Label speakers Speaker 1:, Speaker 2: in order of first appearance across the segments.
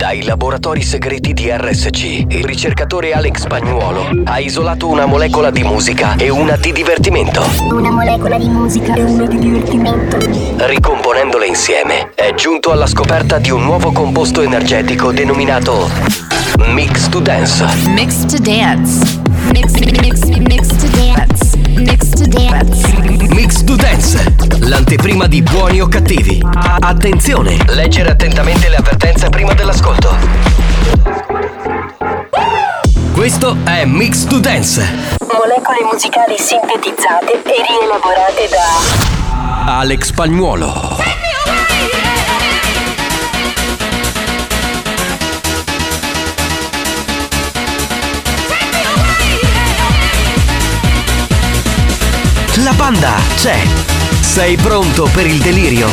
Speaker 1: Dai laboratori segreti di RSC, il ricercatore Alex Spagnuolo ha isolato una molecola di musica e una di divertimento.
Speaker 2: Una molecola di musica e una di divertimento.
Speaker 1: Ricomponendole insieme, è giunto alla scoperta di un nuovo composto energetico denominato Mix to Dance.
Speaker 3: Mix to Dance. Mix to Dance. Mix to Dance.
Speaker 1: Mix to Dance, l'anteprima di Buoni o Cattivi. Attenzione, leggere attentamente le avvertenze prima dell'ascolto. Questo è Mix to Dance.
Speaker 2: Molecole musicali sintetizzate e rielaborate da
Speaker 1: Alex Spagnuolo. La banda c'è. Sei pronto per il delirio?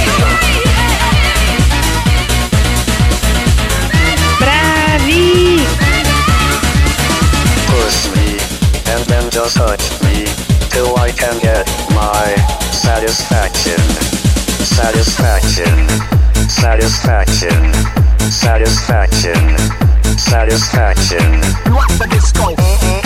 Speaker 4: Bravi!
Speaker 5: Push me, and then just touch me, till I can get my satisfaction. Satisfaction. Satisfaction. Satisfaction. Satisfaction.
Speaker 6: What the disco?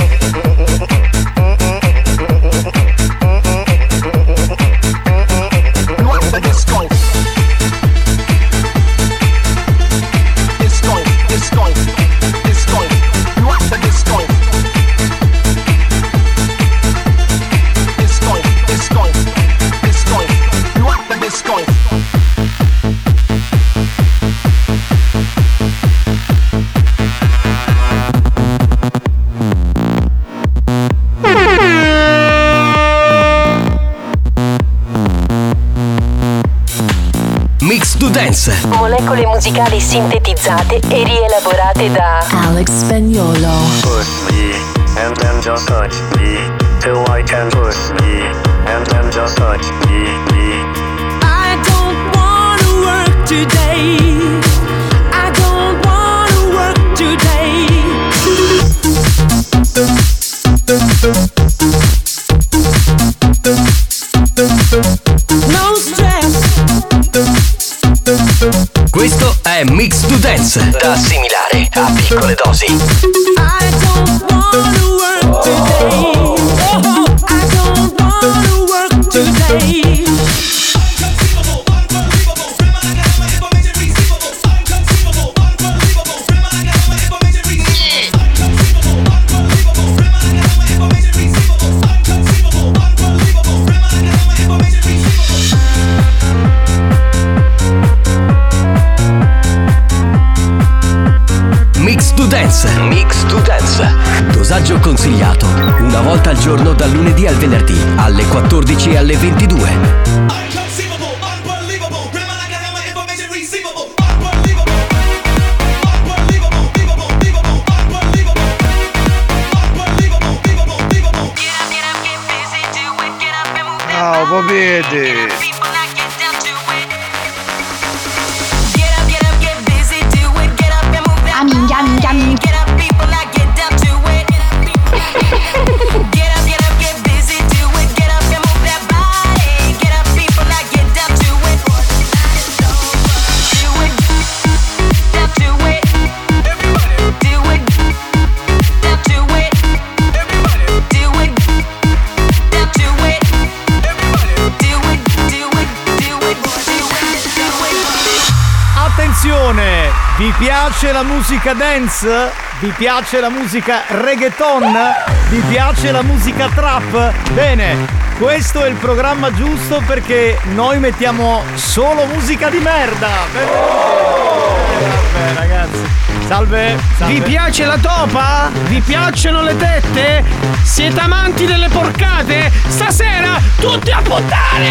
Speaker 1: Mix to Dance.
Speaker 2: molecole musicali sintetizzate e rielaborate da
Speaker 3: Alex Spagnuolo.
Speaker 5: Push me, and then just touch me, till I can push me, and then just touch me.
Speaker 7: I don't wanna work today. I don't wanna work today. No stress.
Speaker 1: Questo è Mix to Dance, da assimilare a piccole dosi.
Speaker 7: I don't wanna work today. I don't wanna work today.
Speaker 1: Mix to Dance. Mix to Dance. Dosaggio consigliato. Una volta al giorno dal lunedì al venerdì alle 14 e alle 22.
Speaker 8: Ciao, popete!
Speaker 3: Minchia, minchia, minchia.
Speaker 9: Attenzione! Vi piace la musica dance? Vi piace la musica reggaeton? Vi piace la musica trap? Bene, questo è il programma giusto perché noi mettiamo solo musica di merda! Vabbè, ragazzi. Salve, salve.
Speaker 4: Vi piace la topa? Vi piacciono le tette? Siete amanti delle porcate? Stasera tutti a puttane!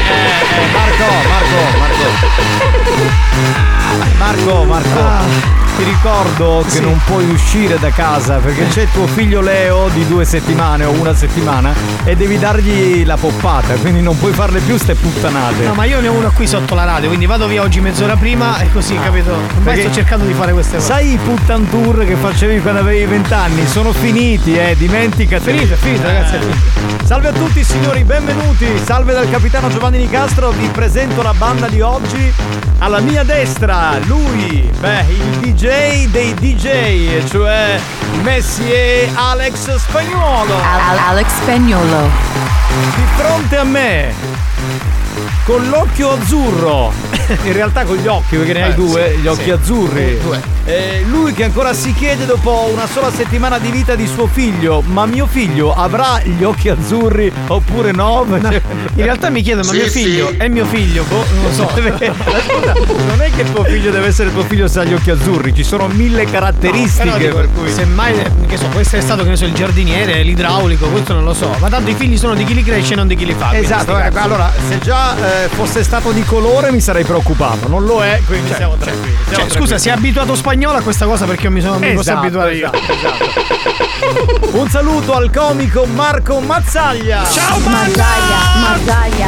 Speaker 9: Marco. Ti ricordo che non puoi uscire da casa perché c'è tuo figlio Leo di 2 settimane o 1 settimana e devi dargli la poppata, quindi non puoi farle più ste puttanate.
Speaker 4: No, ma io ne ho una qui sotto la radio, quindi vado via oggi mezz'ora prima e così, capito? Ormai sto cercando di fare queste cose.
Speaker 9: Sai i puttan tour che facevi quando avevi 20 anni? Sono finiti, dimenticati.
Speaker 4: È finito, ragazzi.
Speaker 9: Salve a tutti signori, benvenuti. Salve dal capitano Giovanni Nicastro. Vi presento la banda di oggi. Alla mia destra, lui, il DJ dei DJ, cioè Messier Alex Spagnuolo.
Speaker 3: Alex Spagnuolo.
Speaker 9: Di fronte a me, con l'occhio azzurro, in realtà con gli occhi, perché ne hai due, gli occhi azzurri. Lui che ancora si chiede dopo una sola settimana di vita di suo figlio, ma mio figlio avrà gli occhi azzurri oppure no?
Speaker 4: In realtà mi chiedo, ma mio figlio è mio figlio? Non lo so.
Speaker 9: Scusa, non è che tuo figlio deve essere tuo figlio se ha gli occhi azzurri, ci sono 1000 caratteristiche,
Speaker 4: no,
Speaker 9: per cui
Speaker 4: semmai, che so, può essere stato, che ne so, il giardiniere, l'idraulico, questo non lo so, ma tanto i figli sono di chi li cresce e non di chi li fa.
Speaker 9: Esatto, allora se già fosse stato di colore mi sarei preoccupato, non lo è, quindi siamo tranquilli.
Speaker 4: Scusa, si è abituato spagnolo a questa cosa perché io mi posso abituare io.
Speaker 9: Esatto. Un saluto al comico Marco Mazzaglia.
Speaker 4: Ciao
Speaker 3: Mazzaglia.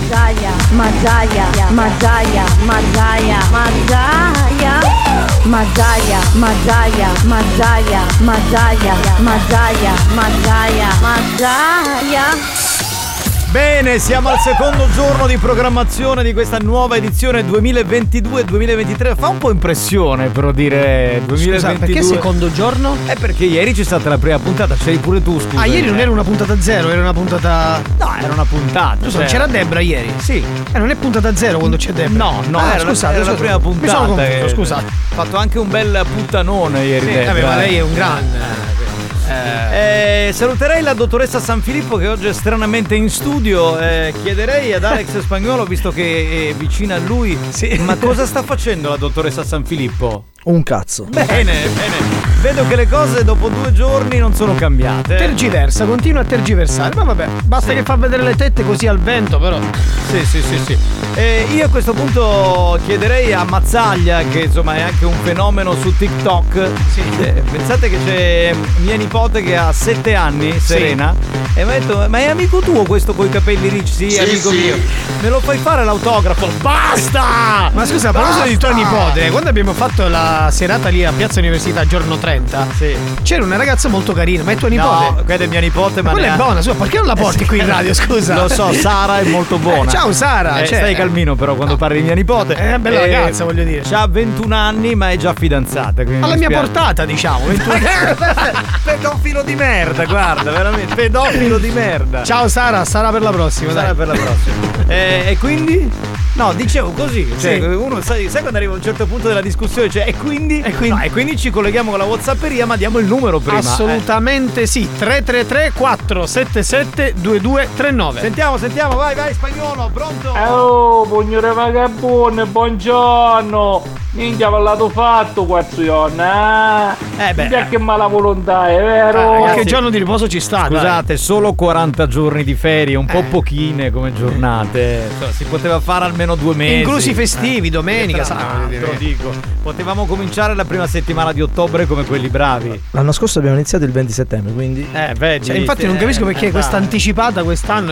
Speaker 9: Bene, siamo al secondo giorno di programmazione di questa nuova edizione 2022-2023. Fa un po' impressione però dire 2022.
Speaker 4: Scusa, perché secondo giorno?
Speaker 9: Perché ieri c'è stata la prima puntata, c'eri pure tu, scusa.
Speaker 4: Ah, ieri non era una puntata zero, era una puntata...
Speaker 9: No, era una puntata.
Speaker 4: Scusa, c'era Debra ieri?
Speaker 9: Sì.
Speaker 4: Non è puntata zero quando c'è Debra?
Speaker 9: No, era la prima puntata.
Speaker 4: Mi sono confuso, scusate.
Speaker 9: Ha fatto anche un bel puttanone ieri Debra.
Speaker 4: Vabbè, ma lei è un grande...
Speaker 9: saluterei la dottoressa Sanfilippo che oggi è stranamente in studio. Chiederei ad Alex Spagnuolo, visto che è vicina a lui, ma cosa sta facendo la dottoressa Sanfilippo?
Speaker 6: Un cazzo.
Speaker 9: Bene. Vedo che le cose dopo 2 giorni non sono cambiate.
Speaker 4: Tergiversa, continua a tergiversare. Ma vabbè, basta che fa vedere le tette così al vento, però.
Speaker 9: Sì. Io a questo punto chiederei a Mazzaglia, che insomma è anche un fenomeno su TikTok. Sì. Pensate che c'è mia nipote che ha 7 anni, Serena, e mi ha detto: ma è amico tuo questo coi capelli ricci? Sì, amico mio. Me lo fai fare l'autografo? Basta!
Speaker 4: Ma scusa, a proposito di tua nipote, quando abbiamo fatto la serata lì a Piazza Università giorno 30, c'era una ragazza molto carina, ma è tua nipote?
Speaker 9: No, quella è mia nipote, ma
Speaker 4: quella è buona, scusa, perché non la porti qui in radio, scusa?
Speaker 9: Lo so, Sara è molto buona.
Speaker 4: Ciao Sara,
Speaker 9: stai calmino però quando parli di mia nipote.
Speaker 4: È una bella ragazza, voglio dire.
Speaker 9: C'ha 21 anni ma è già fidanzata.
Speaker 4: Alla mia portata, diciamo. 21
Speaker 9: pedofilo di merda, guarda, veramente pedofilo di merda.
Speaker 4: Ciao Sara, sarà per la prossima.
Speaker 9: Per la prossima. E quindi? No, dicevo così, cioè uno sai quando arriva a un certo punto della discussione, cioè e quindi ci colleghiamo con la WhatsApperia, ma diamo il numero prima.
Speaker 4: Assolutamente sì, 333 477 2239.
Speaker 9: Sentiamo, vai Spagnolo, pronto?
Speaker 10: Oh, buongiorno vagabonde, buongiorno. Minchia, parlato fatto questo giorno, Minchia, che mala volontà, è vero?
Speaker 4: Qualche giorno di riposo ci sta.
Speaker 9: Scusate, solo 40 giorni di ferie, un po' pochine come giornate. Cioè, si poteva fare almeno 2 mesi.
Speaker 4: Inclusi festivi, domenica,
Speaker 9: dico. Potevamo cominciare la prima settimana di ottobre come quelli bravi.
Speaker 6: L'anno scorso abbiamo iniziato il 20 settembre, quindi.
Speaker 4: Infatti non capisco perché questa anticipata quest'anno.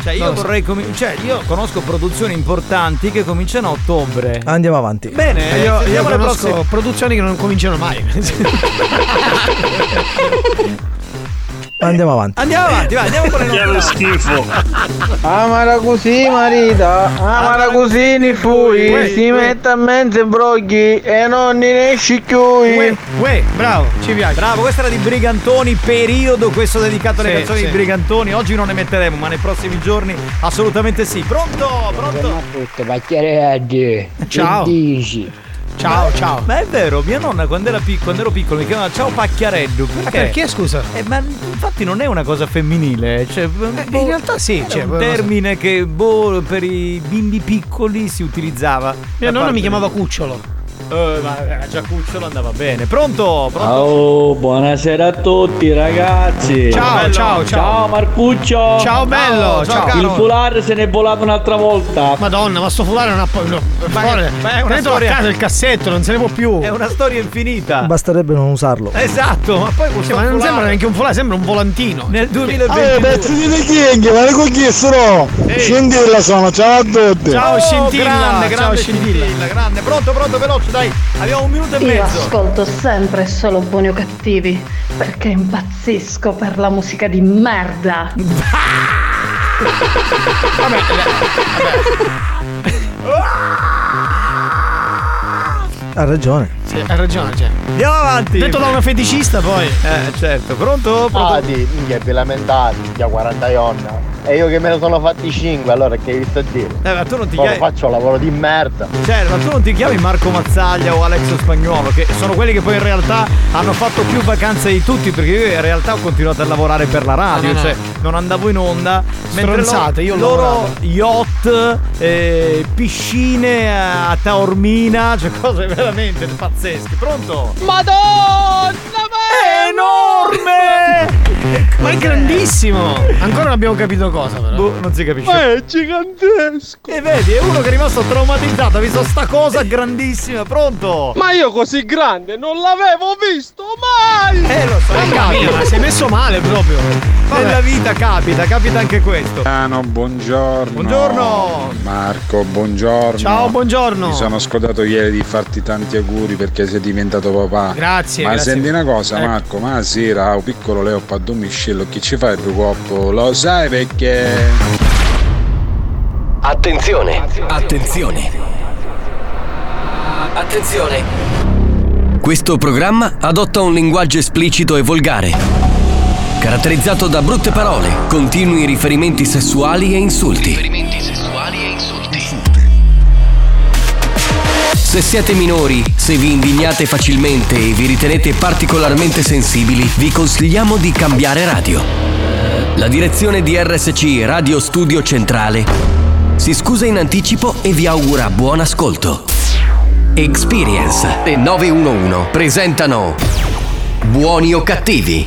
Speaker 9: Io conosco produzioni importanti che cominciano a ottobre.
Speaker 6: Andiamo avanti.
Speaker 9: Bene,
Speaker 4: io conosco produzioni che non cominciano mai.
Speaker 6: Andiamo avanti,
Speaker 9: vai, andiamo con le
Speaker 10: nostre. Che schifo.
Speaker 11: Amara così marita, amara così ni fui, si mette a mezzo broghi e non ne esci più.
Speaker 4: Bravo, ci piace.
Speaker 9: Bravo, questa era di Brigantoni, periodo questo dedicato alle canzoni di Brigantoni. Oggi non ne metteremo, ma nei prossimi giorni assolutamente sì. Pronto?
Speaker 4: Ciao. Ciao.
Speaker 9: Ma è vero, mia nonna quando ero piccolo mi chiamava ciao Pacchiareddu.
Speaker 4: Perché scusa?
Speaker 9: Ma infatti non è una cosa femminile, cioè,
Speaker 4: in realtà sì,
Speaker 9: c'è un termine che per i bimbi piccoli si utilizzava.
Speaker 4: Mia nonna mi chiamava Cucciolo.
Speaker 9: Ma già Cucciolo andava bene. Pronto?
Speaker 12: Oh, buonasera a tutti ragazzi.
Speaker 4: Ciao
Speaker 12: Marcuccio.
Speaker 4: Ciao bello. Ciao.
Speaker 12: Il foulard se n'è volato un'altra volta.
Speaker 4: Madonna, ma sto foulard non ha
Speaker 9: Ma è una storia.
Speaker 4: A casa il cassetto, non se ne può più.
Speaker 9: È una storia infinita.
Speaker 6: Basterebbe non usarlo.
Speaker 9: Esatto, ma poi
Speaker 4: ma non sembra neanche un foulard, sembra un volantino.
Speaker 9: Nel 2020.
Speaker 11: Pezzi di King, ma con chi sono? Scintilla sono, ciao a tutti.
Speaker 4: Ciao Scintilla.
Speaker 9: Grande Scintilla. Grande. Pronto, veloce, dai. Abbiamo un minuto e mezzo.
Speaker 13: Io ascolto sempre solo Buoni o Cattivi perché impazzisco per la musica di merda.
Speaker 4: Vabbè.
Speaker 6: Ha ragione.
Speaker 4: Sì, ha ragione, cioè.
Speaker 9: Andiamo avanti.
Speaker 4: Detto da una feticista poi.
Speaker 9: Certo. Pronto?
Speaker 11: Minchia, vi lamentate, minchia 40 ionna. E io che me ne sono fatti 5, allora che vi sto a dire?
Speaker 9: Ma tu non ti
Speaker 11: chiami. Faccio lavoro di merda.
Speaker 9: Certo, ma tu non ti chiami Marco Mazzaglia o Alex Spagnuolo, che sono quelli che poi in realtà hanno fatto più vacanze di tutti, perché io in realtà ho continuato a lavorare per la radio, cioè non andavo in onda.
Speaker 4: Stronzate, io
Speaker 9: loro yacht, piscine a Taormina, cioè cose veramente pazzesche. Pronto?
Speaker 4: Madonna, ma è enorme! Ma è grandissimo! Ancora non abbiamo capito cosa, però.
Speaker 9: Non si capisce.
Speaker 11: Ma è gigantesco!
Speaker 9: E vedi, è uno che è rimasto traumatizzato, ha visto sta cosa grandissima. Pronto?
Speaker 11: Ma io così grande non l'avevo visto mai!
Speaker 9: Lo so,
Speaker 4: Ma sei messo male proprio.
Speaker 9: Nella vita capita anche questo.
Speaker 14: Buongiorno. Marco, buongiorno.
Speaker 4: Ciao, buongiorno.
Speaker 14: Mi sono scordato ieri di farti tanti auguri perché sei diventato papà.
Speaker 4: Grazie.
Speaker 14: Ma senti una cosa, Marco, ma sera un piccolo Leopard miscello, chi ci fa il tuo coppo? Lo sai perché?
Speaker 1: Attenzione. Questo programma adotta un linguaggio esplicito e volgare, caratterizzato da brutte parole, continui riferimenti sessuali e insulti. Se siete minori, se vi indignate facilmente e vi ritenete particolarmente sensibili, vi consigliamo di cambiare radio. La direzione di RSC Radio Studio Centrale si scusa in anticipo e vi augura buon ascolto. Experience e 911 presentano Buoni o Cattivi.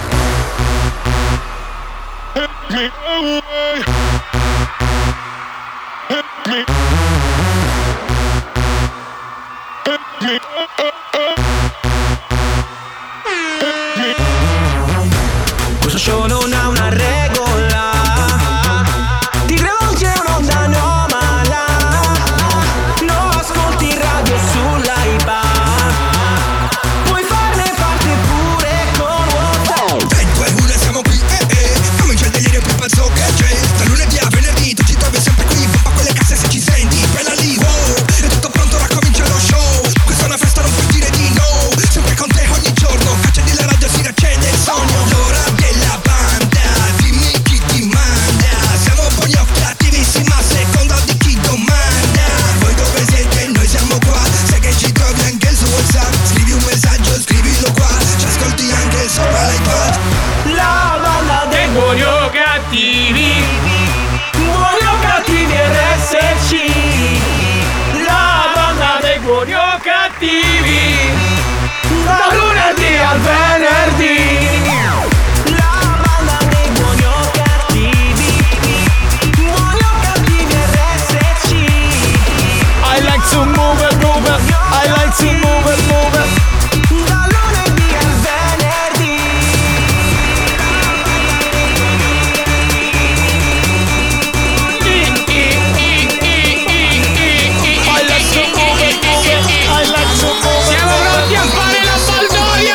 Speaker 7: Questo show non ha una regola, ti rivolge un'onda anomala, non ascolti radio sull'AIBA, puoi farne parte pure con WhatsApp.
Speaker 15: 3, 2, 1 siamo qui, comincia il delirio più pazzo che c'è. Da lunedì a venerdì tu ci trovi sempre qui, pompa quelle casse se ci senti, quella lì, wow, è tutto pronto, ora comincia lo show. Questa è una festa, non puoi dire di no, sempre con te ogni giorno, accendi la radio, si riaccende il sogno. L'ora della banda, dimmi chi ti manda, siamo buoni o cattivissimi a seconda di chi domanda. Voi dove siete? Noi siamo qua, sai che ci trovi anche su WhatsApp, scrivi un messaggio, scrivilo qua, ci ascolti anche sopra l'iPad.
Speaker 7: La banda dei buoni o cattivi, buoni o cattivi RSC, la banda dei buoni o cattivi, da lunedì al venerdì. La banda dei buoni o cattivi, buoni o cattivi RSC.
Speaker 4: I like to move it, I like to move it,
Speaker 7: Da lunedì al venerdì.
Speaker 4: Siamo pronti a fare la baldoria!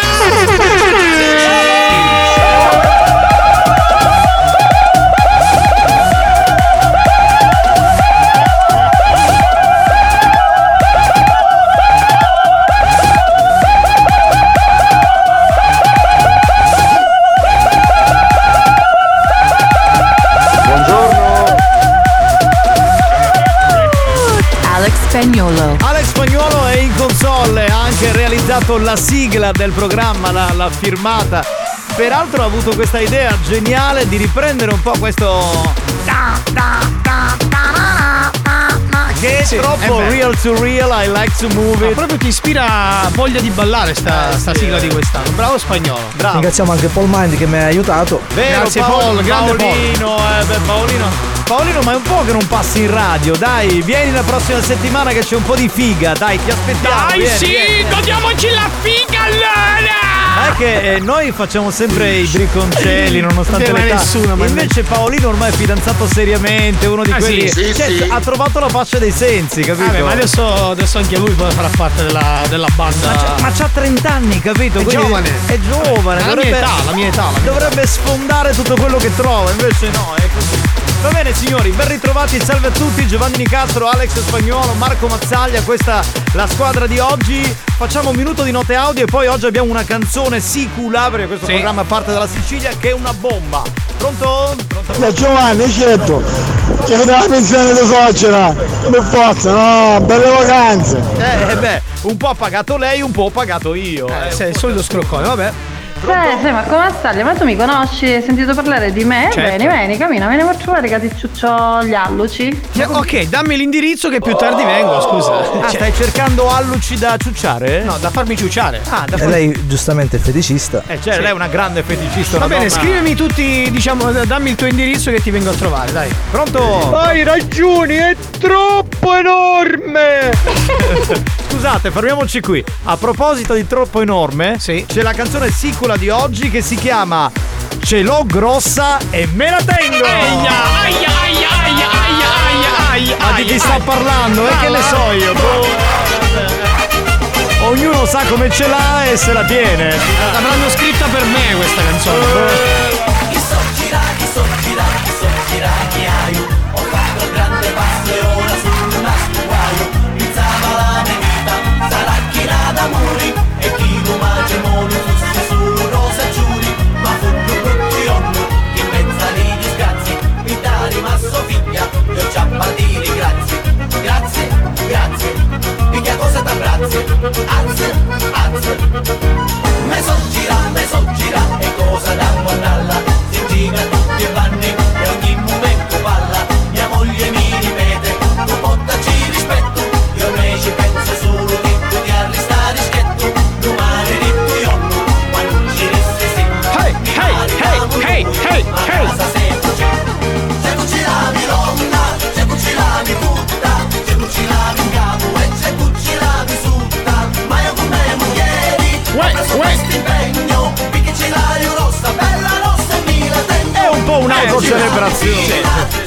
Speaker 9: Alex Spagnuolo è in console, ha anche realizzato la sigla del programma, l'ha firmata. Peraltro ha avuto questa idea geniale di riprendere un po' questo Che è troppo real to real, I like to move it.
Speaker 4: Proprio ti ispira voglia di ballare sta sigla di quest'anno. Bravo Spagnolo.
Speaker 6: Bravo. Ringraziamo anche Paul Mind che mi ha aiutato.
Speaker 9: Vero,
Speaker 4: grazie Paul, grande
Speaker 9: Paolino, ma è un po' che non passi in radio, dai, vieni la prossima settimana che c'è un po' di figa, dai, ti aspettiamo.
Speaker 4: Dai, godiamoci la figa allora!
Speaker 9: È che noi facciamo sempre i bricconcelli nonostante
Speaker 4: l'età.
Speaker 9: Nessuno, ma invece Paolino ormai è fidanzato seriamente, uno di quelli
Speaker 8: sì.
Speaker 9: ha trovato la faccia dei sensi, capito?
Speaker 4: Ma adesso anche lui farà parte della banda.
Speaker 9: Ma c'ha 30 anni, capito?
Speaker 4: È giovane.
Speaker 9: È giovane.
Speaker 4: La mia età.
Speaker 9: Dovrebbe sfondare tutto quello che trova, invece no, è così. Va bene signori, ben ritrovati, salve a tutti, Giovanni Nicastro, Alex Spagnolo, Marco Mazzaglia, questa la squadra di oggi. Facciamo un minuto di note audio e poi oggi abbiamo una canzone sicula, perché questo programma parte dalla Sicilia, che è una bomba. Pronto?
Speaker 11: Da Giovanni, certo, che vedeva la pensione di suocera, per forza, no, belle vacanze.
Speaker 9: Un po' ha pagato lei, un po' ho pagato io.
Speaker 4: Sei il solito scroccone, vabbè.
Speaker 13: Sì, ma come stai? Ma tu mi conosci? Hai sentito parlare di me?
Speaker 4: Certo.
Speaker 13: Vieni, cammina, veniamo a trovare che ti ciuccio gli alluci.
Speaker 4: Ok, dammi l'indirizzo che più tardi vengo, scusa.
Speaker 9: Stai cercando alluci da ciucciare?
Speaker 4: No, da farmi ciucciare.
Speaker 6: E lei giustamente è feticista.
Speaker 9: Lei è una grande feticista.
Speaker 4: Va bene,
Speaker 9: donna.
Speaker 4: scrivimi tutti, dammi il tuo indirizzo che ti vengo a trovare, dai.
Speaker 9: Pronto?
Speaker 11: Hai ragione, è troppo enorme!
Speaker 9: Scusate, fermiamoci qui. A proposito di troppo enorme, c'è la canzone sicula di oggi che si chiama Ce l'ho grossa e me la tengo! Ma di chi sta parlando? E che ne so io? Ognuno sa come ce l'ha e se la tiene.
Speaker 4: L'avranno scritta per me questa canzone.
Speaker 7: Chi so gira, chi hai? Ho fatto il grande passo e ora sul nasco guaio. Pizzava la mia vita, sarà chinata muri. E chi lo mangia mono, fosse solo rosa giuri. Ma fu più brutto che in mezzo ai disgrazi. Mi dà rimasto figlia, e ho già patire, grazie. E che cosa t'abbracci? Azze. Me so gira, e cosa da monalla. Si gira tutti e vanni, e ogni momento palla. Mia moglie mi ripete, tu portaci rispetto. Io me ci penso solo che tu ti arrestare schietto. Domani ritto io no, ma non ci resti sì. Hey. Ma casa sempre c'è. Se tu ci lavi l'onna, se tu ci lavi tutta, se tu ci lavi in capo e se tu ci lavi sutta. Ma io con me moglieri, ho preso questo impegno, perché ce l'hai rossa, bella rossa e mi la tengo.
Speaker 9: È un po' un'autocelebrazione.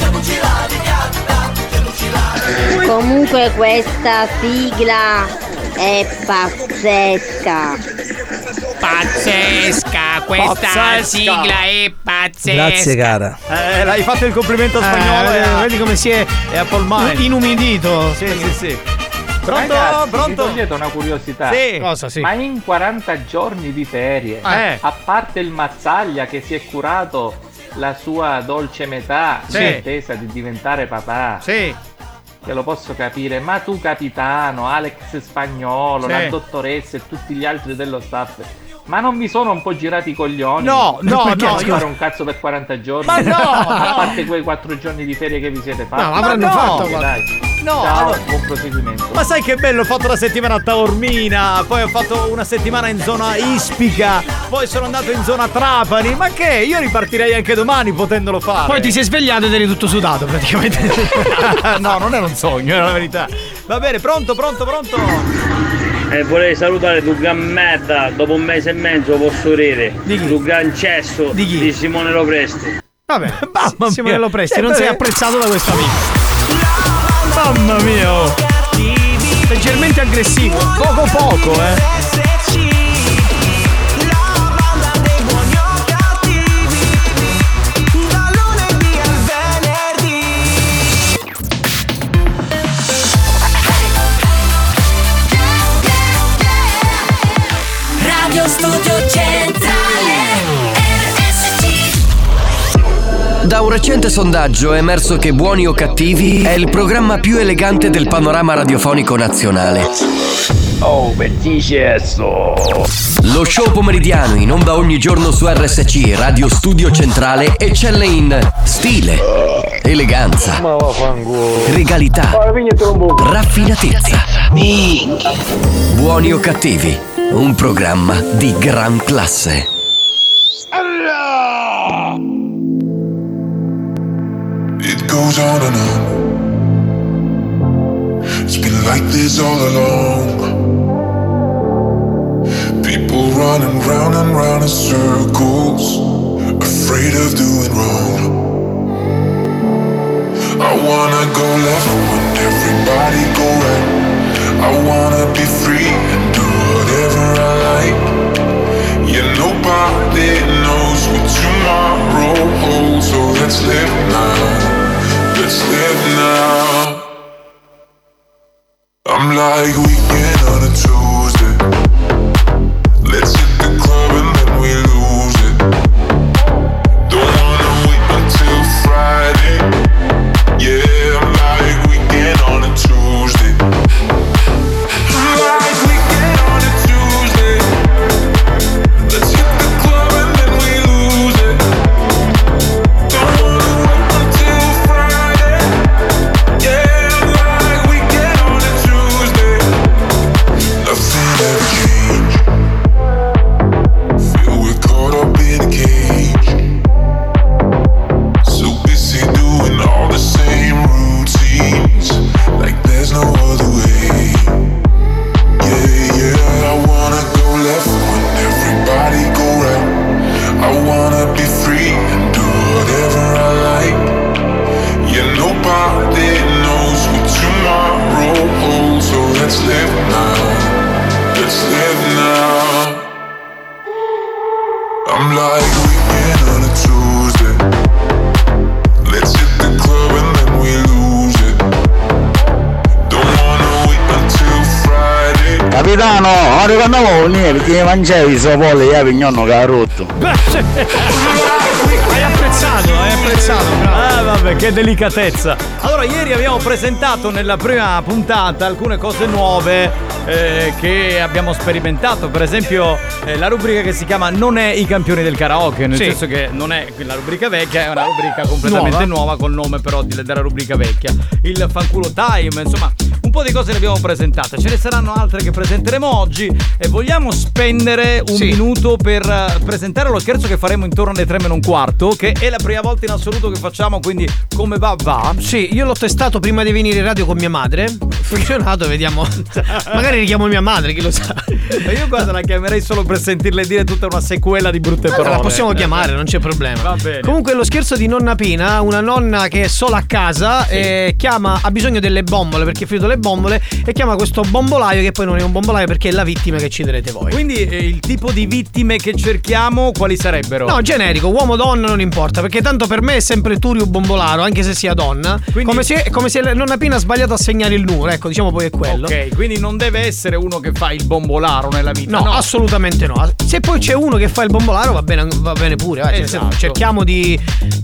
Speaker 16: Comunque questa sigla è pazzesca.
Speaker 4: Questa sigla è pazzesca.
Speaker 6: Grazie cara.
Speaker 9: L'hai fatto il complimento spagnolo.
Speaker 4: Vedi come si è
Speaker 9: Apple Mind.
Speaker 4: inumidito.
Speaker 9: Sì. Pronto?
Speaker 10: Ragazzi,
Speaker 9: Pronto?
Speaker 10: mi togliete una curiosità.
Speaker 9: Sì.
Speaker 4: Cosa sì?
Speaker 10: Ma in 40 giorni di ferie, a parte il Mazzaglia che si è curato la sua dolce metà in attesa di diventare papà.
Speaker 9: Sì.
Speaker 10: Che lo posso capire, ma tu capitano, Alex Spagnolo, la dottoressa e tutti gli altri dello staff, ma non vi sono un po' girati i coglioni?
Speaker 9: No,
Speaker 10: fare un cazzo per 40 giorni?
Speaker 9: Ma no!
Speaker 10: A parte quei 4 giorni di ferie che vi siete fatti.
Speaker 4: No, avranno fatto.
Speaker 10: Dai.
Speaker 9: No,
Speaker 10: ciao,
Speaker 9: allora,
Speaker 10: buon proseguimento.
Speaker 9: Ma sai che bello, ho fatto la settimana a Taormina, poi ho fatto una settimana in zona Ispica, poi sono andato in zona Trapani. Ma che? Io ripartirei anche domani potendolo fare.
Speaker 4: Poi ti sei svegliato ed eri tutto sudato praticamente.
Speaker 9: No, non era un sogno, era la verità. Va bene, pronto.
Speaker 12: E vorrei salutare Dugan Merda, dopo un mese e mezzo posso dire. Dugan Cesso di Simone Lopresti.
Speaker 4: Vabbè, Simone Lopresti, non sei apprezzato da questo amico.
Speaker 9: Mamma mia,
Speaker 4: leggermente aggressivo.
Speaker 9: Poco,
Speaker 7: Radio Studio Centrale RSC.
Speaker 1: Da un recente sondaggio è emerso che Buoni o Cattivi è il programma più elegante del panorama radiofonico nazionale.
Speaker 17: Oh, perdicesso.
Speaker 1: Lo show pomeridiano in onda ogni giorno su RSC Radio Studio Centrale eccelle in stile, eleganza, regalità, raffinatezza. Buoni o cattivi, un programma di gran classe.
Speaker 18: It goes on and on. It's been like this all along. People running round and round in circles, afraid of doing wrong. I wanna go left when everybody go right. I wanna be free and do whatever I like. Yeah, nobody knows what tomorrow holds, so let's live now. Let's live now. I'm like weekend on a Tuesday. Let's hit the club and then we lose it. Don't wanna wait until Friday. Yeah, I'm like weekend on a Tuesday. I'm like weekend on a Tuesday. Let's hit the club and then we lose it. Don't wanna wait until Friday. Yeah, I'm like weekend on a Tuesday. Nothing ever changed. Feel we're caught up in a cage. So busy doing all the same routines, like there's no other way. Yeah, I wanna go left when everybody go right. I wanna be free and do whatever I like. Yeah, nobody knows what tomorrow holds, so let's live now. Let's live now. I'm like weekend on a Tuesday. Let's hit the club and then we lose it. Don't wanna wait until Friday.
Speaker 17: Capitano, arrivano voi perché mangiavi i sopolli e pignonno che ha rotto.
Speaker 9: Hai apprezzato, bravo. Ah, vabbè, che delicatezza. Allora, ieri abbiamo presentato nella prima puntata alcune cose nuove che abbiamo sperimentato. Per esempio, la rubrica che si chiama Non è i campioni del karaoke, nel senso che non è la rubrica vecchia, è una rubrica completamente nuova col nome però della rubrica vecchia. Il fanculo time, insomma, un po' di cose le abbiamo presentate. Ce ne saranno altre che presenteremo oggi e vogliamo spendere un minuto per presentare lo scherzo che faremo intorno alle 3:15, che è la prima volta in assoluto che facciamo, quindi come va?
Speaker 4: Sì, io l'ho testato prima di venire in radio con mia madre. Funzionato, vediamo. Magari richiamo mia madre, chi lo sa.
Speaker 9: Ma io guarda, la chiamerei solo per sentirle dire tutta una sequela di brutte parole.
Speaker 4: La possiamo chiamare, non c'è problema.
Speaker 9: Va bene.
Speaker 4: Comunque lo scherzo di nonna Pina, una nonna che è sola a casa e ha bisogno delle bombole perché è finito le bombole e chiama questo bombolaio, che poi non è un bombolaio perché è la vittima che ci direte voi.
Speaker 9: Quindi il tipo di vittime che cerchiamo quali sarebbero?
Speaker 4: No, generico, uomo donna non importa, perché tanto per me è sempre Turio Bombolaro, anche se sia donna. Quindi... come se la nonna Pina ha sbagliato a segnare il numero, ecco, diciamo poi è quello.
Speaker 9: Ok, quindi non deve essere uno che fa il bombolaro nella vita.
Speaker 4: No, assolutamente no. Se poi c'è uno che fa il bombolaro va bene pure,
Speaker 9: esatto.
Speaker 4: Cerchiamo di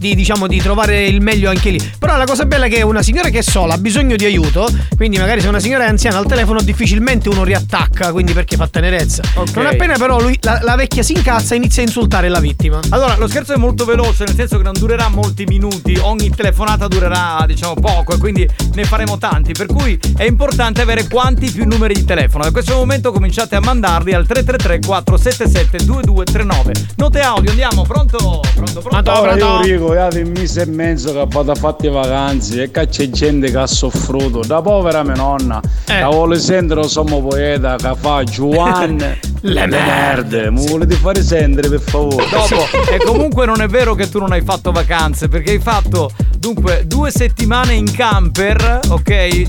Speaker 4: trovare il meglio anche lì. Però la cosa bella è che una signora che è sola ha bisogno di aiuto, quindi magari se una signora è anziana al telefono difficilmente uno riattacca, quindi perché fa tenerezza. Okay. Non appena però la vecchia si incazza, inizia a insultare la vittima.
Speaker 9: Allora, lo scherzo è molto veloce, nel senso che non durerà molti minuti, ogni telefonata durerà poco e quindi ne faremo tanti, per cui è importante avere quanti più numeri di telefono. Da questo momento cominciate a mandarli al 333 477 2239. Note audio, andiamo, pronto?
Speaker 14: Allora io dico, un mese e mezzo che vado fatti vacanze e che c'è gente che ha soffrito, da povera mia nonna che vuole sentire sommo poeta che fa Giovanni le merde, mi volete fare sentire per favore?
Speaker 9: Dopo, e comunque non è vero che tu non hai fatto vacanze, perché hai fatto dunque 2 settimane in camper, ok,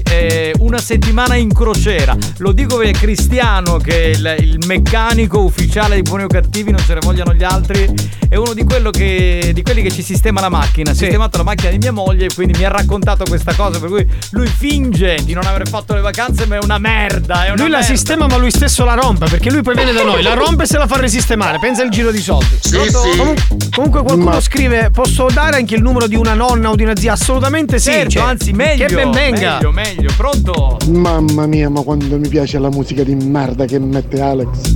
Speaker 9: e 1 settimana in crociera. Lo dico perché Cristiano, che è il meccanico ufficiale di Buoni o Cattivi, non ce ne vogliono gli altri, è uno di quelli che ci sistema la macchina. Ha sistemato la macchina di mia moglie, quindi mi ha raccontato questa cosa, per cui lui finge di non aver fatto le vacanze, ma è una merda.
Speaker 4: Lui la sistema, ma lui stesso la rompe, perché lui poi viene da noi, la rompe e se la fa risistemare. Pensa al giro di soldi.
Speaker 14: Sì.
Speaker 4: Comunque qualcuno scrive: posso dare anche il numero di una nonna o di una zia, assolutamente sì.
Speaker 9: Certo,
Speaker 4: cioè,
Speaker 9: anzi meglio.
Speaker 4: Che ben venga.
Speaker 9: Meglio, pronto?
Speaker 19: Mamma mia, ma quando mi piace la musica di merda che mette Alex.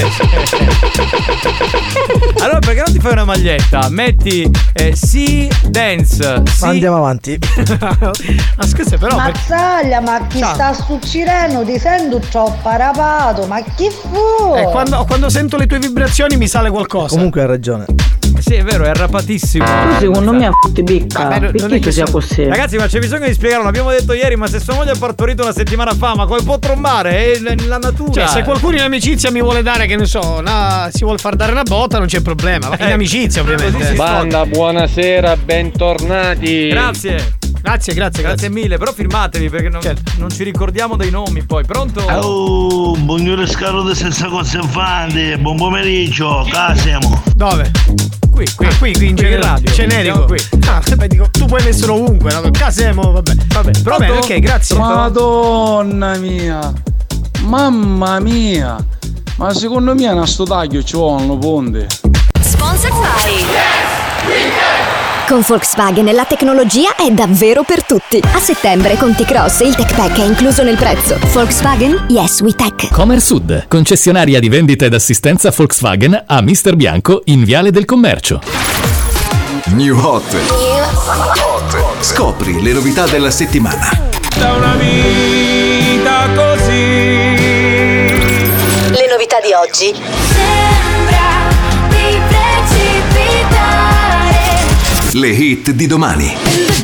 Speaker 9: Allora perché non ti fai una maglietta? Metti Sea Dance.
Speaker 6: Andiamo avanti.
Speaker 4: Ma scusa però
Speaker 20: Mazzaglia, ma chi sta succedendo? Ti sento troppo arapato, ma chi fu?
Speaker 4: Quando sento le tue vibrazioni mi sale qualcosa.
Speaker 6: Comunque hai ragione.
Speaker 9: Sì, è vero, è arrapatissimo.
Speaker 20: Tu secondo me ti picca. Perché tu sia così?
Speaker 9: Ragazzi, ma c'è bisogno di spiegarlo. L'abbiamo detto ieri, ma se sua moglie ha partorito una settimana fa, ma come può trombare? È la natura.
Speaker 4: Cioè, se qualcuno in amicizia mi vuole dare, che ne so, si vuole far dare una botta, non c'è problema. Ma in amicizia, ovviamente.
Speaker 21: Banda, buonasera, bentornati.
Speaker 9: Grazie. Grazie mille, però firmatevi perché non ci ricordiamo dei nomi poi. Pronto?
Speaker 21: Oh, buongiorno Scarrote senza cose infanti. Buon pomeriggio, qua siamo.
Speaker 4: Dove? Qui in radio. Generico. Qui. Dico, tu puoi essere ovunque, no? Casemo, vabbè. Va bene, ok, grazie.
Speaker 14: Madonna mia. Mamma mia. Ma secondo me a sto taglio ci vogliono ponte.
Speaker 2: Sponsor by
Speaker 22: Con Volkswagen la tecnologia è davvero per tutti. A settembre con T-Cross il Tech Pack è incluso nel prezzo. Volkswagen, yes we tech.
Speaker 23: Comersud, concessionaria di vendita ed assistenza Volkswagen a Mister Bianco in Viale del Commercio.
Speaker 24: New Hot. Scopri le novità della settimana.
Speaker 7: Da una vita così.
Speaker 2: le novità di oggi.
Speaker 7: Sembra di precipitare.
Speaker 24: Le hit di domani.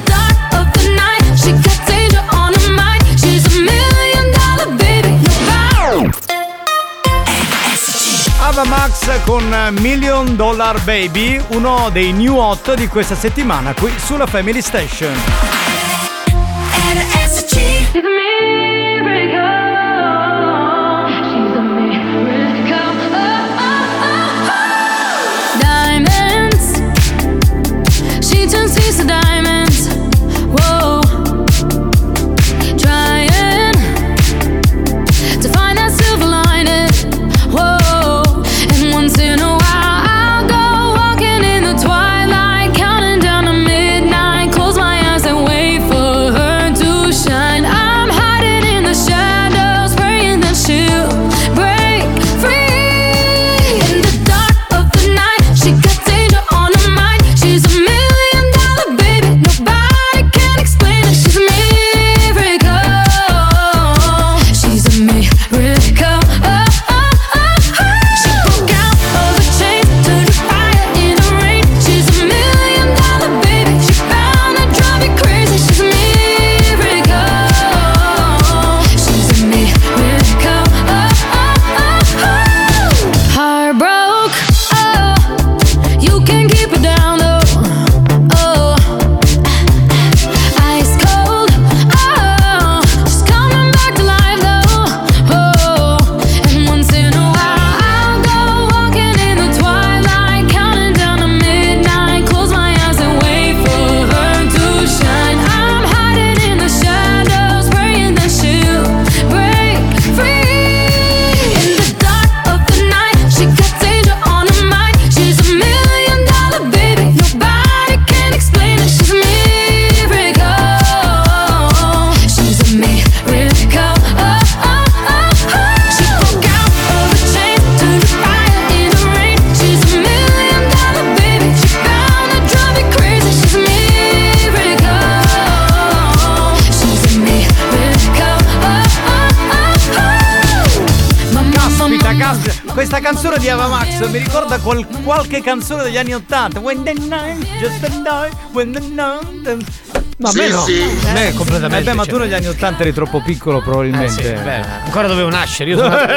Speaker 9: Ava Max con $1 Million Baby, uno dei new hot di questa settimana qui sulla Family Station.
Speaker 7: Diamonds, she turns thieves to diamonds. Whoa, trying to find that silver lining. Whoa, and once in a while I'll go walking in the twilight, counting down to midnight. Close my eyes and wait for her to shine. I'm hiding in the shadows, praying that she'll break free. In the dark of the night, she got danger on her mind. She's $1 million baby, nobody can explain it. She's a miracle. She's a miracle. She broke out of a chain, turned to fire in the rain. She's $1 million baby. She found to drive me crazy. She's a miracle. She's a miracle. Heart broke. Oh, you can keep it down though. Oh, ice cold. Oh, she's coming back to life though. Oh, and once in a while I'll go walking in the twilight, counting down to midnight. Close my eyes and wait for her to shine. I'm hiding in the shadows, praying that she'll break free. In the dark of the night, she got danger on her mind. She's $1 million baby, nobody can explain it. She's a miracle. She's a miracle. She broke out of a chain, turned to fire in the rain. She's $1 million baby. She found to drive me crazy. She's a miracle. She's a miracle.
Speaker 9: Caspita, questa canzone di Ava Max mi ricorda qualche canzone degli anni '80. When the night, just the night, when the night.
Speaker 4: No, a me no. A me completamente.
Speaker 9: Ma tu negli anni '80 eri troppo piccolo probabilmente.
Speaker 4: Sì, ancora dovevo nascere.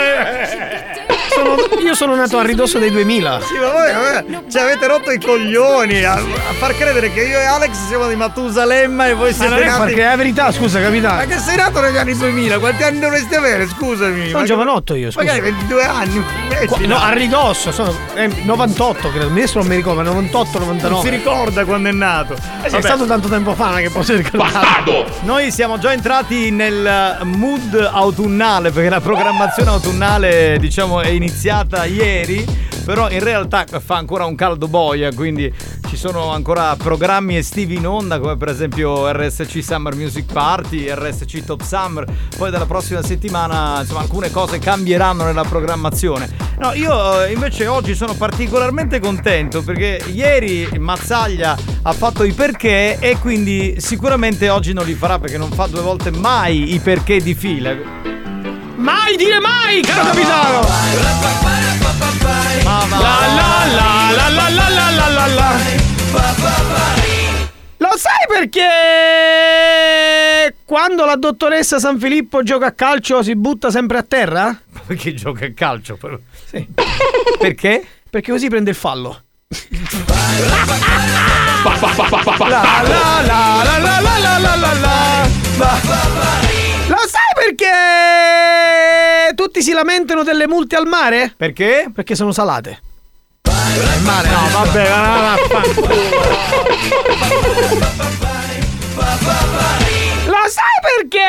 Speaker 4: Io sono nato a ridosso dei 2000.
Speaker 9: Sì, ma voi ci avete rotto i coglioni a far credere che io e Alex siamo di Matusalemme e voi siete nati.
Speaker 4: Perché è la verità, scusa capitano.
Speaker 9: Ma che sei nato negli anni 2000? Quanti anni dovresti avere? Scusami.
Speaker 4: Sono giovanotto io, scusa.
Speaker 9: Magari 22 anni.
Speaker 4: No, a ridosso, sono 98 credo. Adesso non mi ricordo, ma 98, 99.
Speaker 9: Non si ricorda quando è nato.
Speaker 4: È stato tanto tempo fa, non è che posso ricordare.
Speaker 9: Noi siamo già entrati nel mood autunnale, perché la programmazione autunnale, diciamo, è iniziata ieri. però in realtà fa ancora un caldo boia, quindi ci sono ancora programmi estivi in onda come per esempio RSC Summer Music Party, RSC Top Summer. Poi dalla prossima settimana insomma alcune cose cambieranno nella programmazione. No, io invece oggi sono particolarmente contento perché ieri Mazzaglia ha fatto i perché e quindi sicuramente oggi non li farà perché non fa 2 volte mai i perché di fila.
Speaker 4: Mai dire mai, caro capitano! La la la la la la la la la la. Lo sai perché quando la dottoressa San Filippo gioca a calcio si butta sempre a terra?
Speaker 9: Perché gioca a calcio?
Speaker 4: Sì.
Speaker 9: Perché?
Speaker 4: Perché così prende il fallo. La la la la la la la la la la. Lo sai perché tutti si lamentano delle multe al mare?
Speaker 9: Perché?
Speaker 4: Perché sono salate.
Speaker 9: Il mare? No, vabbè,
Speaker 4: Lo sai perché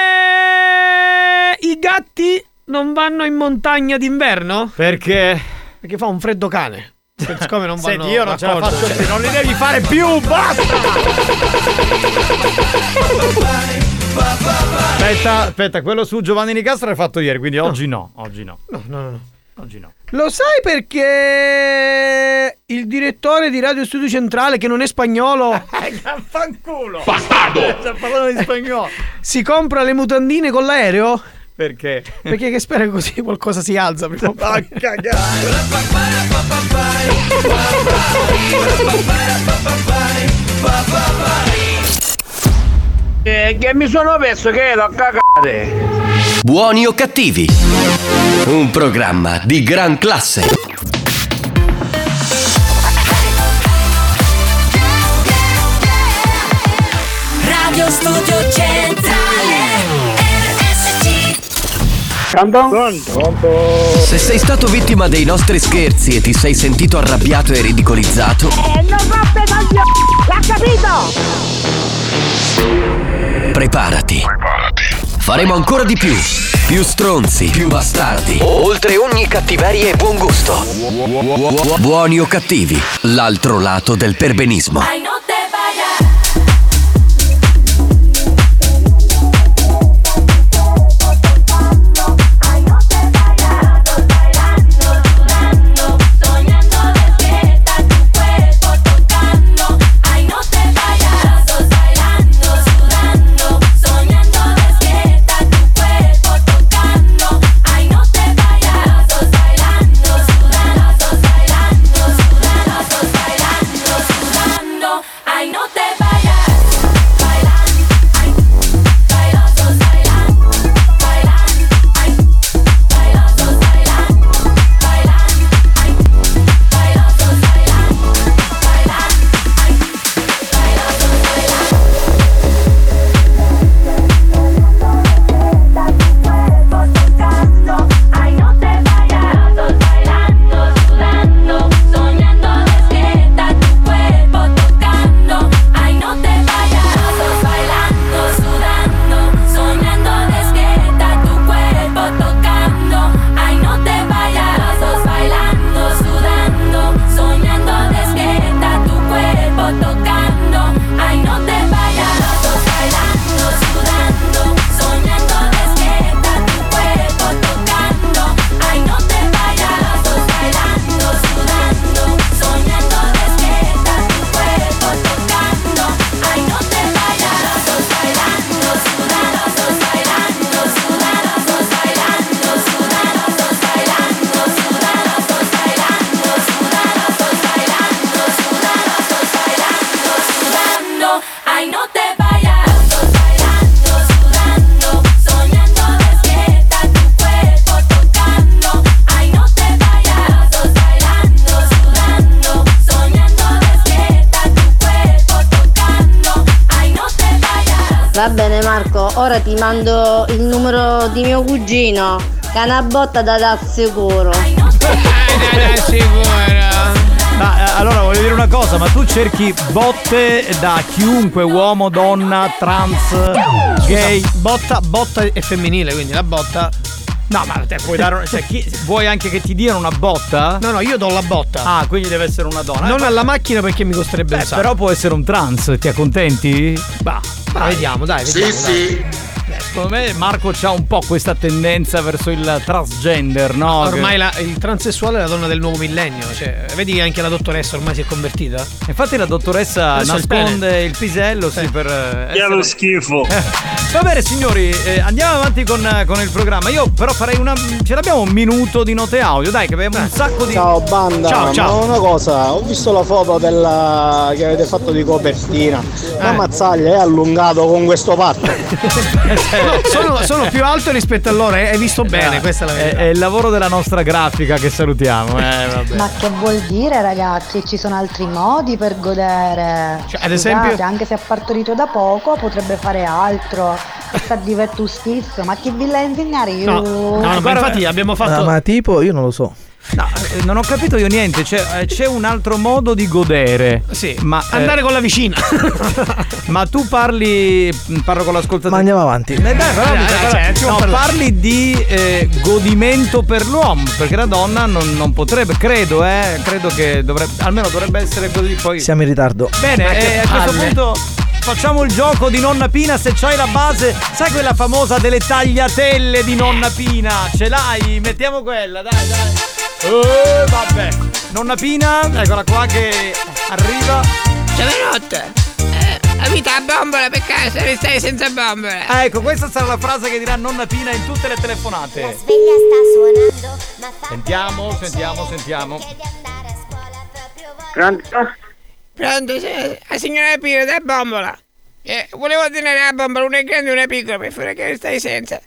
Speaker 4: i gatti non vanno in montagna d'inverno?
Speaker 9: Perché?
Speaker 4: Perché fa un freddo cane. Siccome non vanno.
Speaker 9: Senti, io non ce la faccio più, non li devi fare più, basta! Aspetta, quello su Giovanni Nicastro l'hai fatto ieri, quindi oggi no. Oggi no.
Speaker 4: No.
Speaker 9: Oggi no.
Speaker 4: Lo sai perché il direttore di Radio Studio Centrale, che non è spagnolo,
Speaker 9: fanculo!
Speaker 4: Bastardo!
Speaker 9: Sta parlando di spagnolo.
Speaker 4: Si compra le mutandine con l'aereo?
Speaker 9: Perché?
Speaker 4: Perché che spera che così qualcosa si alza prima o poi.
Speaker 11: Che mi sono perso che l'ho cagate.
Speaker 1: Buoni o cattivi? Un programma di gran classe.
Speaker 7: Radio Studio Centrale RSC.
Speaker 1: Pronto? Se sei stato vittima dei nostri scherzi e ti sei sentito arrabbiato e ridicolizzato,
Speaker 7: Non rotte coglioni, l'ha capito?
Speaker 1: preparati. Faremo ancora di più. Più stronzi, più bastardi. Oltre ogni cattiveria e buon gusto. Buoni o cattivi, l'altro lato del perbenismo.
Speaker 16: Va bene Marco, ora ti mando il numero di mio cugino, che ha una botta da dar sicuro.
Speaker 9: Ma allora voglio dire una cosa, ma tu cerchi botte da chiunque, uomo, donna, trans, gay?
Speaker 4: Botta è femminile, quindi la botta
Speaker 9: No, ma te puoi dare. Cioè, vuoi anche che ti diano una botta?
Speaker 4: No, io do la botta.
Speaker 9: Ah, quindi deve essere una donna.
Speaker 4: Non alla macchina perché mi costerebbe un sacco.
Speaker 9: Però può essere un trans, ti accontenti?
Speaker 4: Bah, vediamo, dai.
Speaker 9: Sì. Secondo me Marco c'ha un po' questa tendenza verso il transgender, no?
Speaker 4: Ormai il transessuale è la donna del nuovo millennio. Cioè, vedi anche la dottoressa ormai si è convertita?
Speaker 9: Infatti la dottoressa
Speaker 4: adesso
Speaker 9: nasconde il pisello, sì, per.
Speaker 21: Che lo schifo.
Speaker 9: Va bene, signori, andiamo avanti con il programma. Io però farei ce l'abbiamo un minuto di note audio, dai, che abbiamo un sacco di.
Speaker 3: Ciao banda,
Speaker 9: ciao.
Speaker 3: Ma una cosa, ho visto la foto che avete fatto di copertina. La Mazzaglia è allungato con questo patto.
Speaker 4: Sono più alto rispetto a loro, hai visto bene, questa è la verità.
Speaker 9: È il lavoro della nostra grafica che salutiamo. Vabbè.
Speaker 20: Ma che vuol dire, ragazzi? Ci sono altri modi per godere.
Speaker 4: Cioè, ad esempio,
Speaker 20: anche se ha partorito da poco, potrebbe fare altro. Sta divertustissimo. Ma chi vi la insegnare io?
Speaker 4: No, ma infatti abbiamo fatto.
Speaker 6: Ma tipo, io non lo so.
Speaker 9: No, non ho capito io niente, c'è un altro modo di godere.
Speaker 4: Sì, ma andare con la vicina.
Speaker 9: Ma tu parlo con l'ascoltatore.
Speaker 6: Ma andiamo avanti.
Speaker 9: Parli di godimento per l'uomo, perché la donna non potrebbe, credo che almeno dovrebbe essere così. Poi
Speaker 6: siamo in ritardo.
Speaker 9: Bene, a questo punto facciamo il gioco di Nonna Pina. Se c'hai la base, sai quella famosa delle tagliatelle di Nonna Pina? Ce l'hai? Mettiamo quella, dai. Vabbè. Nonna Pina, eccola qua che arriva.
Speaker 5: Giovanotte, abita a bombola per casa, stai senza bombola.
Speaker 9: Ecco, questa sarà la frase che dirà Nonna Pina in tutte le telefonate.
Speaker 8: La sveglia sta suonando.
Speaker 9: Sentiamo.
Speaker 5: Pronto, la signora Pina da bombola. Volevo tenere la bombola, una è grande e una piccola, per fare che stai senza.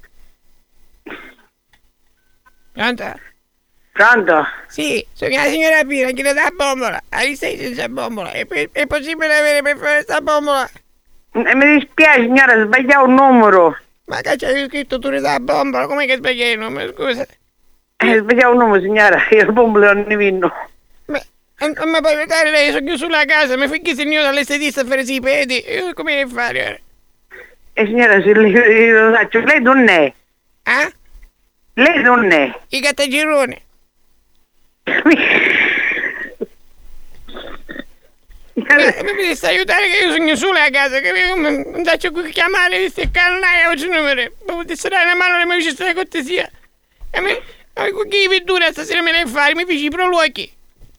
Speaker 5: Pronto? Sì, sono la signora Pina, chi le dà bombola. Stai senza bombola. È possibile avere per fare sta bombola?
Speaker 15: Mi dispiace signora, sbagliavo un numero.
Speaker 5: Ma che c'hai scritto tu le dà bombola? Com'è che sbagliai il numero, scusa?
Speaker 15: Sbagliavo un numero signora, io il bombolo non ne vinno.
Speaker 5: Ma puoi vedere lei, sono chiuso sulla casa, mi fai segno dall'estetista a fare i piedi. Io come devo fare?
Speaker 15: Signora, se lei lo faccio, lei non è.
Speaker 5: Ah?
Speaker 15: Lei non è.
Speaker 5: I gattagironi. Mi sta aiutare che io sono solo a casa, che non faccio qui chiamare, visto il canale, faccio numero. Potessi dare una mano alle mie vicine di cortesia. E che vettura stasera me ne fare, mi feci i prolochi.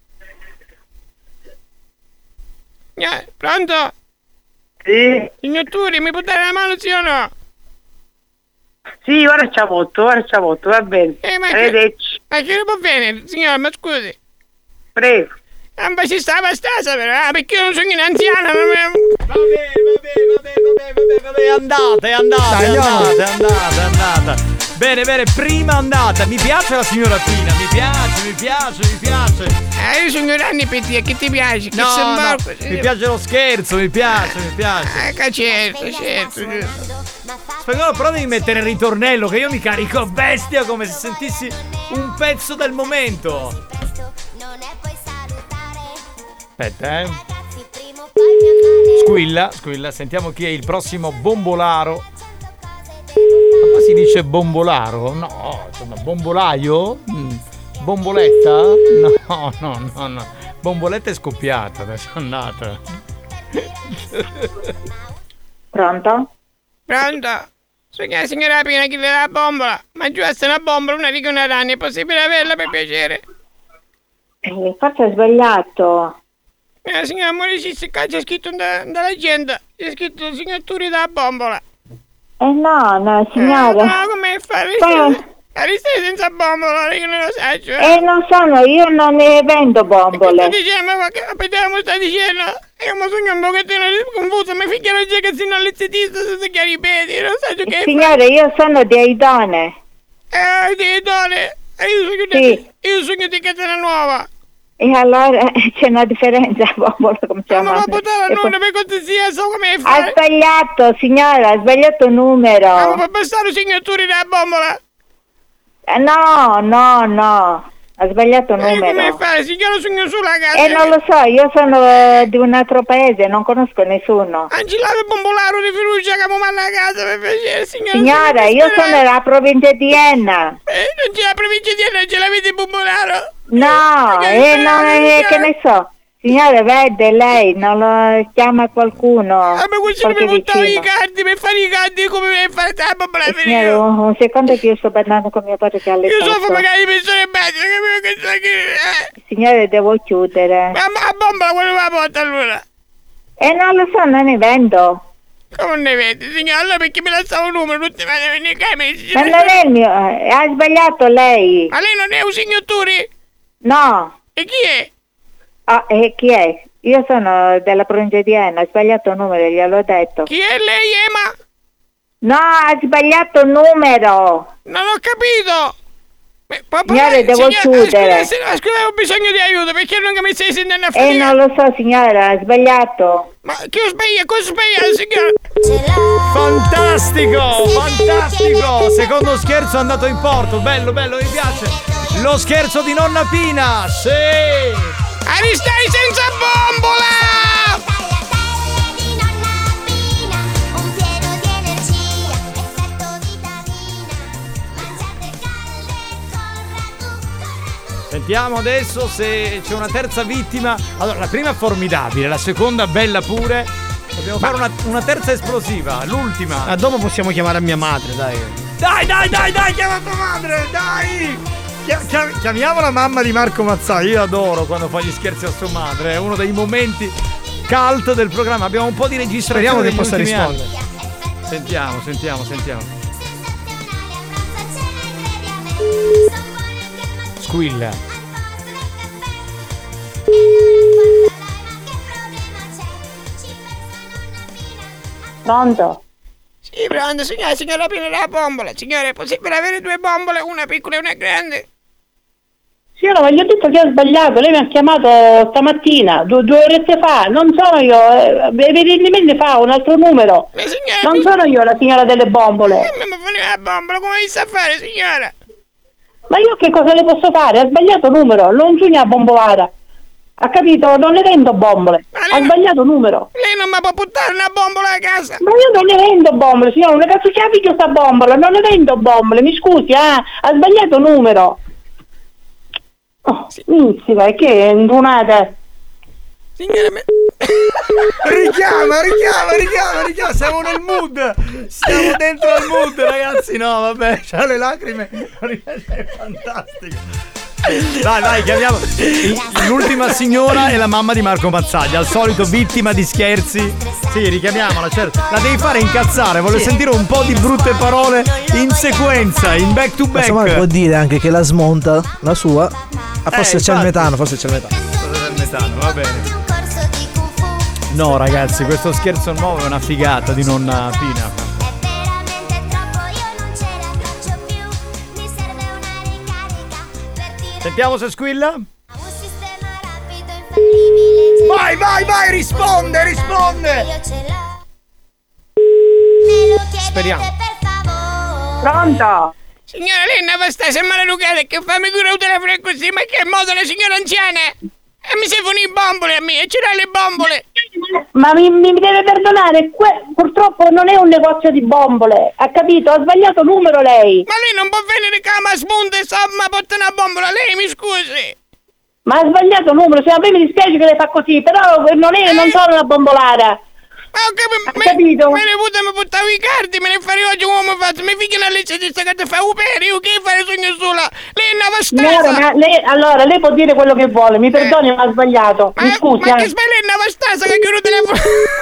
Speaker 5: Pronto?
Speaker 15: Sì.
Speaker 5: Signor Turi, mi può dare la mano, sì o no?
Speaker 15: Sì, ora c'ha molto, va bene. Arrivederci.
Speaker 5: Ma che non va bene, signora, ma scusi.
Speaker 15: Prego.
Speaker 5: Ma ci sta abbastanza però, perché io non sono un'anziana.
Speaker 9: Vabbè, è andata. Bene, prima andata. Mi piace la signora Pina, mi piace.
Speaker 5: Io sono grande per te, che ti piace?
Speaker 9: No, mi piace lo scherzo, mi piace.
Speaker 5: Certo.
Speaker 9: Spagnolo, però devi mettere il ritornello, che io mi carico bestia come se sentissi un pezzo del momento. Aspetta, Squilla, sentiamo chi è il prossimo bombolaro. Ma si dice bombolaro? No, insomma, bombolaio? Bomboletta? No. Bomboletta è scoppiata, adesso è andata.
Speaker 15: Pronto?
Speaker 5: Sono la signora Pina, chi le dà la bombola. Ma giù sta una bombola, una riga una rana, è possibile averla per piacere?
Speaker 15: Forse è sbagliato.
Speaker 5: La signora Moricista, c'è scritto dall'agenda, c'è scritto signor Turi da bombola.
Speaker 15: No, signora.
Speaker 5: No, come fare? Stai senza bombola, io non lo so.
Speaker 15: Non sono, io non ne vendo bombole.
Speaker 5: Sto dicendo, ma che sta dicendo? Io mi sono un pochettino confuso, mi figlio oggi che sono all'estetista senza chiari i piedi, non so che
Speaker 15: signore, io sono di Aidone.
Speaker 5: Di Aidone? Io sono di Catena Nuova.
Speaker 15: E allora c'è una differenza, bombola, come si chiama?
Speaker 5: Ma buttare il numero per cortesia, so come fare.
Speaker 15: Ha sbagliato, signora, ha sbagliato il numero.
Speaker 5: Ma può passare il signor Turi della bombola?
Speaker 15: No. Ha sbagliato numero.
Speaker 5: Come fai? Signora, sono sulla casa.
Speaker 15: Non lo so, io sono di un altro paese, non conosco nessuno.
Speaker 5: Angela Bombolaro di fiducia che mi manda a casa per piacere, signora.
Speaker 15: Signora, io sono della provincia di Enna.
Speaker 5: Non c'è la provincia di Enna, ce l'avete Bombolaro?
Speaker 15: No, che ne so. Signore, vede, lei non lo chiama qualcuno.
Speaker 5: Ma questo mi buttavo i cardi per fare i cardi come per fare la bombola.
Speaker 15: Signore, un secondo che io sto parlando con mio padre che ha le
Speaker 5: io sono magari persone batte, che
Speaker 15: Signore, devo chiudere.
Speaker 5: Ma la bombola quello la porta allora?
Speaker 15: Non lo so, non ne vendo.
Speaker 5: Come ne vedi, signora? Allora perché mi lasciava un numero tutti vanno a venire a me?
Speaker 15: Ma non è il mio, ha sbagliato lei.
Speaker 5: Ma lei non è un signatore?
Speaker 15: No.
Speaker 5: E chi è?
Speaker 15: E chi è? Io sono della provincia di Enna, ha sbagliato il numero, gliel'ho detto.
Speaker 5: Chi è lei, Ema?
Speaker 15: No, ha sbagliato il numero.
Speaker 5: Non ho capito.
Speaker 15: Signore, devo chiudere.
Speaker 5: Scusa, ho bisogno di aiuto, perché non mi stai sentendo a fare?
Speaker 15: Non lo so, signora, ha sbagliato.
Speaker 5: Ma che ho sbagliato? Cosa ho sbagliato, signora?
Speaker 9: Fantastico, fantastico. Secondo scherzo è andato in porto. Bello, bello, mi piace. Lo scherzo di nonna Pina, sì.
Speaker 5: Aristai senza bombola!
Speaker 9: Sentiamo adesso se c'è una terza vittima. Allora, la prima è formidabile, la seconda bella pure. Dobbiamo fare una terza esplosiva, l'ultima.
Speaker 4: Ah, dopo possiamo chiamare a mia madre, dai.
Speaker 9: Dai, chiama tua madre, dai! Chiamiamo la mamma di Marco Mazzai. Io adoro quando fa gli scherzi a sua madre. È uno dei momenti cult del programma. Abbiamo un po' di registrazione.
Speaker 4: Speriamo che possa rispondere.
Speaker 9: Sentiamo. Squilla.
Speaker 15: Pronto?
Speaker 5: Sì, pronto, signora Pina della bombola. Signore, è possibile avere 2 bombole, una piccola e una grande?
Speaker 10: Signora, ma gli ho detto che ha sbagliato, lei mi ha chiamato stamattina, 2 orette fa, non sono io, evidentemente fa un altro numero. Non sono io la signora delle bombole.
Speaker 5: Ma voleva la bombola, come mi sa fare, signora?
Speaker 10: Ma io che cosa le posso fare? Ha sbagliato numero, non sogna bombolata. Ha capito? Non le vendo bombole. Ha sbagliato numero.
Speaker 5: Lei non mi può buttare una bombola a casa?
Speaker 10: Ma io non ne vendo bombole, signora, una cazzo c'ha figlio sta bombola, non ne vendo bombole, mi scusi, ha sbagliato numero. Inizia, vai, che è indunata.
Speaker 5: Signora,
Speaker 9: richiama, siamo nel mood. Siamo dentro al mood, ragazzi. No, vabbè, c'ha le lacrime. È fantastico. Dai, chiamiamo. L'ultima signora è la mamma di Marco Mazzaglia, al solito vittima di scherzi. Sì, richiamiamola, certo. La devi fare incazzare, voglio sentire un po' di brutte parole in sequenza, in back to back.
Speaker 6: Insomma, può dire anche che la smonta, la sua. Forse c'è il metano,
Speaker 9: va bene. No, ragazzi, questo scherzo nuovo è una figata di nonna Pina. Sentiamo se squilla. Vai, risponde.
Speaker 4: Speriamo.
Speaker 10: Pronto?
Speaker 5: Signora, lei non va stare maleducata che fammi curare il telefono così, ma che modo la signora anziana? E mi servono i bombole a me, e ce l'hai le bombole?
Speaker 10: Ma mi deve perdonare, purtroppo non è un negozio di bombole, ha capito? Ha sbagliato numero lei.
Speaker 5: Ma lei non può venire qua, ma spunta e ma porta una bombola, lei mi scusi.
Speaker 10: Ma ha sbagliato numero, se a me mi dispiace che lei fa così, però non sono una bombolata.
Speaker 5: Ma ho capito? Me ne buttavo i cardi, me ne farei oggi come faccio? Mi figlio una legge di che fa uperi, io che fare sogno sola? Lei è una vastasa.
Speaker 10: Allora, lei può dire quello che vuole, mi perdoni, ma ha sbagliato. Mi scusi.
Speaker 5: Ma che sbaglia, è una vastasa che chiudo il telefono.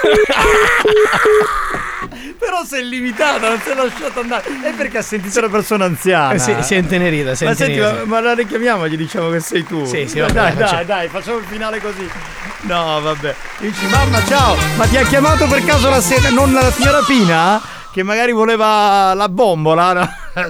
Speaker 9: Però sei limitata, non si è lasciato andare. È perché ha sentito una persona anziana.
Speaker 4: Si è intenerita,
Speaker 9: Ma senti, ma la richiamiamo, gli diciamo che sei tu.
Speaker 4: Sì,
Speaker 9: dai, facciamo il finale così. No, vabbè. Dici, mamma, ciao. Ma ti ha chiamato per caso non la signora Pina? Che magari voleva la bombola, no?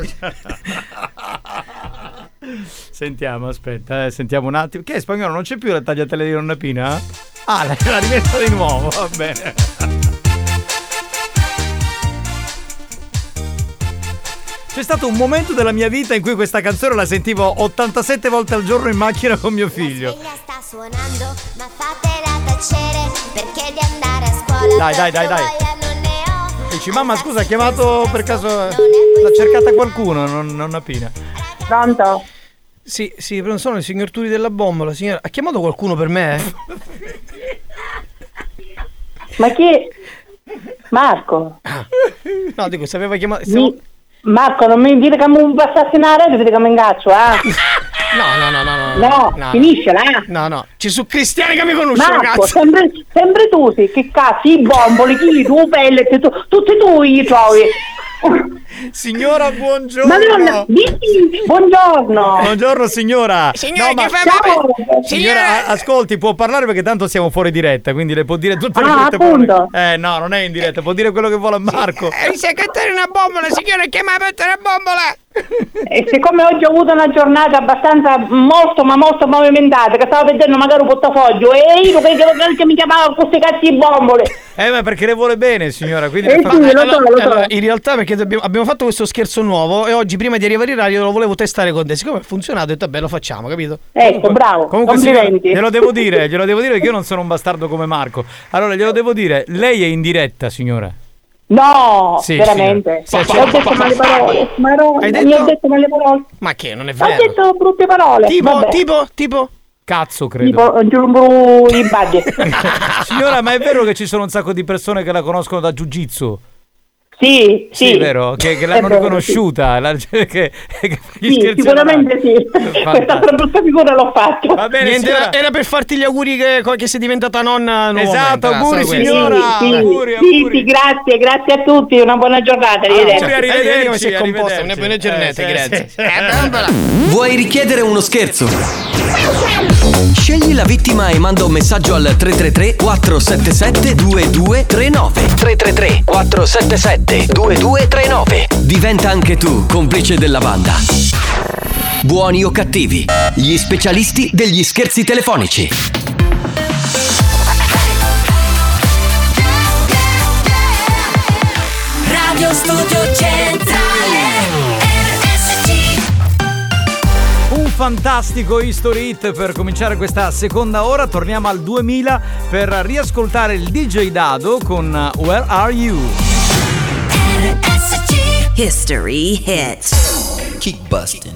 Speaker 9: Sentiamo, aspetta, sentiamo un attimo. Che spagnolo, non c'è più la tagliatelle di nonna Pina? Ah, la rimetta di nuovo, va bene. C'è stato un momento della mia vita in cui questa canzone la sentivo 87 volte al giorno in macchina con mio figlio.
Speaker 8: Sta suonando, ma fatela tacere perché di andare a scuola.
Speaker 9: Dai. Dici, mamma scusa, ha chiamato per caso. L'ha cercata qualcuno, non Pina.
Speaker 10: Pronto?
Speaker 4: Sì, non sono il signor Turi della Bombola, signora. Ha chiamato qualcuno per me?
Speaker 10: Ma chi? Marco?
Speaker 4: No, dico, se aveva chiamato.
Speaker 10: Marco, non mi dire che mi va a assassinare, dite che mi ingaccio, No, finiscela,
Speaker 4: No, ci sono cristiani che mi conoscono,
Speaker 10: Marco,
Speaker 4: cazzo.
Speaker 10: sempre tu, sì, che cazzo, i bomboli, chi, tu, pellet, tutti tu li trovi.
Speaker 9: Signora, buongiorno.
Speaker 10: Madonna, buongiorno.
Speaker 9: Buongiorno signora.
Speaker 5: Signora,
Speaker 9: no, signora, ascolti, può parlare perché tanto siamo fuori diretta, quindi le può dire tutte le
Speaker 10: appunto.
Speaker 9: No, non è in diretta, può dire quello che vuole a Marco.
Speaker 5: Se cattare una bombola, signora, chiama per una bombola.
Speaker 10: E siccome oggi ho avuto una giornata abbastanza molto movimentata, che stavo vedendo magari un portafoglio e io che mi chiamava questi cazzi di bombole.
Speaker 9: Ma perché le vuole bene, signora, quindi
Speaker 10: lo so.
Speaker 4: In realtà perché abbiamo fatto questo scherzo nuovo e oggi prima di arrivare in radio lo volevo testare con te. Siccome ha funzionato, ho detto vabbè, lo facciamo, capito?
Speaker 10: Ecco, bravo.
Speaker 9: Comunque
Speaker 10: complimenti.
Speaker 9: Glielo devo dire che io non sono un bastardo come Marco. Allora glielo devo dire, lei è in diretta, signora.
Speaker 10: No, sì, veramente.
Speaker 9: Sì.
Speaker 10: Ho detto male parole. Mi ho detto male parole.
Speaker 4: Ma che non è vero?
Speaker 10: Ho detto brutte parole.
Speaker 4: Tipo?
Speaker 9: Cazzo, credo.
Speaker 10: Tipo i budget.
Speaker 9: Signora, ma è vero che ci sono un sacco di persone che la conoscono da Jiu-Jitsu?
Speaker 10: Sì,
Speaker 9: è vero, che l'hanno riconosciuta.
Speaker 10: Sì, sicuramente sì. Questa brutta figura l'ho fatto.
Speaker 9: Va bene,
Speaker 4: niente, era per farti gli auguri che sei diventata nonna nuovamente.
Speaker 9: Esatto, auguri signora.
Speaker 10: Sì, grazie a tutti, una buona giornata.
Speaker 9: Arrivederci.
Speaker 4: Una buona giornata, grazie.
Speaker 1: Vuoi richiedere uno scherzo? Scegli la vittima e manda un messaggio al 333 477 2239. 333 477 2239. Diventa anche tu complice della banda. Buoni o cattivi, gli specialisti degli scherzi telefonici.
Speaker 7: Radio Studio Centrale RSC.
Speaker 9: Un fantastico History Hit per cominciare questa seconda ora. Torniamo al 2000 per riascoltare il DJ Dado con Where Are You?
Speaker 12: History Hits.
Speaker 24: Keep busting.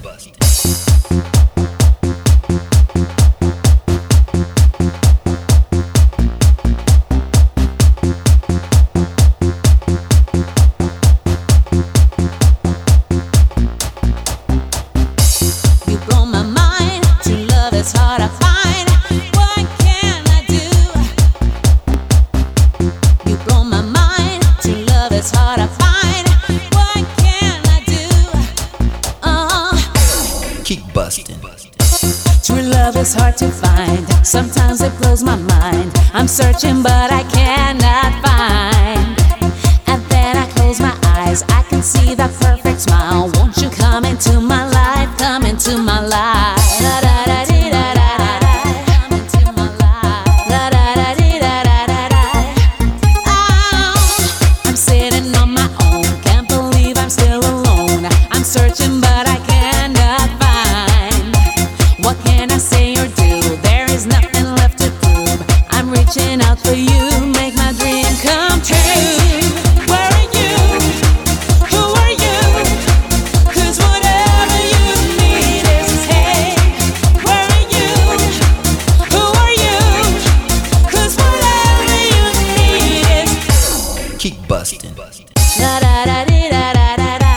Speaker 12: It's hard to find. Sometimes it blows my mind. I'm searching but I cannot find. And then I close my eyes. I can see that perfect smile. Won't you come into my life? Come into my life. I'm sitting on my own. Can't believe I'm still alone. I'm searching but I cannot find. What can I say or do? There is nothing left to prove. I'm reaching out for you, make my dream come true. Where are you? Who are you? 'Cause whatever you need is hey. Where are you? Who are you? 'Cause whatever you need is
Speaker 24: Keep busting.
Speaker 12: da da da dee da da da da.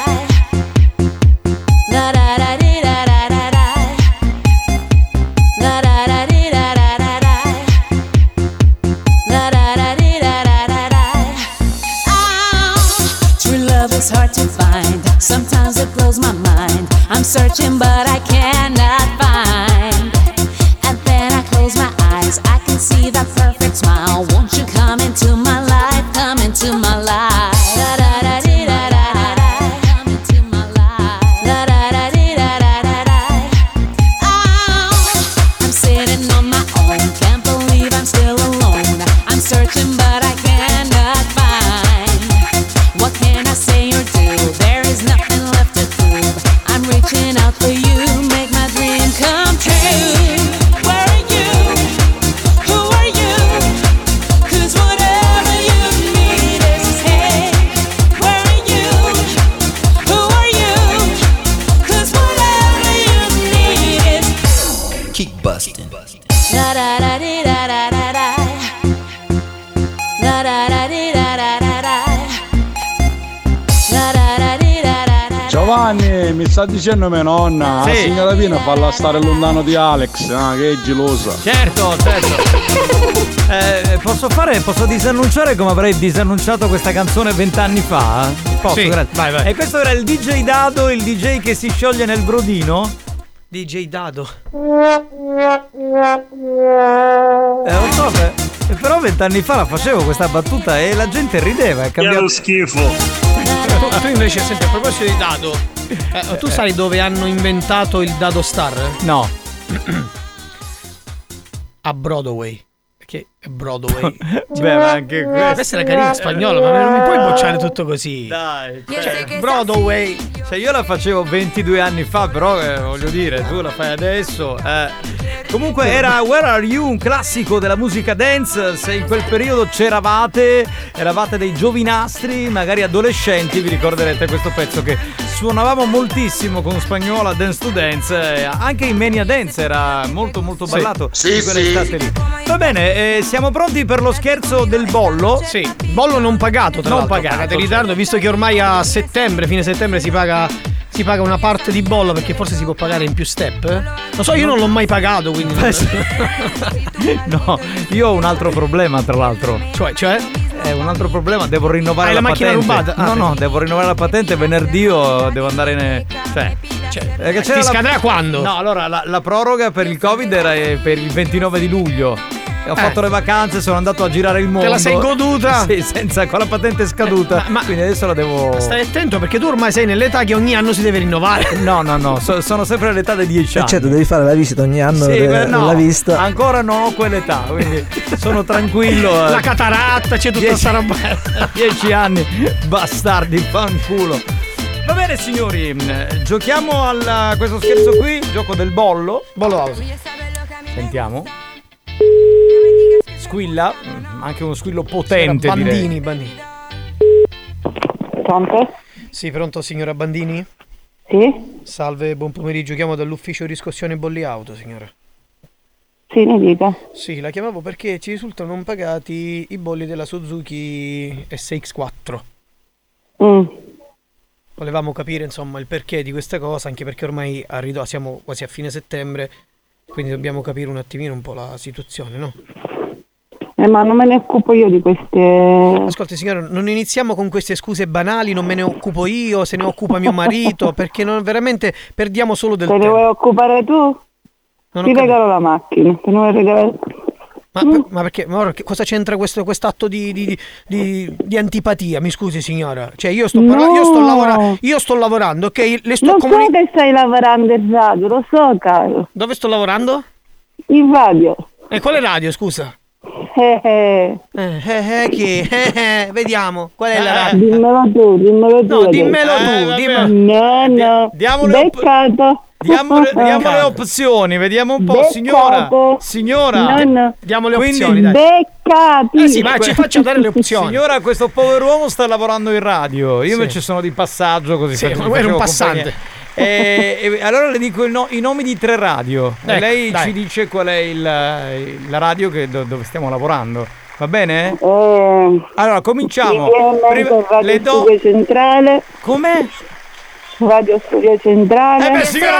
Speaker 12: Da da da dee da da da da. Da da da dee da da da da. Da da da dee da da da da. True love is hard to find. Sometimes it blows my mind. I'm searching but I cannot find. And then I close my eyes. I can see that perfect smile. Won't you come into my life? Come into my life. Da da da dee da da da da. Come into my life. Da da da dee da da da da. I'm sitting on my own. Can't believe I'm still alone. I'm searching but I cannot find. What can I say or do? There is nothing left to do.
Speaker 14: mi sta dicendo mia nonna,
Speaker 9: Sì.
Speaker 14: la signora Pina falla stare lontano di Alex, che è gelosa.
Speaker 9: Certo. Posso disannunciare come avrei disannunciato questa canzone 20 anni fa? Posso,
Speaker 4: Sì,
Speaker 9: grazie.
Speaker 4: vai.
Speaker 9: E questo era il DJ Dado, il DJ che si scioglie nel brodino.
Speaker 4: DJ Dado.
Speaker 9: Lo so, però 20 anni fa la facevo questa battuta e la gente rideva. È cambiato
Speaker 14: schifo.
Speaker 4: Tu invece, senti, a proposito di Dado, tu sai dove hanno inventato il Dado Star?
Speaker 9: No.
Speaker 4: A Broadway. Perché è Broadway.
Speaker 9: Beh, ma anche
Speaker 4: questa era carina in spagnolo, ma non mi puoi bocciare tutto così.
Speaker 9: Dai,
Speaker 4: Broadway.
Speaker 9: Cioè io la facevo 22 anni fa, però voglio dire, tu la fai adesso. Comunque era Where Are You, un classico della musica dance. Se in quel periodo eravate dei giovinastri, magari adolescenti, vi ricorderete questo pezzo che suonavamo moltissimo con Spagnola Dance to Dance. Anche in Mania Dance era molto molto ballato.
Speaker 21: Sì,
Speaker 9: in quell'estate lì. Va bene, siamo pronti per lo scherzo del bollo?
Speaker 4: Sì, bollo non pagato, tra l'altro.
Speaker 9: Pagato
Speaker 4: in ritardo, visto che ormai a settembre, fine settembre si paga una parte di bollo, perché forse si può pagare in più step. Lo so, io non l'ho mai pagato, quindi
Speaker 9: No, io ho un altro problema, tra l'altro.
Speaker 4: Cioè?
Speaker 9: Un altro problema, devo rinnovare
Speaker 4: Hai
Speaker 9: la
Speaker 4: la macchina
Speaker 9: patente.
Speaker 4: rubata?
Speaker 9: No, devo rinnovare la patente venerdì o devo andare perché
Speaker 4: ti scadrà quando?
Speaker 9: No, allora la proroga per il Covid era per il 29 di luglio. E ho fatto le vacanze, sono andato a girare il mondo.
Speaker 4: Te la sei goduta?
Speaker 9: Sì, con la patente scaduta. Quindi adesso la devo.
Speaker 4: Stai attento, perché tu ormai sei nell'età che ogni anno si deve rinnovare.
Speaker 9: No, sono sempre all'età dei 10 anni.
Speaker 6: Certo, devi fare la visita ogni anno.
Speaker 9: Sì,
Speaker 6: la vista.
Speaker 9: Ancora non ho quell'età, quindi sono tranquillo.
Speaker 4: La cataratta, c'è tutta sta roba.
Speaker 9: 10 anni, bastardi, fanculo. Va bene signori, giochiamo a questo scherzo qui, gioco del bollo.
Speaker 4: Bollo house.
Speaker 9: Sentiamo. Squilla, anche uno squillo potente.
Speaker 4: Bandini.
Speaker 10: Pronto?
Speaker 4: Sì, pronto signora Bandini?
Speaker 10: Sì?
Speaker 4: Salve, buon pomeriggio, chiamo dall'ufficio riscossione bolli auto, signora.
Speaker 10: Sì, mi dica.
Speaker 4: Sì, la chiamavo perché ci risultano non pagati i bolli della Suzuki SX4. Volevamo capire insomma il perché di questa cosa, anche perché ormai siamo quasi a fine settembre, quindi dobbiamo capire un attimino un po' la situazione, no?
Speaker 10: Ma non me ne occupo io di queste.
Speaker 4: Ascolti signora, non iniziamo con queste scuse banali, non me ne occupo io, se ne occupa mio marito, perché veramente perdiamo solo del
Speaker 10: tempo. Te ne vuoi occupare tu? Ti regalo la macchina, te ne vuoi regalare.
Speaker 4: Ma perché? Ma cosa c'entra quest'atto di antipatia? Mi scusi signora. Cioè io sto lavorando, ok?
Speaker 10: Lo so che stai lavorando in radio, lo so caro.
Speaker 4: Dove sto lavorando?
Speaker 10: In radio.
Speaker 4: E quale radio, scusa? Vediamo, qual è la radio?
Speaker 10: Dimmelo tu.
Speaker 4: No, dimmelo tu.
Speaker 10: No. Beccato.
Speaker 9: Diamo le opzioni, vediamo un po',
Speaker 10: Beccato.
Speaker 9: signora.
Speaker 10: No.
Speaker 4: Diamo le opzioni, dai.
Speaker 10: Beccati.
Speaker 4: Sì, ma ci faccia dare le opzioni.
Speaker 9: Signora, questo povero uomo sta lavorando in radio. Io invece sono di passaggio, così.
Speaker 4: Sì, ma era un passante.
Speaker 9: E allora le dico i nomi di 3 radio.
Speaker 4: Ecco,
Speaker 9: e lei
Speaker 4: dai.
Speaker 9: ci dice qual è la radio dove stiamo lavorando. Va bene? Allora cominciamo.
Speaker 10: Radio Studio Centrale.
Speaker 9: Come?
Speaker 10: Radio Studio Centrale.
Speaker 9: Signora,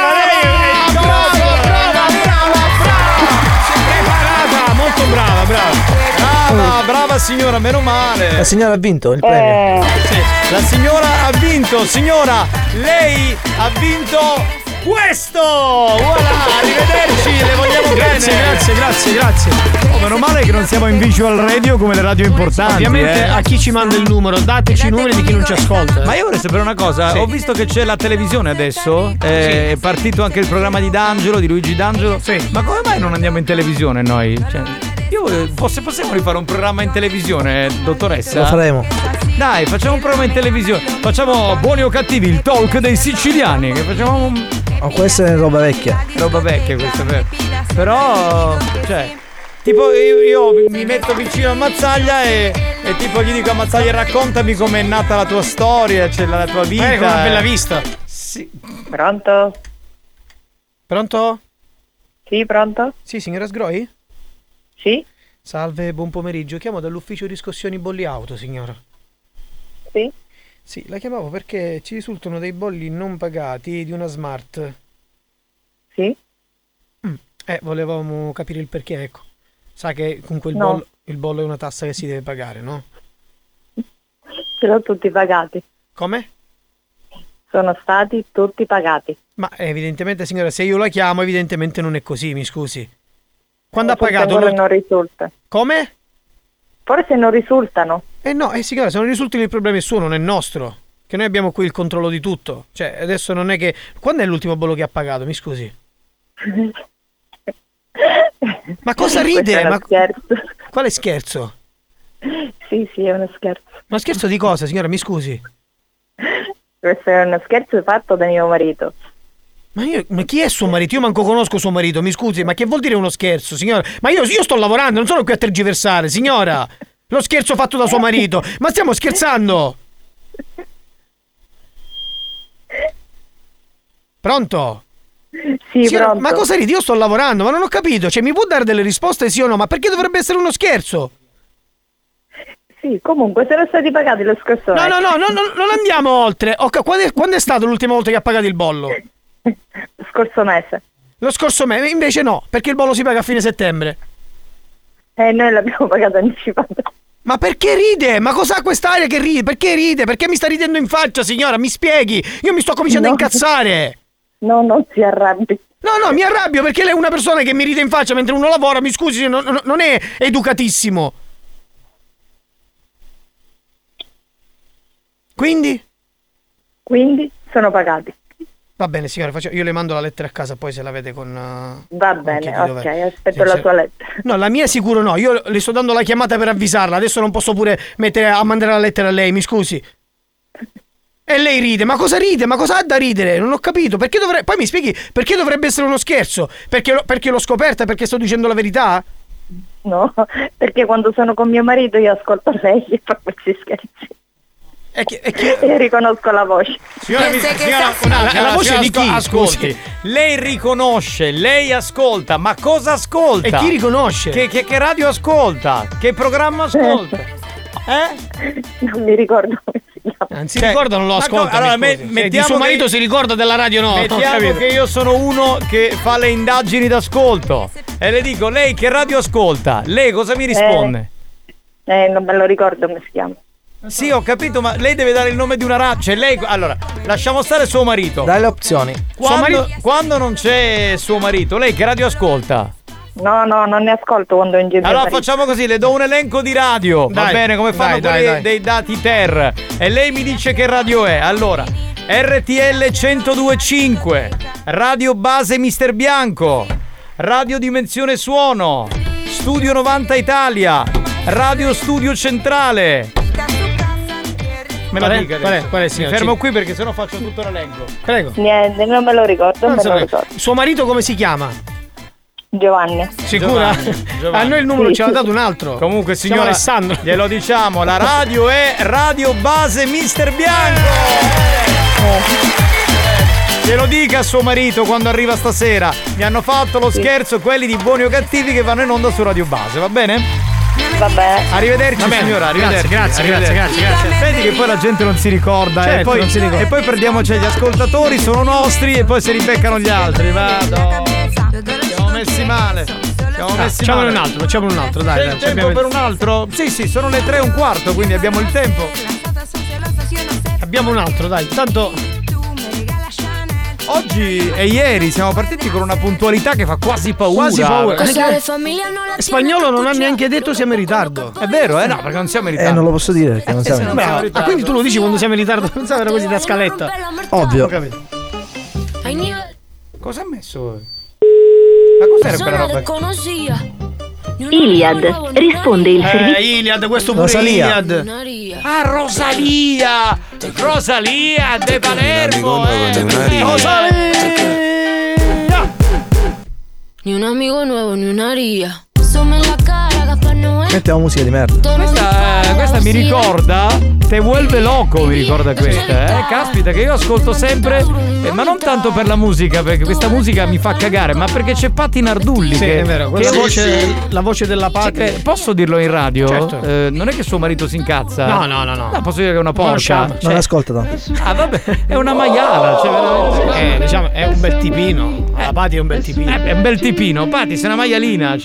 Speaker 4: molto brava.
Speaker 9: Brava signora, meno male.
Speaker 6: La signora ha vinto il premio.
Speaker 9: La signora ha vinto, signora, lei ha vinto questo. Voilà, arrivederci, le vogliamo bene.
Speaker 4: Grazie.
Speaker 9: Oh, meno male che non siamo in visual radio come le radio importanti.
Speaker 4: Ovviamente a chi ci manda il numero, dateci i numeri di chi non ci ascolta.
Speaker 9: Ma io vorrei sapere una cosa, ho visto che c'è la televisione adesso, è partito anche il programma di D'Angelo, di Luigi D'Angelo.
Speaker 4: Sì.
Speaker 9: Ma come mai non andiamo in televisione noi? Possiamo rifare un programma in televisione, dottoressa?
Speaker 6: Lo faremo.
Speaker 9: Dai, facciamo un programma in televisione. Facciamo Buoni o Cattivi, il talk dei siciliani. Che facciamo
Speaker 6: questa è roba vecchia.
Speaker 9: Roba vecchia, questa è vero. Però, tipo io mi metto vicino a Mazzaglia e tipo gli dico a Mazzaglia: raccontami com'è nata la tua storia, la tua vita.
Speaker 4: Con una bella vista.
Speaker 9: Sì.
Speaker 10: Pronto?
Speaker 4: Pronto?
Speaker 10: Sì, pronto?
Speaker 4: Sì, signora Sgroi?
Speaker 10: Sì?
Speaker 4: Salve, buon pomeriggio. Chiamo dall'ufficio riscossioni bolli auto, signora.
Speaker 10: Sì?
Speaker 4: Sì, la chiamavo perché ci risultano dei bolli non pagati di una Smart.
Speaker 15: Sì?
Speaker 4: Volevamo capire il perché, ecco. Sa che comunque
Speaker 15: No.
Speaker 4: il bollo è una tassa che si deve pagare, no?
Speaker 15: Ce l'ho tutti pagati.
Speaker 4: Come?
Speaker 15: Sono stati tutti pagati.
Speaker 4: Ma evidentemente, signora, se io la chiamo, evidentemente non è così, mi scusi. Quando ha
Speaker 15: Forse
Speaker 4: pagato?
Speaker 15: ancora non risulta.
Speaker 4: Come?
Speaker 15: Forse non risultano.
Speaker 4: No, signora, se non risultano il problema è suo, non è nostro. Che noi abbiamo qui il controllo di tutto. Cioè, adesso non è che... Quando è l'ultimo bollo che ha pagato, mi scusi? Ma cosa ride?
Speaker 15: Questo è uno scherzo.
Speaker 4: Quale scherzo?
Speaker 15: Sì, è uno scherzo.
Speaker 4: Ma scherzo di cosa, signora? Mi scusi.
Speaker 15: Questo è uno scherzo fatto da mio marito.
Speaker 4: Ma chi è suo marito? Io manco conosco suo marito, mi scusi, ma che vuol dire uno scherzo, signora? Ma io sto lavorando, non sono qui a tergiversare, signora. Lo scherzo fatto da suo marito. Ma stiamo scherzando? Pronto?
Speaker 15: Sì,
Speaker 4: signora,
Speaker 15: pronto.
Speaker 4: ma cosa ridi? Io sto lavorando, ma non ho capito. Cioè, mi può dare delle risposte sì o no? Ma perché dovrebbe essere uno scherzo?
Speaker 15: Sì, comunque sono stati pagati lo scorso
Speaker 4: No,
Speaker 15: mese.
Speaker 4: non andiamo oltre. Quando è stato l'ultima volta che ha pagato il bollo?
Speaker 15: Lo scorso mese.
Speaker 4: Lo scorso mese? Invece no, perché il bollo si paga a fine settembre.
Speaker 15: Noi l'abbiamo pagato anticipato.
Speaker 4: Ma perché ride? Ma cos'ha quest'aria che ride? Perché ride? Perché mi sta ridendo in faccia, signora? Mi spieghi? Io mi sto cominciando a incazzare.
Speaker 15: No, non si arrabbi.
Speaker 4: No, mi arrabbio perché lei è una persona che mi ride in faccia mentre uno lavora, mi scusi, non è educatissimo. Quindi
Speaker 15: sono pagati.
Speaker 4: Va bene, signora, io le mando la lettera a casa, poi se la vede con...
Speaker 15: Va bene, ok, aspetto la tua lettera.
Speaker 4: No, la mia sicuro no, io le sto dando la chiamata per avvisarla, adesso non posso pure mettere a mandare la lettera a lei, mi scusi. E lei ride, ma cosa ride? Ma cosa ha da ridere? Non ho capito, perché poi mi spieghi, perché dovrebbe essere uno scherzo? Perché l'ho scoperta, perché sto dicendo la verità?
Speaker 15: No, perché quando sono con mio marito io ascolto lei e fa questi scherzi. E riconosco la voce.
Speaker 9: Signora, la voce di chi? Ascolti. Lei riconosce, lei ascolta, ma cosa ascolta?
Speaker 4: E chi riconosce?
Speaker 9: Che radio ascolta? Che programma ascolta?
Speaker 15: Non mi ricordo come si chiama.
Speaker 4: Non si ricorda, non lo ascolta.
Speaker 9: Allora,
Speaker 4: mettiamo suo marito si ricorda della radio, no?
Speaker 9: Mettiamo che io sono uno che fa le indagini d'ascolto e le dico, lei che radio ascolta? Lei cosa mi risponde?
Speaker 15: Non me lo ricordo come si chiama.
Speaker 9: Sì, ho capito, ma lei deve dare il nome di una radio. Cioè lei, allora, lasciamo stare suo marito.
Speaker 6: Dai le opzioni.
Speaker 9: Quando non c'è suo marito, lei che radio ascolta?
Speaker 15: No, non ne ascolto quando è in giro.
Speaker 9: Allora facciamo così, le do un elenco di radio. Va bene, come fanno quelli dei dati Ter. E lei mi dice che radio è. Allora, RTL 102.5, Radio Base Mister Bianco, Radio Dimensione Suono, Studio 90 Italia, Radio Studio Centrale. Me la dica adesso.
Speaker 4: Qual è,
Speaker 9: Mi fermo qui perché sennò faccio tutto l'elenco.
Speaker 4: Prego.
Speaker 15: Niente, non me lo ricordo.
Speaker 4: Suo marito come si chiama?
Speaker 15: Giovanni.
Speaker 4: Sicura?
Speaker 9: Giovanni.
Speaker 4: A noi il numero ce l'ha dato un altro.
Speaker 9: Comunque, signora
Speaker 4: Alessandro,
Speaker 9: glielo diciamo, la radio è Radio Base Mister Bianco. Glielo dica a suo marito quando arriva stasera. Mi hanno fatto lo scherzo quelli di Buoni o Cattivi che vanno in onda su Radio Base, va bene?
Speaker 15: Va bene.
Speaker 9: Arrivederci signora, arrivederci.
Speaker 4: Grazie.
Speaker 9: Vedi che poi la gente non si ricorda,
Speaker 4: Certo, non si ricorda.
Speaker 9: e poi perdiamo, cioè gli ascoltatori sono nostri e poi si ribeccano gli altri. Vado. Siamo messi male.
Speaker 4: Facciamone un altro, dai.
Speaker 9: C'è il tempo per un altro? Sì, sono le 3:15, quindi abbiamo il tempo.
Speaker 4: Abbiamo un altro, dai. Tanto
Speaker 9: oggi e ieri siamo partiti con una puntualità che fa quasi paura.
Speaker 4: Spagnolo non ha neanche detto siamo in ritardo.
Speaker 9: È vero, no, perché non siamo in ritardo.
Speaker 6: Non lo posso dire perché non siamo in ritardo.
Speaker 4: Bravo. Quindi tu lo dici quando siamo in ritardo? Pensavo era così da scaletta.
Speaker 6: Ovvio.
Speaker 4: Ho capito.
Speaker 9: Cosa ha messo? Ma cos'era quella roba?
Speaker 2: Iliad, risponde il servizio.
Speaker 4: Iliad, questo pure
Speaker 6: Rosalia.
Speaker 4: Iliad.
Speaker 9: Ah, Rosalia de Palermo. Rosalia.
Speaker 12: Ni un amigo nuevo, ni una haría. Asome en la cara, capaz no es.
Speaker 6: Mettiamo musica di merda.
Speaker 9: questa mi ricorda Te vuelve loco, mi ricorda questa, Caspita, che io ascolto sempre, ma non tanto per la musica, perché questa musica mi fa cagare, ma perché c'è Patti Nardulli.
Speaker 4: Sì, è vero,
Speaker 9: che
Speaker 4: la voce della Patti.
Speaker 9: Posso dirlo in radio?
Speaker 4: Certo.
Speaker 9: Non è che suo marito si incazza.
Speaker 4: No.
Speaker 9: Posso dire che è una porca.
Speaker 6: Non ascolta tanto.
Speaker 9: Vabbè, è una maiala, veramente.
Speaker 4: Diciamo, è un bel tipino. La Patti è un bel tipino.
Speaker 9: È un bel tipino. Patti, sei una maialina,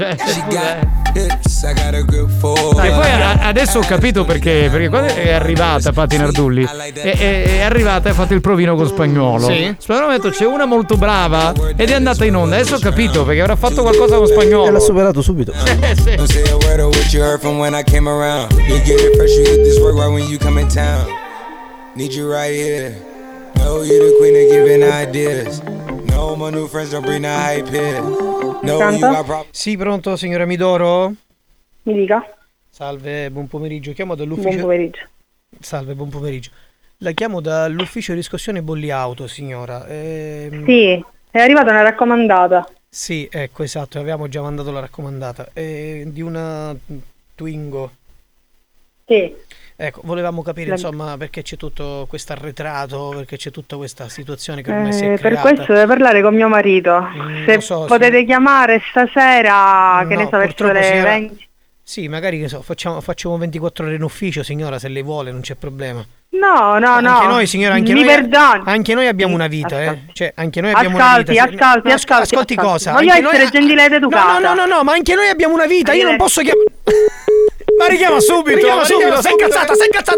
Speaker 9: E poi adesso ho capito perché quando è arrivata Patti Nardulli è arrivata e ha fatto il provino con Spagnolo.
Speaker 4: Sì.
Speaker 9: Spagnolo ha detto c'è una molto brava ed è andata in onda. Adesso ho capito perché avrà fatto qualcosa con Spagnolo.
Speaker 6: E l'ha superato subito.
Speaker 13: Need you right here. No, you the queen of giving ideas. No, my new friends don't bring the hype here. No, you got problems.
Speaker 4: Sì, pronto, signora Midoro?
Speaker 10: Mi dica.
Speaker 4: Salve, buon pomeriggio. Chiamo dall'ufficio.
Speaker 10: Buon pomeriggio.
Speaker 4: Salve, buon pomeriggio. La chiamo dall'ufficio riscossione bolli auto, signora.
Speaker 10: Sì, è arrivata una raccomandata.
Speaker 4: Sì, ecco, esatto, avevamo già mandato la raccomandata. Di una Twingo.
Speaker 10: Sì.
Speaker 4: Ecco, volevamo capire insomma perché c'è tutto questo arretrato, perché c'è tutta questa situazione che ormai si è creata.
Speaker 10: Per questo devo parlare con mio marito. Se potete chiamare stasera, che ne so, verso le 20.
Speaker 4: Sì, magari che so, facciamo 24 ore in ufficio, signora, se lei vuole, non c'è problema.
Speaker 10: No.
Speaker 4: Anche noi, signora, anche noi abbiamo una vita, Cioè, anche noi abbiamo una vita. Ascolti cosa?
Speaker 10: Voglio essere gentile ed educata.
Speaker 4: No, ma anche noi abbiamo una vita, io non posso chiamare.
Speaker 9: Ma richiama subito!
Speaker 4: Sei incazzata!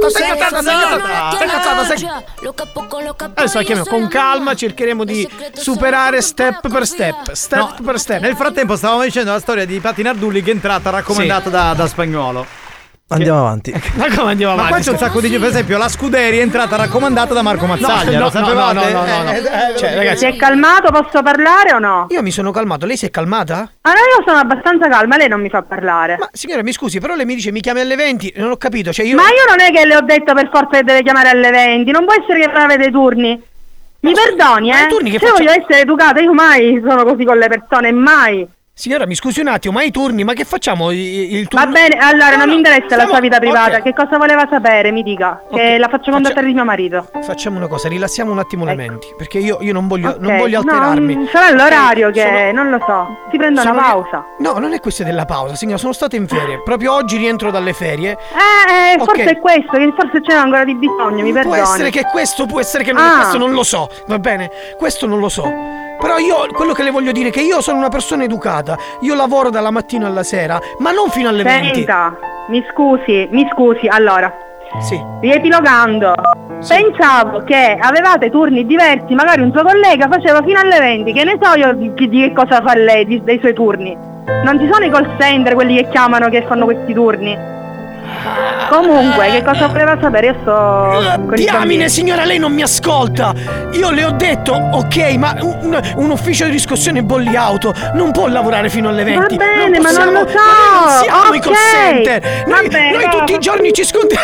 Speaker 4: Adesso la chiamiamo con calma, cercheremo di superare step per step.
Speaker 9: Nel frattempo stavamo dicendo la storia di Patti Nardulli che è entrata raccomandata da Spagnolo.
Speaker 6: Andiamo avanti.
Speaker 9: Ma qua c'è un sacco di per esempio la Scuderia è entrata raccomandata da Marco Mazzaglia.
Speaker 4: No.
Speaker 10: Cioè, ragazzi, si è calmato? Posso parlare o no?
Speaker 4: Io mi sono calmato, lei si è calmata?
Speaker 10: Io sono abbastanza calma, lei non mi fa parlare.
Speaker 4: Ma signora, mi scusi, però lei mi dice mi chiami alle 20, non ho capito, cioè io.
Speaker 10: Ma io non è che le ho detto per forza che deve chiamare alle 20, non può essere che non avete turni. Mi perdoni, Se voglio essere educata, io mai sono così con le persone, mai.
Speaker 4: Signora, mi scusi un attimo, ma i turni, ma che facciamo? Il turno?
Speaker 10: Va bene, allora non mi interessa la sua vita privata. Okay. Che cosa voleva sapere? Mi dica, che la faccio contattare di mio marito.
Speaker 4: Facciamo una cosa, rilassiamo un attimo le menti, perché io non voglio alterarmi.
Speaker 10: Sarà l'orario che non lo so. Si prenda una pausa.
Speaker 4: No, non è questione della pausa, signora, sono stato in ferie. Proprio oggi rientro dalle ferie.
Speaker 10: Forse è questo, che forse c'è ancora di bisogno, mi perdoni.
Speaker 4: Può essere che questo, può essere che non è questo, non lo so, va bene? Questo non lo so. Però io, quello che le voglio dire è che io sono una persona educata. Io lavoro dalla mattina alla sera, ma non fino alle 20.
Speaker 10: Senta, mi scusi, allora.
Speaker 4: Sì.
Speaker 10: Riepilogando. Sì. Pensavo che avevate turni diversi, magari un suo collega faceva fino alle 20, che ne so io di che cosa fa lei, dei suoi turni. Non ci sono i call center, quelli che chiamano, che fanno questi turni. Comunque, che cosa voleva sapere? Io sto con
Speaker 4: diamine, signora, lei non mi ascolta. Io le ho detto, ok, ma un ufficio di riscossione bolli auto non può lavorare fino alle 20.
Speaker 10: Va bene, ma non lo so.
Speaker 4: Non siamo i call center. Noi tutti i giorni ci scontiamo.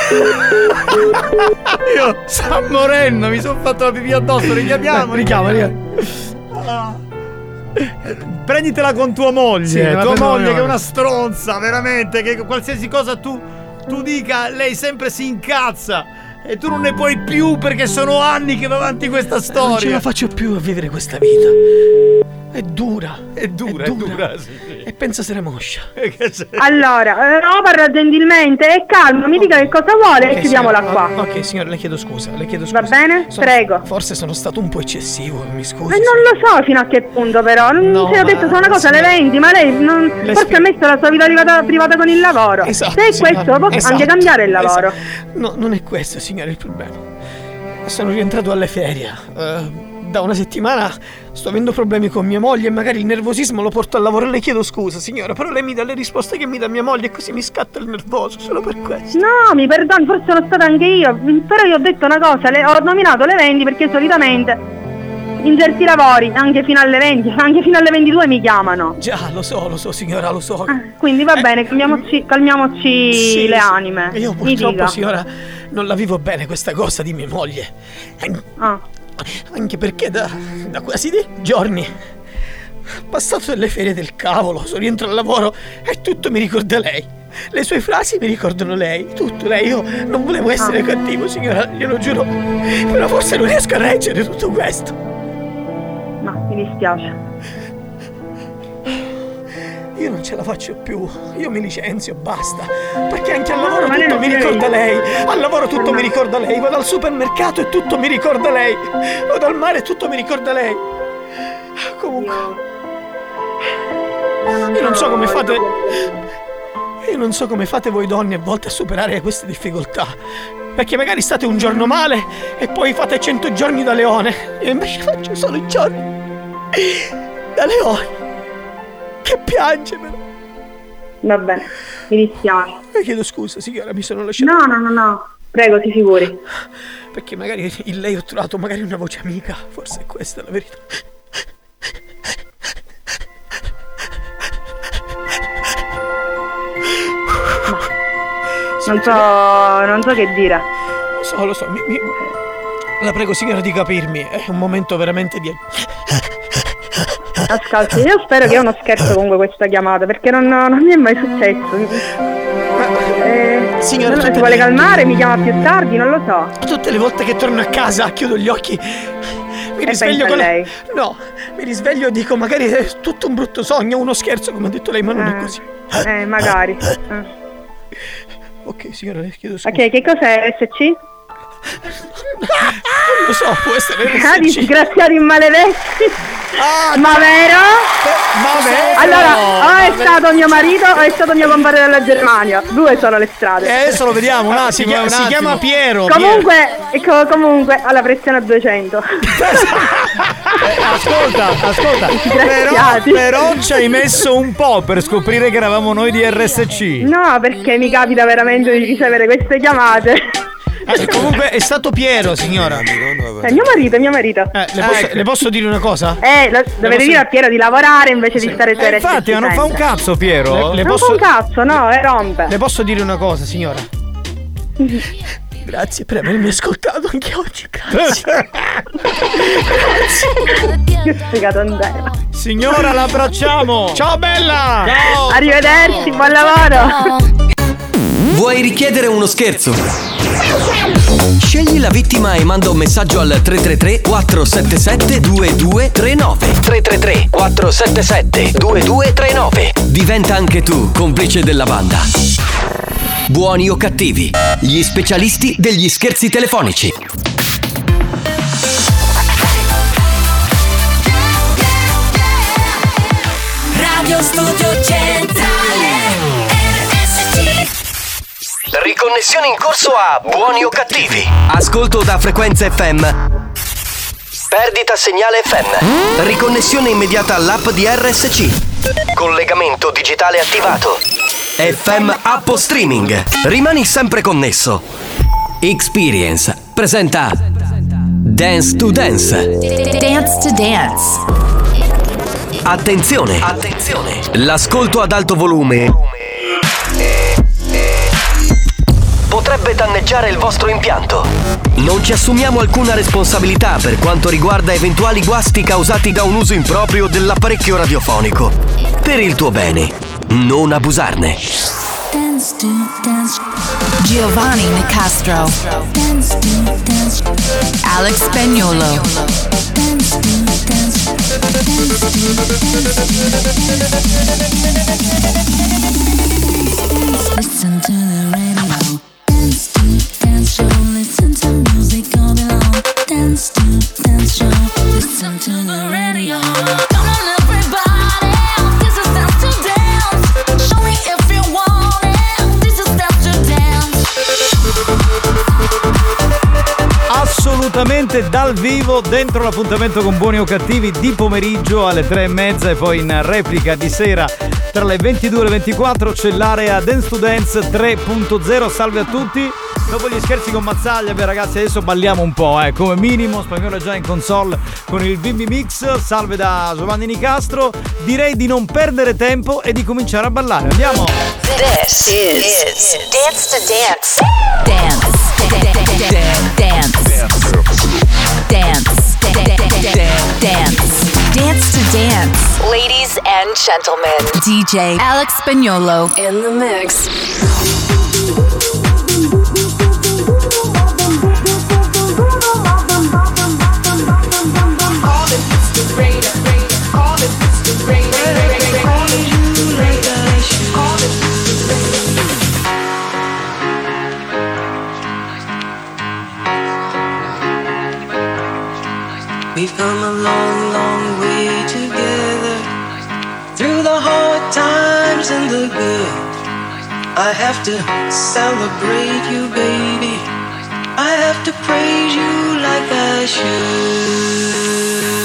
Speaker 9: Io sto morendo, mi sono fatto la pipì addosso. Richiama. Prenditela con tua moglie. Tua moglie che è una stronza, veramente. Che qualsiasi cosa tu dica, lei sempre si incazza. E tu non ne puoi più perché sono anni che va avanti questa storia.
Speaker 4: Non ce la faccio più a vivere questa vita. È dura.
Speaker 9: Sì.
Speaker 4: E pensa se ne moscia.
Speaker 10: Allora, parla gentilmente e calmo, mi dica che cosa vuole e chiudiamola qua.
Speaker 4: Ok, signora, le chiedo scusa.
Speaker 10: Va bene? Prego.
Speaker 4: Forse sono stato un po' eccessivo, mi scusi.
Speaker 10: Non lo so fino a che punto, però. Se ho detto sono una cosa alle 20, ma lei forse ha messo la sua vita privata con il lavoro.
Speaker 4: Esatto,
Speaker 10: se è questo, posso anche cambiare il lavoro.
Speaker 4: No, non è questo, signora, il problema. Sono rientrato alle ferie. Da una settimana sto avendo problemi con mia moglie e magari il nervosismo lo porto al lavoro. Le chiedo scusa, signora, però lei mi dà le risposte che mi dà mia moglie e così mi scatta il nervoso, solo per questo.
Speaker 10: No, mi perdoni, forse sono stata anche io, però io ho detto una cosa, ho nominato le 20 perché solitamente in certi lavori anche fino alle 20, anche fino alle 22 mi chiamano.
Speaker 4: Già, lo so, signora, lo so.
Speaker 10: Quindi va bene, calmiamoci
Speaker 4: sì,
Speaker 10: le anime.
Speaker 4: Io purtroppo, signora, non la vivo bene questa cosa di mia moglie. Anche perché da quasi 10 giorni passato delle ferie del cavolo, rientro al lavoro e tutto mi ricorda lei. Le sue frasi mi ricordano lei, tutto lei. Io non volevo essere cattivo, signora, glielo giuro. Però forse non riesco a reggere tutto questo.
Speaker 15: No, mi dispiace.
Speaker 4: Io non ce la faccio più, io mi licenzio, basta. Perché anche al lavoro tutto mi ricorda lei. Al lavoro tutto mi ricorda lei. Vado al supermercato e tutto mi ricorda lei. Vado al mare e tutto mi ricorda lei. Comunque, io non so come fate. Io non so come fate voi donne a volte a superare queste difficoltà. Perché magari state un giorno male e poi fate 100 giorni da leone. Io invece faccio solo i giorni da leone. Che piange però.
Speaker 15: Va bene, mi dispiace.
Speaker 4: Chiedo scusa, signora, mi sono lasciato.
Speaker 15: No. Prego, ti figuri.
Speaker 4: Perché magari in lei ho trovato magari una voce amica. Forse è questa la verità.
Speaker 15: Non so che dire.
Speaker 4: Lo so. La prego, signora, di capirmi. È un momento veramente di...
Speaker 15: Ascolti, io spero che è uno scherzo comunque questa chiamata, perché non mi è mai successo.
Speaker 4: Signora,
Speaker 15: si vuole calmare, mi chiama più tardi, non lo so.
Speaker 4: Tutte le volte che torno a casa chiudo gli occhi, mi risveglio con
Speaker 15: lei.
Speaker 4: No, mi risveglio e dico magari è tutto un brutto sogno, uno scherzo, come ha detto lei, ma non è così.
Speaker 15: Magari.
Speaker 4: Ok, signora, le chiedo scusa.
Speaker 15: Ok, che cos'è SC?
Speaker 4: Non lo so, può essere RSC.
Speaker 15: Disgraziati maledetti. Ma vero? Allora, o è stato mio marito o è stato mio compare della Germania. Due sono le strade.
Speaker 9: Adesso lo vediamo un attimo.
Speaker 4: Si chiama Piero.
Speaker 15: Comunque alla pressione a 200.
Speaker 9: Ascolta. Però ci hai messo un po' per scoprire che eravamo noi di RSC.
Speaker 15: No, perché mi capita veramente di ricevere queste chiamate.
Speaker 4: Comunque è stato Piero, signora.
Speaker 15: È mio marito.
Speaker 4: Le posso dire una cosa?
Speaker 15: Dovete dire a Piero di lavorare invece di stare su RSC.
Speaker 9: Infatti, ma non fa un cazzo Piero.
Speaker 15: Non fa un cazzo, no, rompe.
Speaker 4: Le posso dire una cosa, signora? Grazie per avermi ascoltato anche oggi. Grazie.
Speaker 9: Signora, l'abbracciamo.
Speaker 4: Ciao bella.
Speaker 9: Ciao.
Speaker 15: Arrivederci, buon lavoro.
Speaker 1: Vuoi richiedere uno scherzo? Scegli la vittima e manda un messaggio al 333 477 2239. 333 477 2239. Diventa anche tu complice della banda. Buoni o cattivi, gli specialisti degli scherzi telefonici.
Speaker 12: Radio Studio Centrale RSC.
Speaker 1: Riconnessione in corso a Buoni o cattivi. Ascolto da frequenza FM. Perdita segnale FM. Riconnessione immediata all'app di RSC. Collegamento digitale attivato. FM App Streaming. Rimani sempre connesso. Experience presenta Dance to Dance.
Speaker 12: Dance to Dance.
Speaker 1: Attenzione. L'ascolto ad alto volume potrebbe danneggiare il vostro impianto. Non ci assumiamo alcuna responsabilità per quanto riguarda eventuali guasti causati da un uso improprio dell'apparecchio radiofonico. Per il tuo bene, non abusarne.
Speaker 12: Dance to Dance. Giovanni Nicastro. Dance to Dance. Alex Spagnolo. Dance to Dance. Listen to the radio. Dance to Dance show. Listen to music all day long. Dance to Dance show. Listen to the radio. Come on everybody, this is Dance to Dance. Show me if you want it. This is Dance to Dance.
Speaker 9: Assolutamente dal vivo dentro l'appuntamento con Buoni o Cattivi di pomeriggio alle 3:30 e poi in replica di sera tra le 22 e le 24 c'è l'area Dance to Dance 3.0. Salve a tutti. Dopo gli scherzi con Mazzaglia, beh ragazzi, adesso balliamo un po', come minimo. Spagnolo è già in console con il Bimbi Mix. Salve da Giovanni Nicastro. Direi di non perdere tempo e di cominciare a ballare. Andiamo.
Speaker 2: This is Dance to Dance.
Speaker 12: Dance. Dance. Dance. Dance. Dance to dance.
Speaker 2: Ladies and gentlemen,
Speaker 12: DJ Alex Spagnolo in the mix.
Speaker 7: We've come a long, long way together, through the hard times and the good. I have to celebrate you, baby. I have to praise you like I should.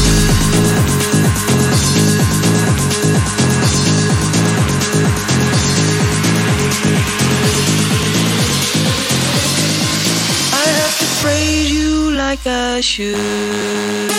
Speaker 7: I have to praise you like I should.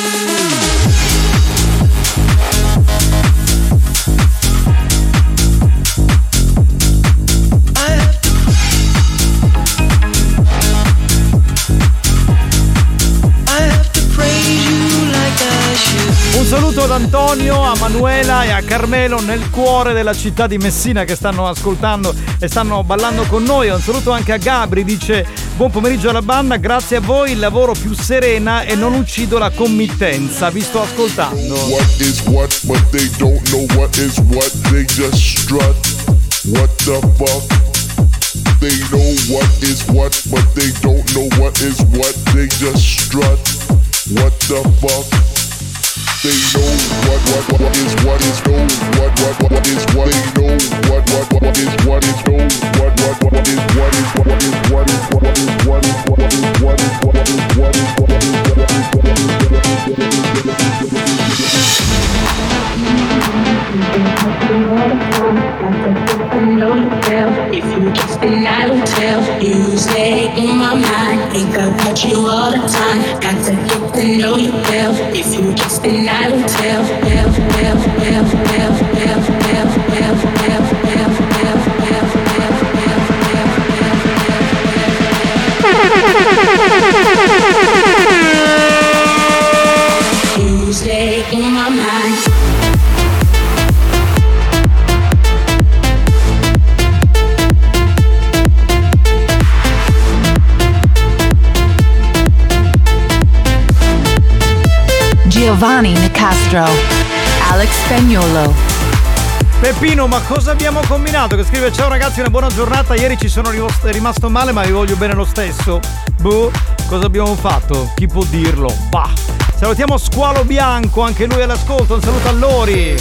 Speaker 9: Un saluto ad Antonio, a Manuela e a Carmelo nel cuore della città di Messina che stanno ascoltando e stanno ballando con noi. Un saluto anche a Gabri, dice buon pomeriggio alla banda, grazie a voi il lavoro più serena e non uccido la committenza, vi sto ascoltando.
Speaker 17: What is what, but they don't know what is what, they just strut. What the fuck? They know what is what, but they don't know what is what, they just strut. What the fuck? They know what is what is know what is what they know what is what is know what is what is what is what is what is what is what is what is what is what is
Speaker 7: If you just spin, I don't tell. You stay in my mind. Think about you all the time. Got to get to know you well. If you just spin, I don't tell. You stay in my mind.
Speaker 12: Giovanni Nicastro, Alex Spagnolo.
Speaker 9: Peppino, ma cosa abbiamo combinato? Che scrive ciao ragazzi, una buona giornata, ieri ci sono rimasto male ma vi voglio bene lo stesso. Boh, cosa abbiamo fatto? Chi può dirlo? Bah. Salutiamo Squalo Bianco, anche lui all'ascolto, un saluto a Lori.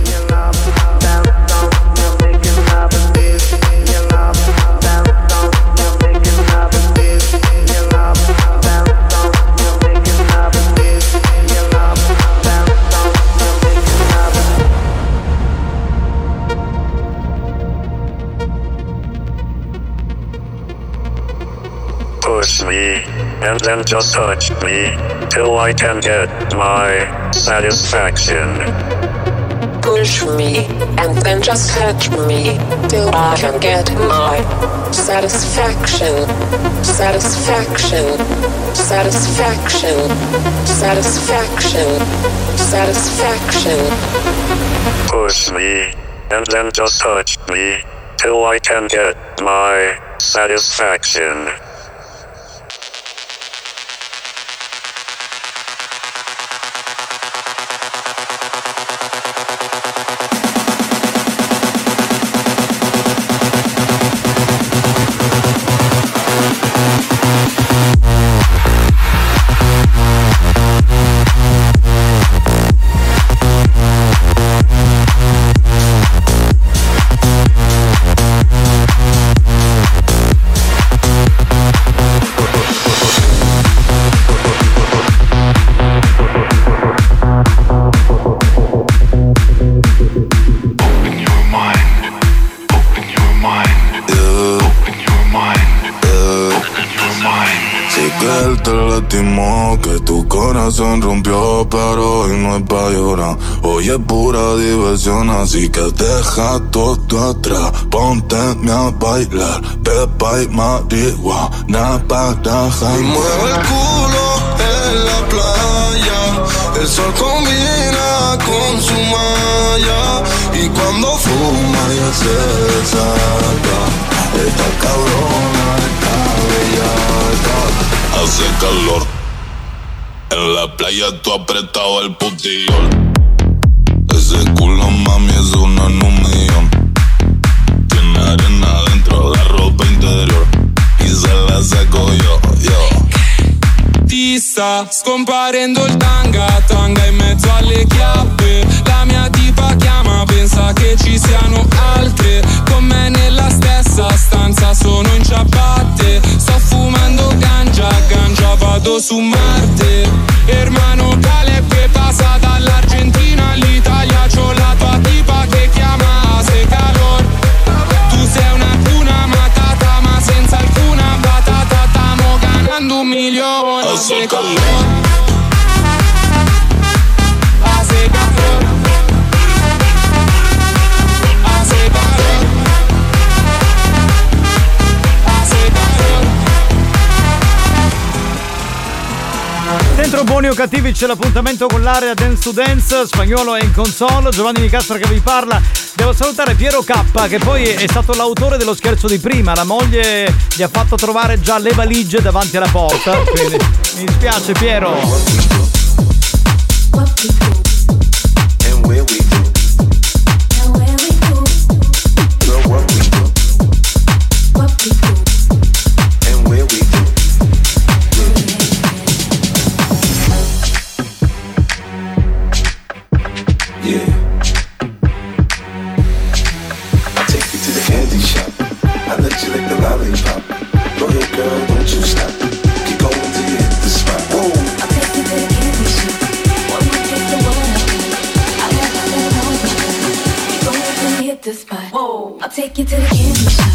Speaker 18: Push me, and then just touch me, till I can get my satisfaction.
Speaker 7: Push me, and then just touch me, till I can get my satisfaction. Satisfaction. Satisfaction. Satisfaction. Satisfaction.
Speaker 18: Push me, and then just touch me, till I can get my satisfaction.
Speaker 17: corazón rompió, pero hoy no es pa' llorar. Hoy es pura diversión, así que deja todo atrás. Ponte a bailar, pepa y marihuana para jalar.
Speaker 19: Y mueve el culo en la playa, el sol combina
Speaker 7: se desata. Esta cabrona está bellaca. Hace calor. En la playa tú apretado el putillón. Ese culo mami es una en un millón. Tiene arena dentro la ropa interior y se la saco yo.
Speaker 11: Ti sta scomparendo il tanga in mezzo alle chiappe. La mia tipa chiama, pensa che ci siano altre con me nella stessa stanza, sono in ciabatte. Sto fumando ganja vado su Marte. Hermano Caleb passa dall'Argentina all'Italia, c'ho la tua tipa che chiama hace calor. Tu sei una matata ma senza alcuna batata, stiamo ganando 1 milione. Hace calor. Hace calor. Hace calor. Hace calor.
Speaker 9: Dentro Buoni o Cattivi c'è l'appuntamento con l'area Dance to Dance. Spagnuolo è in console, Giovanni Nicastro che vi parla. Devo salutare Piero K, che poi è stato l'autore dello scherzo di prima. La moglie gli ha fatto trovare già le valigie davanti alla porta, quindi mi dispiace Piero.
Speaker 12: I'll take you to the candy shop.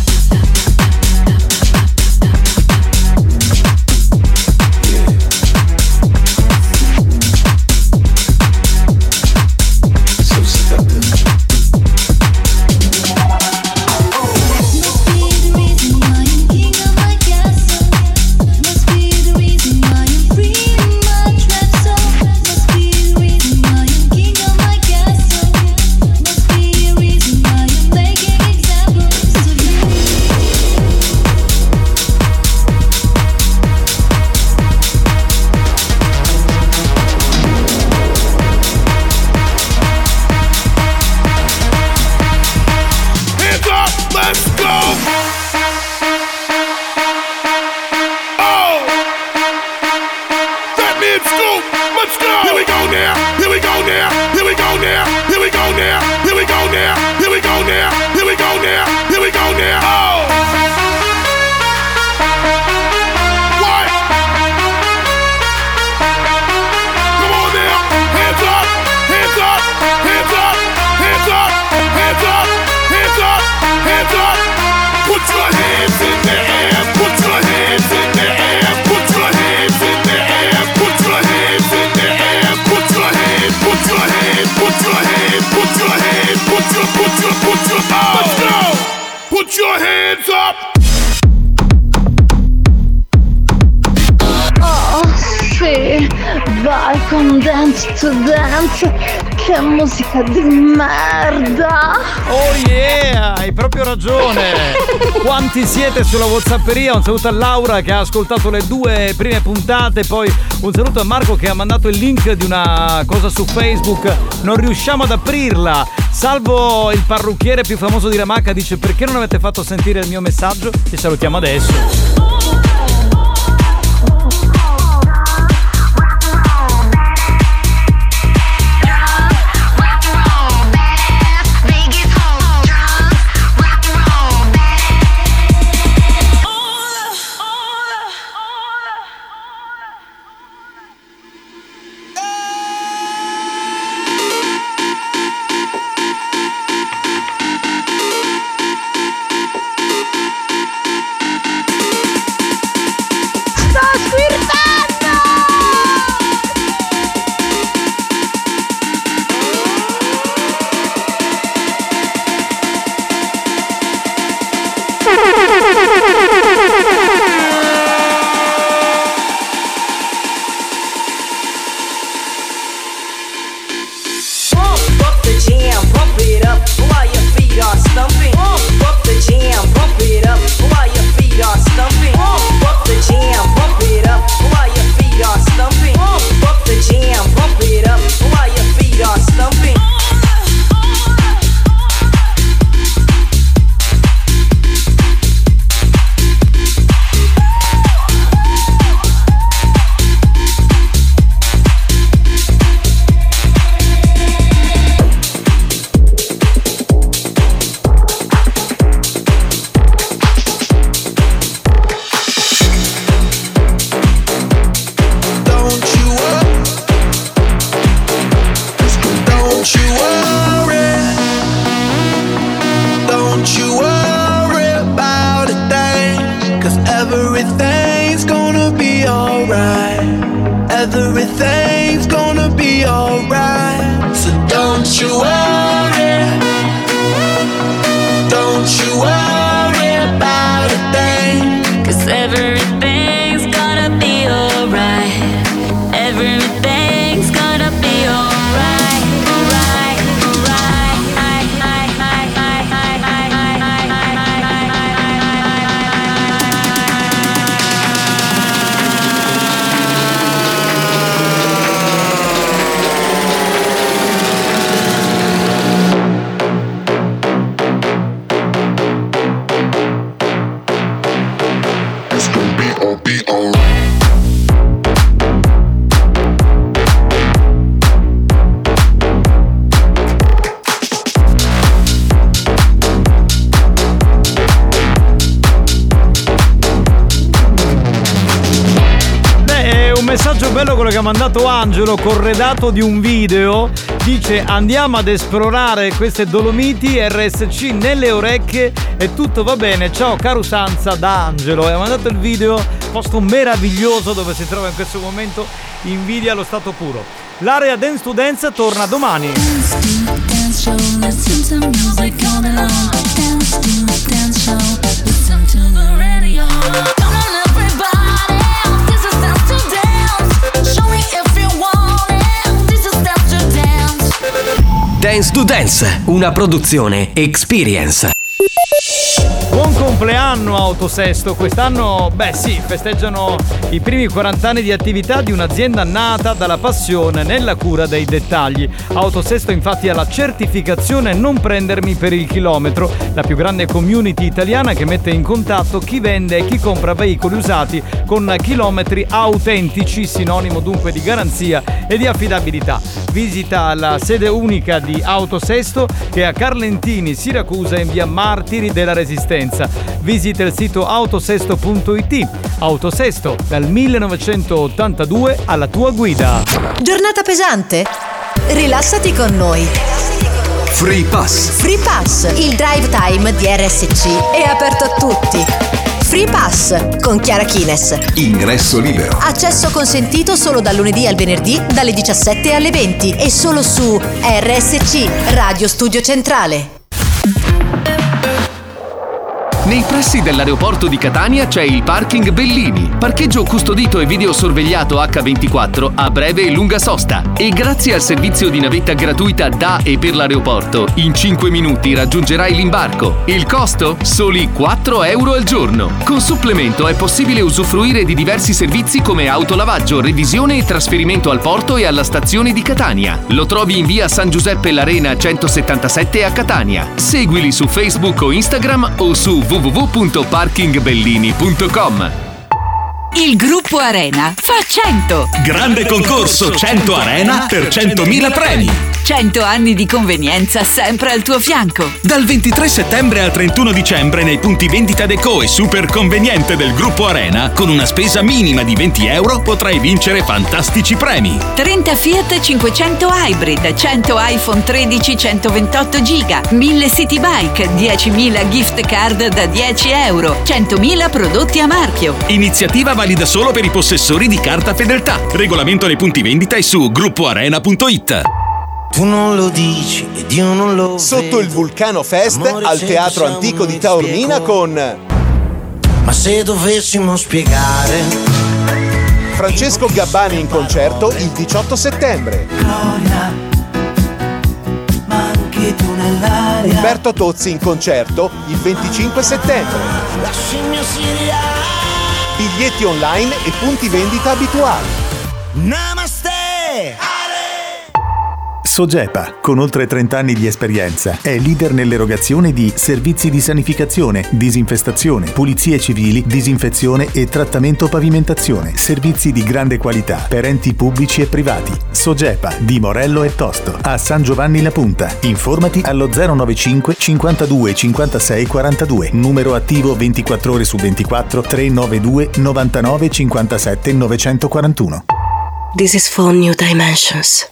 Speaker 7: Put your hands up!
Speaker 16: Oh, sì, vai con Dance to Dance, che musica di merda!
Speaker 9: Oh yeah, hai proprio ragione! Quanti siete sulla Whatsapperia? Un saluto a Laura che ha ascoltato le 2 prime puntate, poi un saluto a Marco che ha mandato il link di una cosa su Facebook, non riusciamo ad aprirla. Salvo il parrucchiere più famoso di Ramacca dice: perché non avete fatto sentire il mio messaggio? Ti salutiamo adesso.
Speaker 7: Pump up the jam, pump it up while your feet feet are stumping. Bump the jam, bump it up while your feet are stumping. Bump the jam, bump it up while your feet are stumping. Bump the jam, bump it up while your feet are stumping. Everything's gonna be alright. So don't you worry. Don't you worry about a thing. 'Cause everything's gonna be alright. Everything's gonna be alright. Alright, alright.
Speaker 9: Messaggio bello quello che ha mandato Angelo, corredato di un video. Dice: andiamo ad esplorare queste Dolomiti, RSC nelle orecchie e tutto va bene. Ciao caro Sanza, da Angelo. E ha mandato il video, posto meraviglioso dove si trova in questo momento, invidia lo stato puro. L'area Dance to Dance torna domani.
Speaker 1: Dance to Dance, una produzione Experience.
Speaker 9: Buon compleanno Autosesto, quest'anno, festeggiano i primi 40 anni di attività di un'azienda nata dalla passione nella cura dei dettagli. Autosesto infatti ha la certificazione Non prendermi per il chilometro, la più grande community italiana che mette in contatto chi vende e chi compra veicoli usati con chilometri autentici, sinonimo dunque di garanzia e di affidabilità. Visita la sede unica di Autosesto che è a Carlentini, Siracusa, in via Martiri della Resistenza. Visita il sito autosesto.it. Autosesto, dal 1982 alla tua guida.
Speaker 3: Giornata pesante? Rilassati con noi.
Speaker 24: Free Pass.
Speaker 3: Free Pass, il drive time di RSC è aperto a tutti. Free Pass con Chiara Kines.
Speaker 24: Ingresso libero.
Speaker 3: Accesso consentito solo dal lunedì al venerdì dalle 17 alle 20 e solo su RSC Radio Studio Centrale.
Speaker 1: Nei pressi dell'aeroporto di Catania c'è il Parking Bellini, parcheggio custodito e videosorvegliato H24 a breve e lunga sosta. E grazie al servizio di navetta gratuita da e per l'aeroporto, in 5 minuti raggiungerai l'imbarco. Il costo? Soli 4 euro al giorno. Con supplemento è possibile usufruire di diversi servizi come autolavaggio, revisione e trasferimento al porto e alla stazione di Catania. Lo trovi in via San Giuseppe l'Arena 177 a Catania. Seguili su Facebook o Instagram o su www.parkingbellini.com.
Speaker 19: Il gruppo Arena fa 100.
Speaker 22: Grande concorso 100 Arena per 100.000 premi.
Speaker 19: 100 anni di convenienza sempre al tuo fianco.
Speaker 22: Dal 23 settembre al 31 dicembre nei punti vendita Deco e Super Conveniente del gruppo Arena, con una spesa minima di 20 euro potrai vincere fantastici premi.
Speaker 19: 30 Fiat 500 Hybrid, 100 iPhone 13 128 giga, 1000 City Bike, 10.000 gift card da 10 euro, 100.000 prodotti a marchio.
Speaker 22: Iniziativa valida solo per i possessori di carta fedeltà. Regolamento nei punti vendita è su gruppoarena.it.
Speaker 7: Tu non lo dici ed io non lo
Speaker 23: Sotto il Vulcano Fest al Teatro Antico di Taormina con
Speaker 7: Ma se dovessimo spiegare
Speaker 23: Francesco Gabbani in concerto il 18 settembre.
Speaker 7: Gloria, ma anche tu nell'aria.
Speaker 23: Roberto Tozzi in concerto il 25 settembre. Biglietti online e punti vendita abituali.
Speaker 7: Namaste.
Speaker 5: Sogepa, con oltre 30 anni di esperienza, è leader nell'erogazione di servizi di sanificazione, disinfestazione, pulizie civili, disinfezione e trattamento pavimentazione. Servizi di grande qualità per enti pubblici e privati. Sogepa di Morello e Tosto, a San Giovanni La Punta. Informati allo 095 52 56 42. Numero attivo 24 ore su 24 392 99 57 941.
Speaker 2: This is for New Dimensions.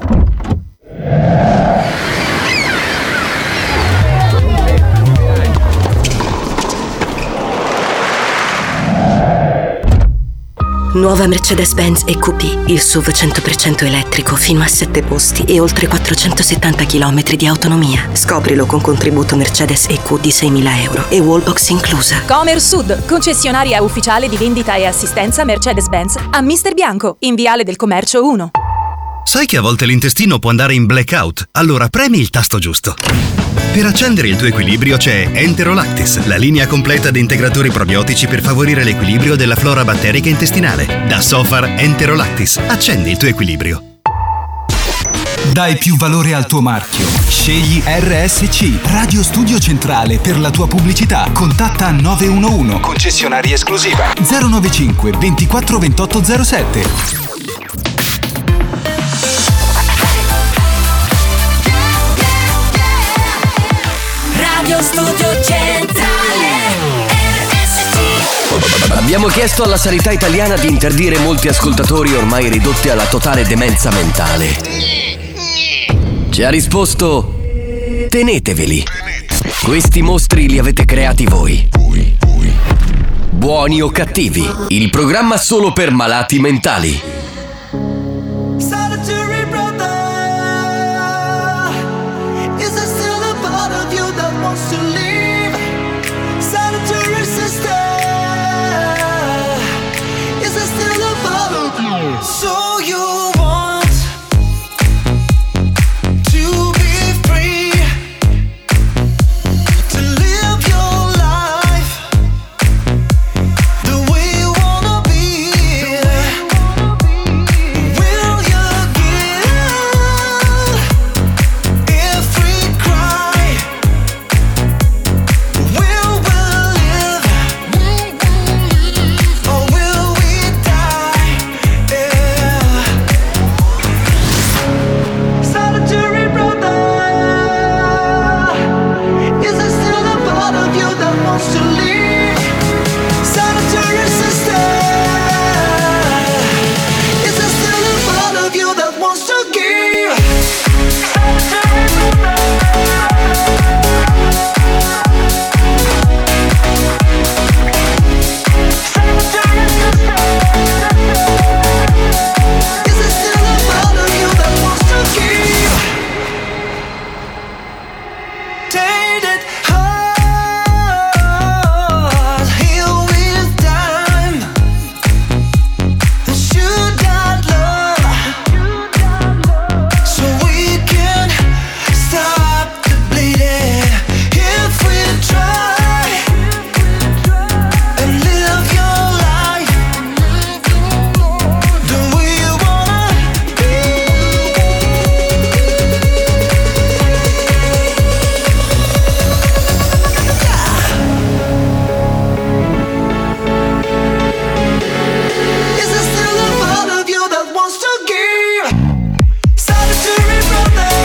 Speaker 2: Nuova Mercedes-Benz EQP, il SUV 100% elettrico fino a 7 posti e oltre 470 km di autonomia. Scoprilo con contributo Mercedes EQ di 6.000 euro e wallbox inclusa.
Speaker 8: Comer Sud, concessionaria ufficiale di vendita e assistenza Mercedes-Benz a Mister Bianco, in Viale del Commercio 1.
Speaker 14: Sai che a volte l'intestino può andare in blackout? Allora premi il tasto giusto. Per accendere il tuo equilibrio c'è Enterolactis, la linea completa di integratori probiotici per favorire l'equilibrio della flora batterica intestinale. Da Sofar Enterolactis, accendi il tuo equilibrio.
Speaker 24: Dai più valore al tuo marchio. Scegli RSC, Radio Studio Centrale. Per la tua pubblicità contatta 911, concessionaria esclusiva 095 24 28 07.
Speaker 2: Radio Studio Centrale RSC.
Speaker 1: Abbiamo chiesto alla sanità italiana di interdire molti ascoltatori ormai ridotti alla totale demenza mentale. Ci ha risposto: teneteveli. Questi mostri li avete creati voi. Buoni o cattivi, il programma solo per malati mentali.
Speaker 7: So you want to be free, to live your life the way you wanna be. Will you give every cry? Will we live or will we die? Solitary brother, is there still a part of you that wants to leave? Solitary sister, is there still a part of you that wants to give? Solitary brother, solitary sister, is there still a part of you that wants to give? Tainted heart, heal with time. Should not love, so we can stop the bleeding. If we try and live your life the way you wanna be. Is there still a part of you that wants to give? Solitary brother,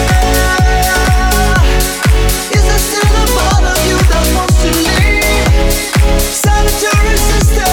Speaker 7: is there still a part of you that wants to leave? Solitary sister,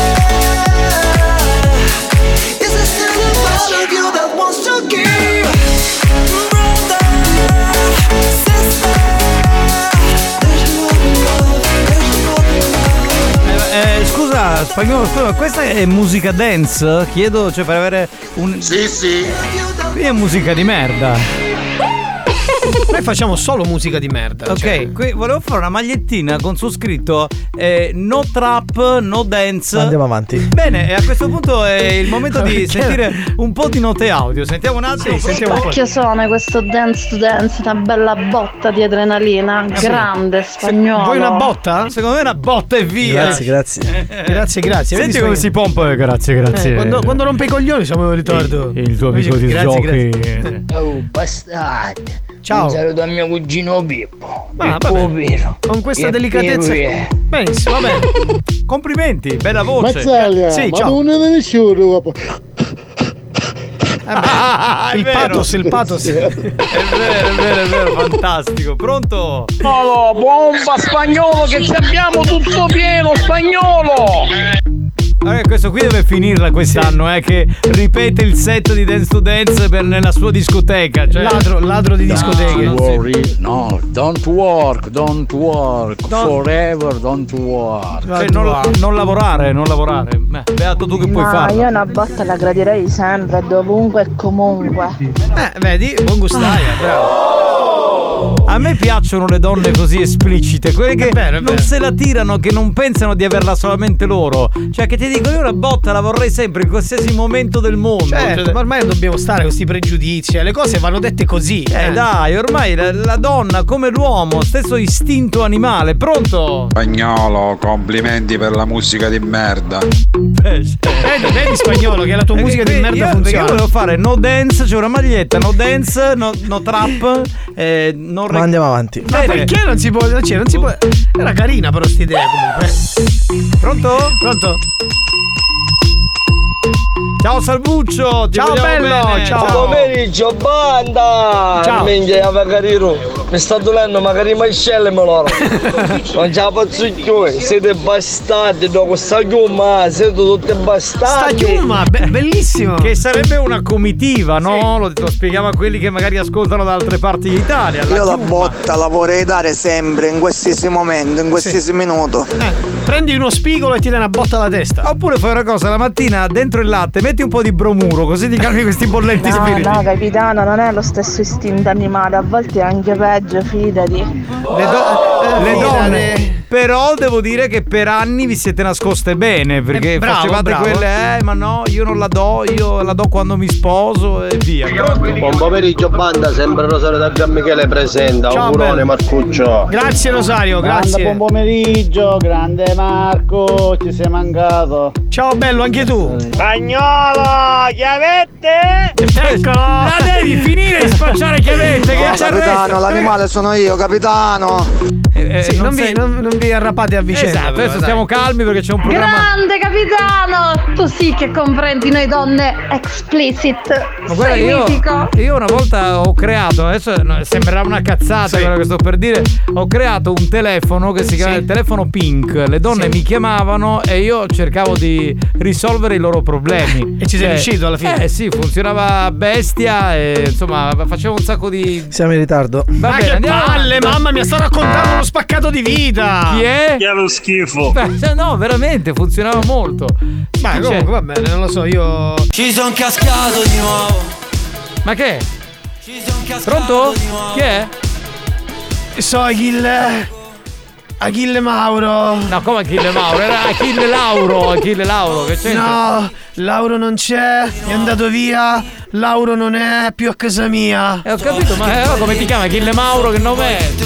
Speaker 7: is there still a part of you that wants to give? Brother, sister, there's more than love, there's more than love.
Speaker 9: Scusa, spagnolo, scusa, questa è musica dance? Chiedo, cioè per avere un.
Speaker 20: Sì.
Speaker 9: Qui è musica di merda.
Speaker 4: Noi facciamo solo musica di merda.
Speaker 9: Ok, qui volevo fare una magliettina con su scritto no trap, no dance.
Speaker 6: Andiamo avanti.
Speaker 9: Bene, e a questo punto è il momento di sentire un po' di note audio. Sentiamo un attimo.
Speaker 6: Sì, sentiamo un po'.
Speaker 15: Spacchiosone, questo dance to dance, una bella botta di adrenalina. Grande, spagnolo.
Speaker 4: Vuoi una botta?
Speaker 9: Secondo me una botta e via.
Speaker 6: Grazie.
Speaker 4: Grazie.
Speaker 9: Senti come si pompa. Grazie.
Speaker 4: Quando rompe i coglioni siamo in ritardo.
Speaker 9: Il tuo amico di giochi.
Speaker 13: Oh, bastardi.
Speaker 4: Ciao.
Speaker 13: Un saluto a mio cugino Pippo.
Speaker 4: Con questa delicatezza. Benissimo, va bene.
Speaker 9: Complimenti, bella voce.
Speaker 20: Mazzalia,
Speaker 4: Sì,
Speaker 20: ma
Speaker 4: ciao.
Speaker 20: non ne devi sciurre,
Speaker 4: Il pathos.
Speaker 9: È vero, fantastico. Pronto?
Speaker 13: Spagnolo, bomba spagnolo che ci abbiamo tutto pieno, spagnolo!
Speaker 9: Questo qui deve finirla quest'anno, che ripete il set di Dance to Dance nella sua discoteca. Cioè...
Speaker 4: Ladro di discoteche.
Speaker 13: Don't worry, no, don't work, forever don't work.
Speaker 9: Cioè, non lavorare. Beato tu che puoi farlo.
Speaker 15: Io una botta la gradirei sempre, dovunque e comunque.
Speaker 4: Vedi, buon gustaia, bravo.
Speaker 9: A me piacciono le donne così esplicite, quelle che non se la tirano, che non pensano di averla solamente loro. Cioè, che ti dico, io una botta la vorrei sempre in qualsiasi momento del mondo.
Speaker 4: Certo, ma ormai non dobbiamo stare con questi pregiudizi, le cose vanno dette così.
Speaker 9: Dai, ormai la donna, come l'uomo, stesso istinto animale. Pronto?
Speaker 21: Spagnolo, complimenti per la musica di merda.
Speaker 4: Vedi spagnolo che la tua musica di merda funziona.
Speaker 9: Perché io volevo fare no dance, c'è una maglietta, no dance, no trap,
Speaker 6: Ma andiamo avanti.
Speaker 4: Ma perché non si può? Non si può. Era carina però st'idea comunque.
Speaker 9: Pronto? Ciao Salvuccio,
Speaker 4: ciao bello,
Speaker 9: bene.
Speaker 4: ciao.
Speaker 13: Buon pomeriggio, banda!
Speaker 4: Ciao.
Speaker 13: Minchia, magari mi sta dolendo, magari mascelle me loro. Non ce la faccio più, siete bastardi, dopo questa chiuma, siete tutti bastardi.
Speaker 4: Sta chiuma, bellissimo.
Speaker 9: Che sarebbe una comitiva, no? Lo spieghiamo a quelli che magari ascoltano da altre parti d'Italia.
Speaker 25: Io la botta la vorrei dare sempre, in qualsiasi momento, in qualsiasi minuto.
Speaker 4: Prendi uno spigolo e ti dai una botta alla testa.
Speaker 9: Oppure fai una cosa, la mattina dentro il latte metti un po' di bromuro, così ti calmi questi bollenti spiriti.
Speaker 15: No, capitano, non è lo stesso istinto animale, a volte è anche peggio, fidati.
Speaker 9: Le donne. Però devo dire che per anni vi siete nascoste bene, perché facevate quelle, ma no, io non la do, io la do quando mi sposo e via.
Speaker 13: Buon pomeriggio banda, sempre Rosario da Gian Michele presenta. Augurone Marcuccio.
Speaker 4: Grazie Rosario, grazie.
Speaker 20: Buon pomeriggio, grande Marco, ci sei mancato.
Speaker 4: Ciao bello, anche tu.
Speaker 13: Spagnolo, chiavette!
Speaker 4: Eccolo!
Speaker 9: La devi finire di spacciare chiavette, che
Speaker 25: capitano, l'animale sono io, capitano.
Speaker 4: Sì, non vi arrapate a vicenda.
Speaker 9: Esatto, adesso stiamo calmi perché c'è un programma.
Speaker 15: Grande capitano! Tu sì che comprendi noi donne explicit.
Speaker 9: Ma guarda,
Speaker 15: sei mitico.
Speaker 9: io una volta ho creato, adesso sembrerà una cazzata quello che sto per dire, ho creato un telefono che si chiama il telefono Pink. Le donne mi chiamavano e io cercavo di risolvere i loro problemi.
Speaker 4: E ci sei riuscito alla fine?
Speaker 9: Sì, funzionava bestia e insomma facevo un sacco di...
Speaker 6: Siamo in ritardo.
Speaker 4: Ma che palle, mamma mia, sto raccontando uno spaccato di vita.
Speaker 9: Chi è?
Speaker 13: Che è lo schifo.
Speaker 9: No, veramente, funzionava molto.
Speaker 4: Ma comunque va bene, non lo so, io...
Speaker 7: Ci son cascato di nuovo.
Speaker 9: Ma che? Pronto? Chi è?
Speaker 4: So Achille Mauro.
Speaker 9: No, come Achille Mauro? Era Achille Lauro, che c'è?
Speaker 4: No, Lauro non c'è, è andato via. Lauro non è più a casa mia.
Speaker 9: Ho capito, ma come ti chiama? Achille Mauro, che nome è?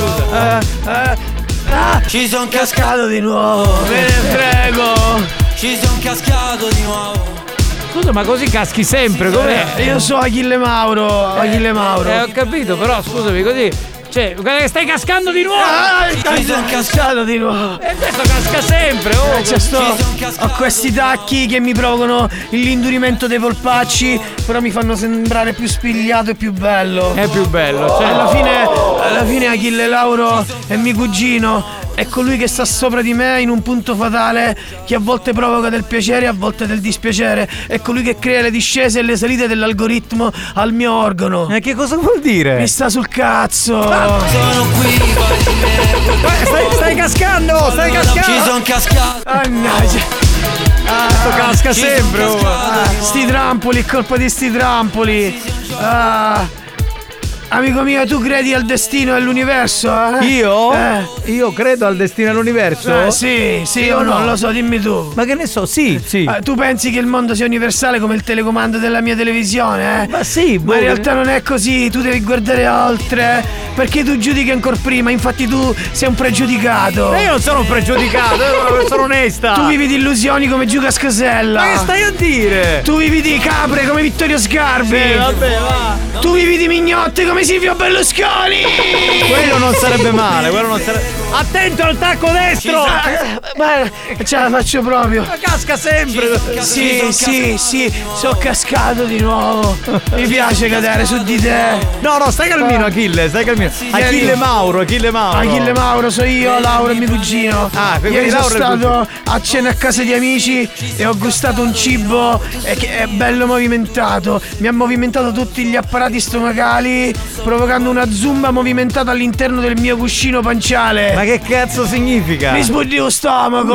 Speaker 7: Ci son cascato di nuovo.
Speaker 4: Me ne prego.
Speaker 7: Ci son cascato di nuovo.
Speaker 9: Scusa, ma così caschi sempre, com'è?
Speaker 4: Io so Achille Mauro.
Speaker 9: Ho capito, però scusami, così. Cioè, guarda che stai cascando di nuovo!
Speaker 4: Ci sono cascato di nuovo!
Speaker 9: E questo casca sempre,
Speaker 4: Ho questi tacchi che mi provocano l'indurimento dei polpacci, però mi fanno sembrare più spigliato e più bello.
Speaker 9: È più bello, cioè.
Speaker 4: Alla fine Achille Lauro è mio cugino. È colui che sta sopra di me in un punto fatale, che a volte provoca del piacere e a volte del dispiacere. È colui che crea le discese e le salite dell'algoritmo al mio organo.
Speaker 9: E che cosa vuol dire?
Speaker 4: Mi sta sul cazzo.
Speaker 7: Sono qui,
Speaker 9: stai cascando,
Speaker 7: Ci son cascato.
Speaker 4: Mannaggia.
Speaker 9: Questo casca sempre.
Speaker 4: Sti trampoli, è colpa di sti trampoli. Amico mio, tu credi al destino e all'universo?
Speaker 9: Io? Io credo al destino e all'universo?
Speaker 4: Sì, io non lo so, dimmi tu.
Speaker 9: Ma che ne so, sì.
Speaker 4: Tu pensi che il mondo sia universale come il telecomando della mia televisione,
Speaker 9: Ma sì,
Speaker 4: Ma in realtà non è così, tu devi guardare oltre, perché tu giudichi ancora prima, infatti tu sei un pregiudicato.
Speaker 9: Io non sono un pregiudicato, io sono una persona onesta.
Speaker 4: Tu vivi di illusioni come Giuca Scasella.
Speaker 9: Ma che stai a dire?
Speaker 4: Tu vivi di capre come Vittorio Sgarbi.
Speaker 9: Sì, vabbè, va.
Speaker 4: Tu vivi di mignotte come Silvio Berlusconi.
Speaker 9: Quello non sarebbe male, Attento al tacco destro!
Speaker 4: Ma ce la faccio proprio.
Speaker 9: Ma casca sempre!
Speaker 4: Sì, sono cascato di nuovo. Mi piace cadere su di te.
Speaker 9: No, stai calmino, Achille, stai calmino. Achille Mauro.
Speaker 4: Achille Mauro, so io, Lauro e mio cugino. Ieri sono stato a cena a casa di amici e ho gustato un cibo che è bello movimentato. Mi ha movimentato tutti gli apparati stomacali, provocando una zumba movimentata all'interno del mio cuscino panciale.
Speaker 9: Ma che cazzo significa?
Speaker 4: Mi sbuddi lo stomaco.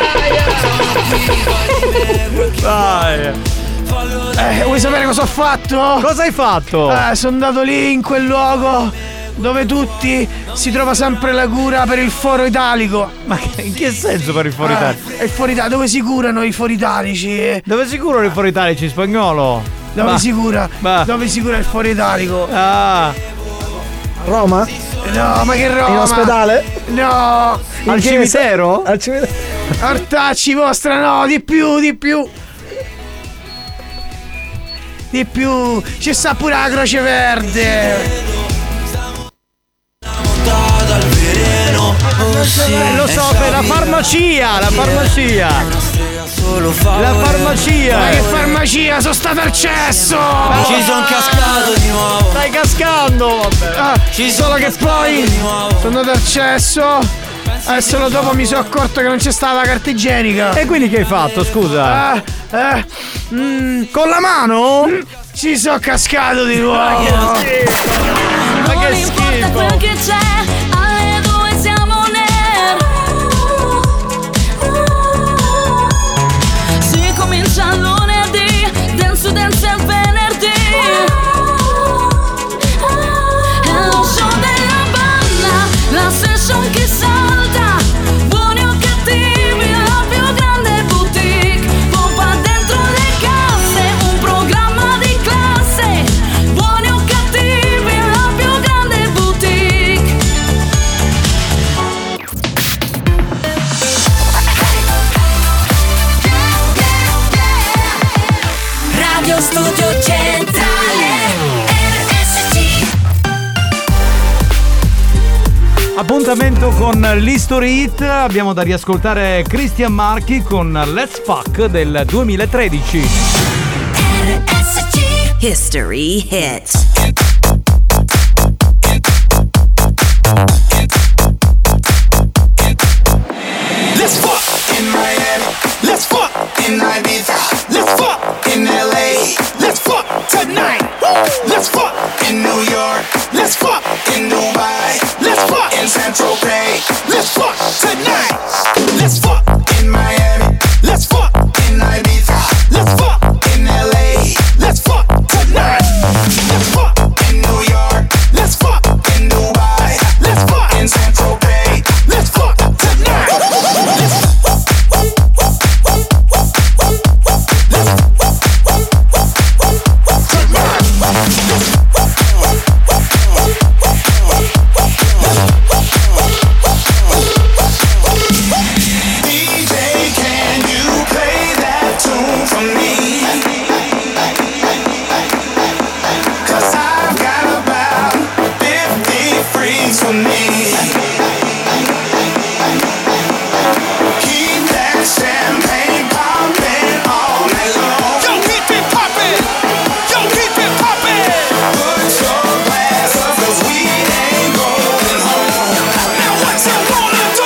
Speaker 9: Vai.
Speaker 4: Vuoi sapere cosa ho fatto?
Speaker 9: Cosa hai fatto?
Speaker 4: Sono andato lì in quel luogo dove tutti si trova sempre la cura per il foro italico.
Speaker 9: Ma in che senso per il foro italico?
Speaker 4: Il foro italico, dove si curano i fori italici?
Speaker 9: Dove si curano i fori italici, spagnolo?
Speaker 4: Dove si cura? Dove si cura il foro italico?
Speaker 6: Roma?
Speaker 4: No, ma che Roma?
Speaker 6: In ospedale?
Speaker 4: No.
Speaker 9: Al cimitero?
Speaker 6: Al cimitero.
Speaker 4: Ortacci vostra, no, di più. Ci sta pure la Croce Verde.
Speaker 9: Lo so, per la farmacia. La farmacia.
Speaker 4: Ma che farmacia? Sono stato al cesso.
Speaker 7: Ci sono cascato di nuovo.
Speaker 9: Stai cascando, vabbè.
Speaker 4: Solo che poi sono andato al cesso. Solo dopo mi sono accorto che non c'è stata la carta igienica.
Speaker 9: E quindi che hai fatto, scusa?
Speaker 4: Con la mano? Ci sono cascato di nuovo.
Speaker 9: Ma che schifo.
Speaker 7: Quel che c'è, alle 2 siamo si comincia lunedì, dance il venerdì. È lo show della banda, la session che salta. Buoni o cattivi, la più grande boutique. Pompa dentro le casse, un programma di classe. Buoni o cattivi, la più grande boutique. Radio Studio Centrale RSC.
Speaker 9: Appuntamento con l'History Hit. Abbiamo da riascoltare Christian Marchi con Let's Fuck del 2013.
Speaker 7: RSC
Speaker 2: History Hit.
Speaker 7: Let's fuck in Miami. Let's fuck in Ibiza. Let's fuck in LA. Let's fuck tonight. Let's fuck in New York. Let's fuck in Dubai. Let's fuck in Central Bay. Let's fuck tonight. Let's fuck in Miami. Let's fuck in Ibiza. Let's fuck in LA. Let's fuck tonight. Let's fuck in New York. Let's fuck in Dubai. Let's fuck in Central Bay. Let's fuck tonight. DJ, can you play that tune for me? 'Cause I've got about 50 freaks for me. Keep that champagne poppin' all night long. Yo, keep it poppin'. Yo, keep it poppin'. Put your glass up 'cause we ain't going home. Now what you wanna do?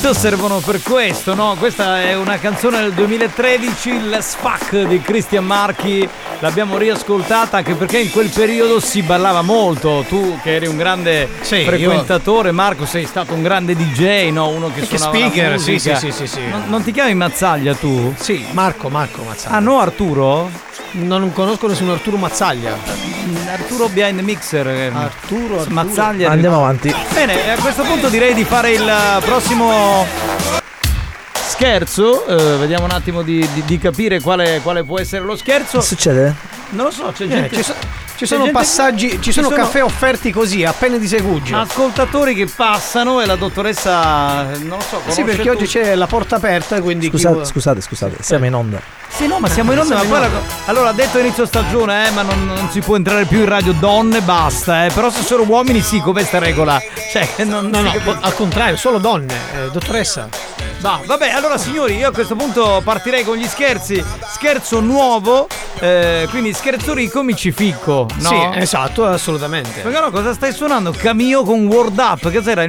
Speaker 9: hit servono per questo, no? Questa è una canzone del 2013, Let's Fuck di Christian Marchi. L'abbiamo riascoltata anche perché in quel periodo si ballava molto. Tu che eri un grande frequentatore, Marco, sei stato un grande DJ, no? Uno che suonava
Speaker 4: speaker,
Speaker 9: la musica.
Speaker 4: sì.
Speaker 9: Non ti chiami Mazzaglia tu?
Speaker 4: Sì, Marco Mazzaglia.
Speaker 9: Ah, no, Arturo?
Speaker 4: Non conosco nessun Arturo Mazzaglia.
Speaker 9: Arturo behind the mixer.
Speaker 4: Arturo.
Speaker 9: Mazzaglia.
Speaker 6: Andiamo avanti.
Speaker 9: Bene, a questo punto direi di fare il prossimo scherzo. Vediamo un attimo di capire quale può essere lo scherzo.
Speaker 6: Che succede?
Speaker 9: Non lo so, c'è gente.
Speaker 4: Ci sono passaggi, ci sono caffè offerti così, a penne di segugio.
Speaker 9: Ascoltatori che passano e la dottoressa, non lo so,
Speaker 4: sì, perché oggi c'è la porta aperta, quindi
Speaker 6: Scusate, siamo in onda.
Speaker 9: Sì, no, ma siamo in onda, ma poi allora ha detto inizio stagione, ma non si può entrare più in radio donne, basta, però se sono uomini sì, com'è sta regola? Cioè, no,
Speaker 4: al contrario, solo donne, dottoressa.
Speaker 9: No, vabbè, allora signori, io a questo punto partirei con gli scherzi. Scherzo nuovo, quindi scherzo ricco mi ci ficco, no?
Speaker 4: Sì, esatto, assolutamente.
Speaker 9: Perché no, cosa stai suonando? Cameo con Word Up, che era il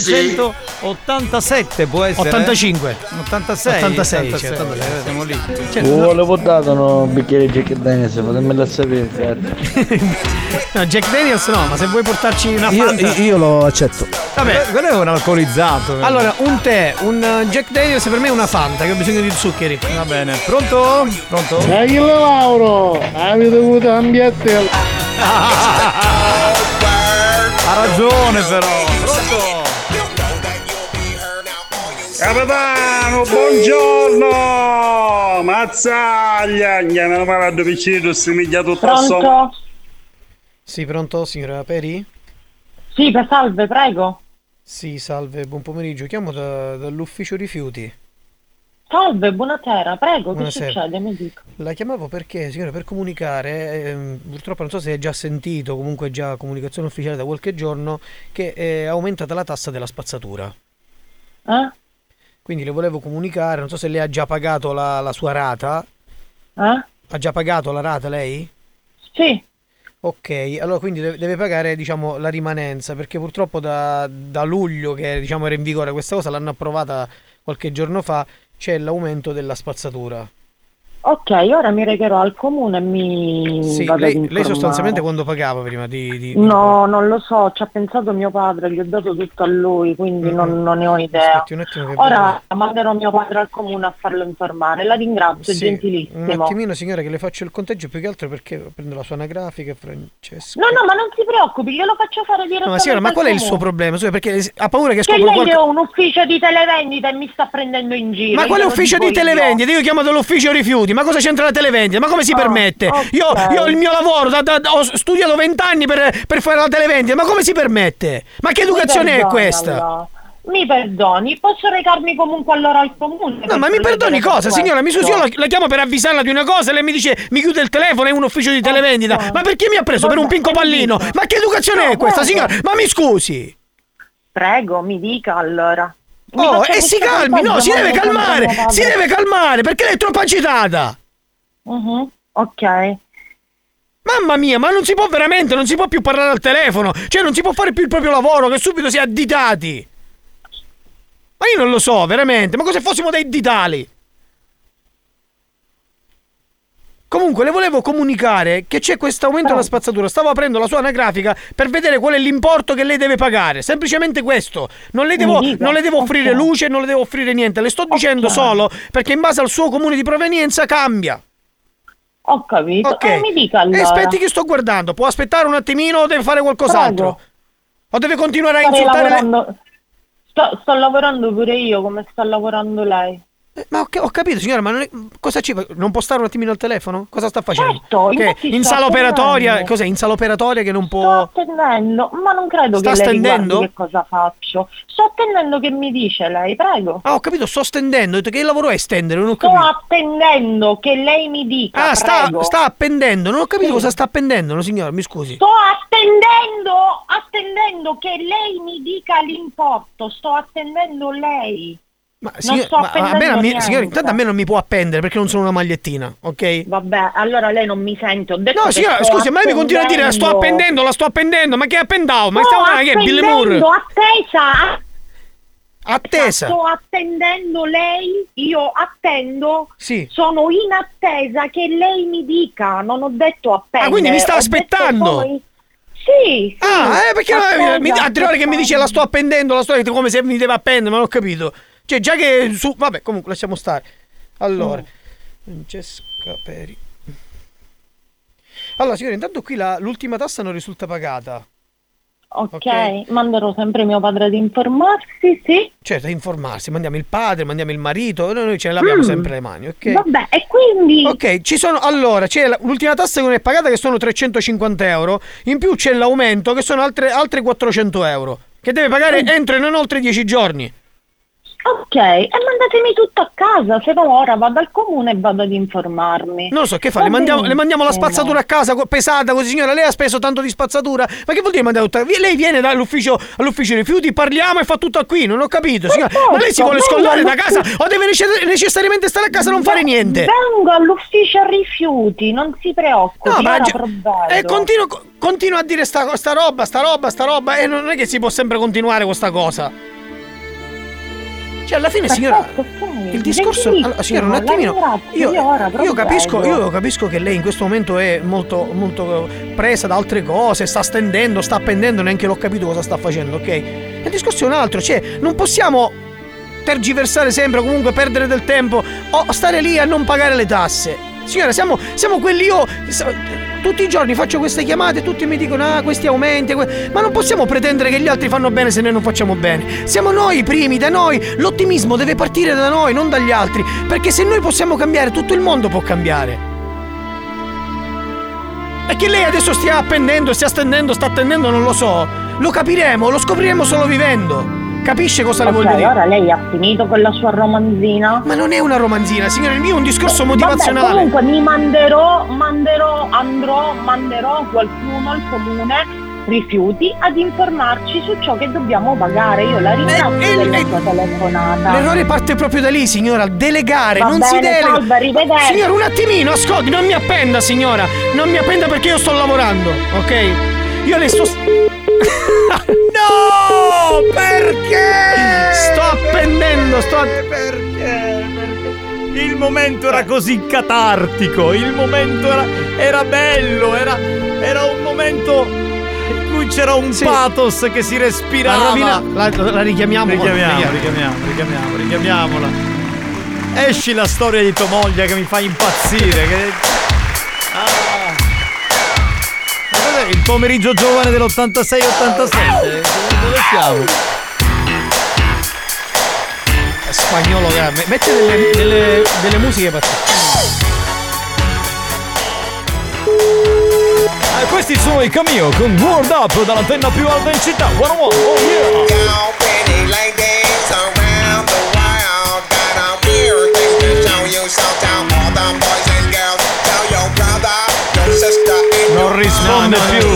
Speaker 9: 1987, può essere?
Speaker 4: 85.
Speaker 9: 86. Siamo lì.
Speaker 13: Volevo dare un bicchiere di Jack Daniels, fatemelo sapere.
Speaker 4: No, Jack Daniels no, ma se vuoi portarci una Fanta
Speaker 6: io lo accetto.
Speaker 9: Vabbè, quello è un alcolizzato.
Speaker 4: Allora, un tè, un Jack Daniels per me è una Fanta, che ho bisogno di zuccheri.
Speaker 9: Va bene. Pronto?
Speaker 20: Dai, Lauro, avete avuto ambiente.
Speaker 9: Ha ragione però. Pronto?
Speaker 20: Capitano, buongiorno! Mazzaglia! Andiamo a dove vicino, si miglia tutto a
Speaker 15: Pronto?
Speaker 4: Sì, pronto, signora Peri?
Speaker 15: Sì, salve, prego.
Speaker 4: Sì, salve, buon pomeriggio. Chiamo dall'ufficio rifiuti.
Speaker 15: Salve, buonasera, prego,
Speaker 4: Buonasera.
Speaker 15: che succede? Mi dica.
Speaker 4: La chiamavo perché, signora, per comunicare, purtroppo non so se hai già sentito, comunque già comunicazione ufficiale da qualche giorno, che è aumentata la tassa della spazzatura. Quindi le volevo comunicare, non so se lei ha già pagato la sua rata. Ha già pagato la rata lei?
Speaker 15: Sì.
Speaker 4: Ok, allora quindi deve pagare, diciamo, la rimanenza, perché purtroppo da luglio, che diciamo era in vigore questa cosa, l'hanno approvata qualche giorno fa, c'è l'aumento della spazzatura.
Speaker 15: Ok, ora mi recherò al comune e mi
Speaker 4: Sì,
Speaker 15: vado ad
Speaker 4: lei
Speaker 15: informare.
Speaker 4: sostanzialmente quando pagava prima di
Speaker 15: No, non lo so, ci ha pensato mio padre, gli ho dato tutto a lui, quindi non ne ho idea.
Speaker 4: Aspetti un attimo che
Speaker 15: Ora manderò mio padre al comune a farlo informare. La ringrazio,
Speaker 4: Sì,
Speaker 15: gentilissimo.
Speaker 4: un attimino, signora, che le faccio il conteggio più che altro perché prendo la sua anagrafica, Francesco.
Speaker 15: No, ma non si preoccupi, glielo faccio fare direttamente.
Speaker 4: No, ma signora, ma qual è il
Speaker 15: al
Speaker 4: suo
Speaker 15: comune.
Speaker 4: problema? Scusa, perché ha paura che
Speaker 15: Che
Speaker 4: scopro
Speaker 15: lei
Speaker 4: qualcosa.
Speaker 15: è un ufficio di televendita e mi sta prendendo in giro.
Speaker 4: Ma quale
Speaker 15: glielo
Speaker 4: ufficio
Speaker 15: dico
Speaker 4: di televendita? Io chiamo dall'ufficio rifiuti, ma cosa c'entra la televendita? Ma come si permette? Io ho il mio lavoro, ho studiato 20 anni per fare la televendita, ma come si permette? Ma che educazione è questa?
Speaker 15: Allora. Mi perdoni, posso recarmi comunque allora al comune?
Speaker 4: No, ma mi perdoni cosa, signora? Mi scusi, io la chiamo per avvisarla di una cosa e lei mi dice mi chiude il telefono, è un ufficio di televendita. Ma perché mi ha preso per un pinco pallino? Ma che educazione è questa, signora? Ma mi scusi.
Speaker 15: Prego, mi dica allora.
Speaker 4: E si calmi, no, si deve calmare, perché lei è troppo agitata.
Speaker 15: Ok.
Speaker 4: Mamma mia, ma non si può veramente, non si può più parlare al telefono, cioè non si può fare più il proprio lavoro, che subito si è additati. Ma io non lo so, veramente, ma cosa se fossimo dei ditali? Comunque le volevo comunicare che c'è questo aumento della spazzatura. Stavo aprendo la sua anagrafica per vedere qual è l'importo che lei deve pagare. Semplicemente questo. Non le devo offrire luce, non le devo offrire niente. Le sto dicendo solo perché in base al suo comune di provenienza cambia.
Speaker 15: Ho capito.
Speaker 4: Ok.
Speaker 15: Mi dica allora.
Speaker 4: Aspetti che sto guardando. Può aspettare un attimino o deve fare qualcos'altro?
Speaker 15: Prego.
Speaker 4: O deve continuare a
Speaker 15: Starei
Speaker 4: insultare
Speaker 15: lavorando... Sto lavorando pure io come sta lavorando lei.
Speaker 4: Ma ho capito, signora, ma cosa ci non può stare un attimino al telefono? Cosa sta facendo?
Speaker 15: Certo,
Speaker 4: che
Speaker 15: infatti
Speaker 4: in
Speaker 15: sto
Speaker 4: sala operatoria,
Speaker 15: attendendo.
Speaker 4: cos'è? In sala operatoria che non
Speaker 15: Sto
Speaker 4: può.
Speaker 15: attendendo, ma non credo
Speaker 4: Sta
Speaker 15: che lei
Speaker 4: stendendo?
Speaker 15: riguardi che cosa faccio. Sto attendendo che mi dice lei, prego.
Speaker 4: Ah, ho capito, sto stendendo. Ho detto che lavoro è stendere, non ho
Speaker 15: Sto
Speaker 4: capito.
Speaker 15: attendendo che lei mi dica.
Speaker 4: Ah,
Speaker 15: prego.
Speaker 4: sta appendendo, non ho capito
Speaker 15: Sì.
Speaker 4: cosa sta appendendo, no, signora, mi scusi.
Speaker 15: Sto attendendo che lei mi dica l'importo. Sto attendendo lei.
Speaker 4: Ma,
Speaker 15: non sto appendendo niente.
Speaker 4: signora, intanto a me non mi può appendere perché non sono una magliettina, ok?
Speaker 15: Vabbè, allora lei non mi sente. Ho detto
Speaker 4: No,
Speaker 15: che
Speaker 4: signora,
Speaker 15: sto
Speaker 4: scusi, ma lei mi continua a dire la sto appendendo, ma che appendavo? Ma stiamo che è Bill Moore?
Speaker 15: attesa.
Speaker 4: Attesa.
Speaker 10: Sto attendendo lei, io attendo,
Speaker 4: sì.
Speaker 10: Sono in attesa che lei mi dica, non ho detto appendere.
Speaker 4: Ah, quindi mi sta aspettando?
Speaker 10: Sì.
Speaker 4: Perché a 3 ore che mi dice la sto appendendo, come se mi deve appendere, ma non ho capito. Cioè, già che vabbè, comunque lasciamo stare. Allora, Francesca Peri. Allora, signore, intanto qui l'ultima tassa non risulta pagata.
Speaker 10: Ok, manderò sempre mio padre ad informarsi, sì.
Speaker 4: Certo, ad informarsi, mandiamo il padre, mandiamo il marito, noi ce l'abbiamo sempre le mani, ok?
Speaker 10: Vabbè, e quindi...
Speaker 4: Ok, c'è l'ultima tassa che non è pagata che sono 350 euro, in più c'è l'aumento che sono altre 400 euro, che deve pagare entro e non oltre 10 giorni.
Speaker 10: Ok, e mandatemi tutto a casa, se no ora vado al comune e vado ad informarmi.
Speaker 4: Non lo so, che fa? Le mandiamo la spazzatura a casa pesata così, signora, lei ha speso tanto di spazzatura? Ma che vuol dire mandare tutta? Lei viene all'ufficio rifiuti, parliamo e fa tutto qui, non ho capito, signora. Ma lei si vuole scollare da casa o deve necessariamente stare a casa e non fare niente?
Speaker 10: Vengo all'ufficio rifiuti, non si preoccupi,
Speaker 4: continua a dire sta roba e non è che si può sempre continuare questa cosa. Cioè, alla fine, signora, il discorso. Allora, signora, un attimino. Io capisco che lei in questo momento è molto, molto presa da altre cose, sta appendendo, neanche l'ho capito cosa sta facendo, ok? Il discorso è un altro, cioè, non possiamo tergiversare sempre, comunque perdere del tempo o stare lì a non pagare le tasse. Signora, siamo quelli, tutti i giorni faccio queste chiamate, tutti mi dicono questi aumenti, ma non possiamo pretendere che gli altri fanno bene se noi non facciamo bene. Siamo noi i primi, da noi, l'ottimismo deve partire da noi, non dagli altri, perché se noi possiamo cambiare, tutto il mondo può cambiare. E che lei adesso stia appendendo, sta attendendo, non lo so, lo capiremo, lo scopriremo solo vivendo. Capisce cosa le voglio dire?
Speaker 10: Ora lei ha finito con la sua romanzina?
Speaker 4: Ma non è una romanzina, signore, il mio è un discorso motivazionale.
Speaker 10: Comunque mi manderò qualcuno al comune rifiuti ad informarci su ciò che dobbiamo pagare. Io la ringrazio della sua telefonata.
Speaker 4: L'errore parte proprio da lì, signora, delegare,
Speaker 10: Va
Speaker 4: non
Speaker 10: bene,
Speaker 4: si delega.
Speaker 10: Salve, arrivederci.
Speaker 4: Signora, un attimino, ascolti, non mi appenda, signora, non mi appenda perché io sto lavorando, ok? Io le sto...
Speaker 9: No! Perché?
Speaker 4: Sto appendendo,
Speaker 9: Perché? Il momento era così catartico, il momento era bello, era un momento in cui c'era un pathos che si respirava.
Speaker 4: La richiamiamo.
Speaker 9: Richiamiamola. Esci la storia di tua moglie che mi fa impazzire. Il pomeriggio giovane dell'86-87. Dove siamo?
Speaker 4: Spagnolo, metti delle musiche
Speaker 9: questi sono i Cameo con World Up dall'antenna più alta in città. 101. Oh yeah. Non risponde più.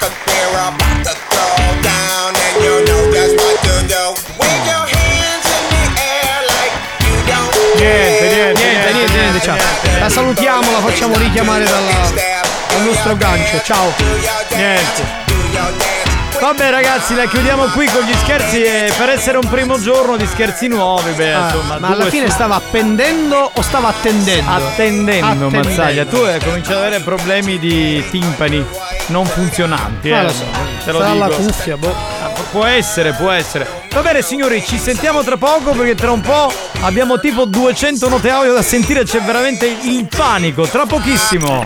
Speaker 4: Niente. Ciao. La salutiamo, la facciamo richiamare dal nostro gancio. Ciao.
Speaker 9: Niente. Vabbè ragazzi, la chiudiamo qui con gli scherzi e per essere un primo giorno di scherzi nuovi, insomma.
Speaker 4: Ma alla fine stava appendendo o stava attendendo?
Speaker 9: Attendendo. Mazzaglia, tu cominci ad avere problemi di timpani non funzionanti.
Speaker 4: Lo so.
Speaker 9: Te lo
Speaker 4: sarà
Speaker 9: dico.
Speaker 4: la cuffia,
Speaker 9: Può essere. Va bene signori, ci sentiamo tra poco perché tra un po' abbiamo tipo 200 note audio da sentire, c'è veramente il panico, tra pochissimo.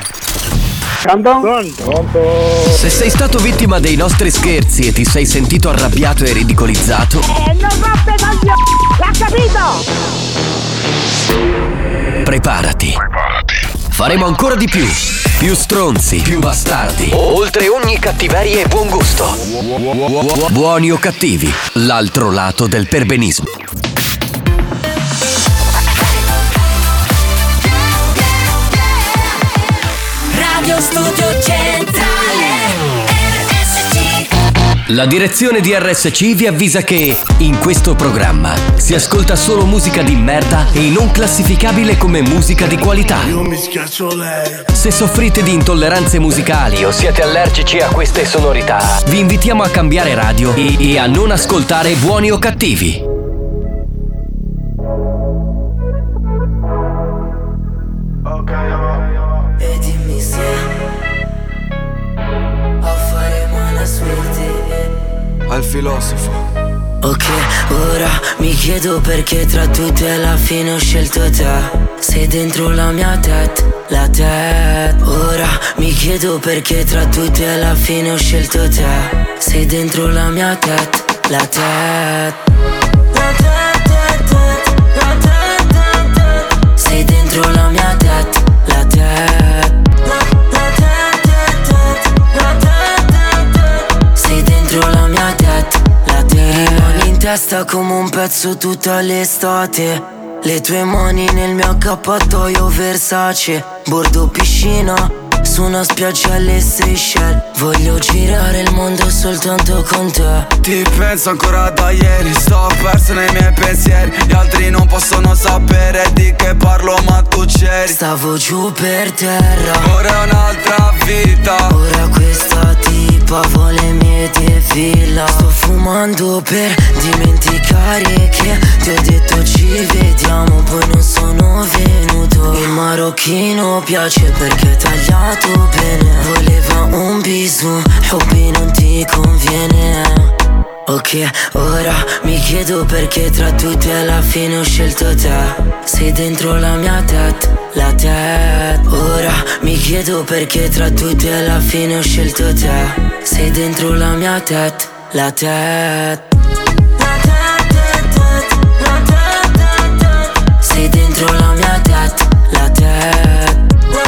Speaker 1: Pronto? Se sei stato vittima dei nostri scherzi e ti sei sentito arrabbiato e ridicolizzato,
Speaker 10: non roppe coglioni! L'ha capito!
Speaker 1: preparati. Faremo ancora di più. Più stronzi, più bastardi. Oltre ogni cattiveria e buon gusto. Buoni o cattivi, l'altro lato del perbenismo.
Speaker 7: Radio Studio Centrale RSC.
Speaker 1: La direzione di RSC vi avvisa che in questo programma si ascolta solo musica di merda e non classificabile come musica di qualità.
Speaker 7: Io mi schiaccio lei.
Speaker 1: Se soffrite di intolleranze musicali o siete allergici a queste sonorità, vi invitiamo a cambiare radio e a non ascoltare Buoni o Cattivi.
Speaker 11: al filosofo.
Speaker 12: Ok, ora mi chiedo perché tra tutte alla fine ho scelto te. Sei dentro la mia la tête. Ora mi chiedo perché tra tutte alla fine ho scelto te. Sei dentro la mia la tête. Sei dentro la mia la tête. Sei dentro la mia la tête. Rimani in testa come un pezzo tutta l'estate. Le tue mani nel mio accappatoio Versace. Bordo piscina su una spiaggia alle Seychelles. Voglio girare il mondo soltanto con te.
Speaker 11: Ti penso ancora da ieri, sto perso nei miei pensieri. Gli altri non possono sapere di che parlo ma tu c'eri.
Speaker 12: Stavo giù per terra,
Speaker 11: ora è un'altra vita.
Speaker 12: Ora questa tipa vuole mie defila. Sto fumando per dimenticare che ti ho detto ci vediamo, poi non sono venuto. Il marocchino piace perché è tagliato bene. Voleva un bisou, hobby non ti conviene. Ok, ora mi chiedo perché tra tutti alla fine ho scelto te. Sei dentro la mia la tête. Ora mi chiedo perché tra tutti alla fine ho scelto te. Sei dentro la mia la tête. Sei dentro la mia la tête.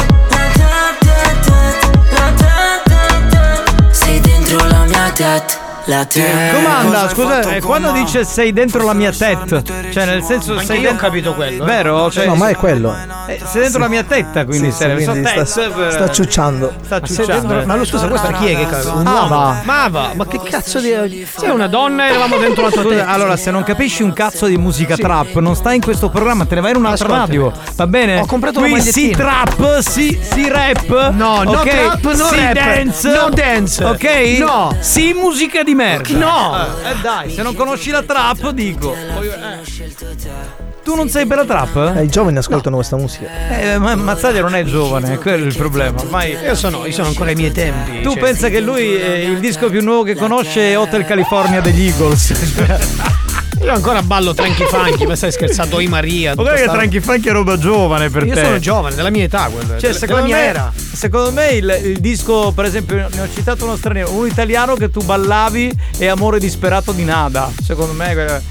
Speaker 12: Sei dentro la mia la tête.
Speaker 9: Domanda, scusa, quando dice sei dentro la mia tête, cioè nel senso
Speaker 4: anche
Speaker 9: sei
Speaker 4: io ho capito quello,
Speaker 9: vero? Cioè,
Speaker 6: no, ma è quello.
Speaker 9: Sei dentro la mia tetta, quindi
Speaker 6: Sì, quindi sta ciucciando.
Speaker 9: Sta ciucciando.
Speaker 4: Ma lo scusa, questa chi è che cazzo? Un
Speaker 9: Ah,
Speaker 4: uomo? Ma che cazzo di. Sei una donna e eravamo dentro la tua testa.
Speaker 9: Allora, se non capisci un cazzo di musica trap, non stai in questo programma, te ne vai in un'altra radio. Va bene?
Speaker 4: Ho comprato
Speaker 9: qui
Speaker 4: una
Speaker 9: si trap, si rap.
Speaker 4: No, no
Speaker 9: okay?
Speaker 4: trap, no
Speaker 9: si
Speaker 4: rap.
Speaker 9: dance.
Speaker 4: No dance.
Speaker 9: Ok?
Speaker 4: No.
Speaker 9: Si musica di merda.
Speaker 4: No.
Speaker 9: Dai, se non conosci la trap, dico. Tu non sei per la trap?
Speaker 6: I giovani ascoltano questa musica.
Speaker 9: Ma Mazzaglia non è giovane, quello è il problema. Ormai
Speaker 4: io sono ancora ai miei tempi.
Speaker 9: Tu pensa che lui il disco più nuovo che conosce è Hotel California degli Eagles.
Speaker 4: Io ancora ballo Tranchi Funky, ma stai scherzando? Oi Maria.
Speaker 9: Ma guarda che Tranchi Funky è roba giovane per
Speaker 4: io
Speaker 9: te.
Speaker 4: Io sono giovane, della mia età, quella.
Speaker 9: Cioè,
Speaker 4: secondo me,
Speaker 9: secondo me il disco, per esempio, ne ho citato uno straniero, uno italiano che tu ballavi è Amore disperato di Nada. Secondo me vedi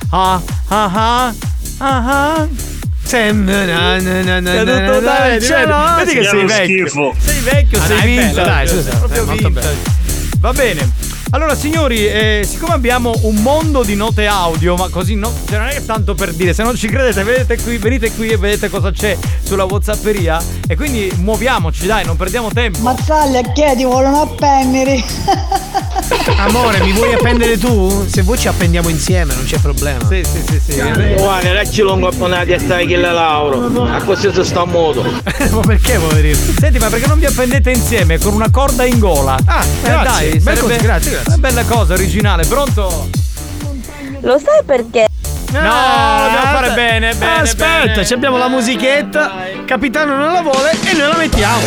Speaker 9: che sei vecchio. Sei vecchio, sei vinto. Dai, scusa, proprio vinto. Va bene. Allora signori, siccome abbiamo un mondo di note audio, ma così no, cioè non è tanto per dire, se non ci credete venite qui e vedete cosa c'è sulla WhatsApperia e quindi muoviamoci, dai, non perdiamo tempo.
Speaker 16: Mazzaglia, che ti vogliono appendere?
Speaker 4: Amore, mi vuoi appendere tu? Se vuoi ci appendiamo insieme, non c'è problema.
Speaker 9: Sì.
Speaker 13: Guarda, ragazzi longo appannati a stare che la Lauro. A così si sta a modo.
Speaker 4: Ma perché poverino?
Speaker 9: Senti, ma perché non vi appendete insieme con una corda in gola?
Speaker 4: Ah, grazie.
Speaker 9: Dai, sarebbe
Speaker 4: grazie.
Speaker 9: Una bella cosa, originale, pronto?
Speaker 16: Lo sai perché?
Speaker 9: No, devo fare bene.
Speaker 4: Aspetta, abbiamo la musichetta. Capitano non la vuole e noi la mettiamo.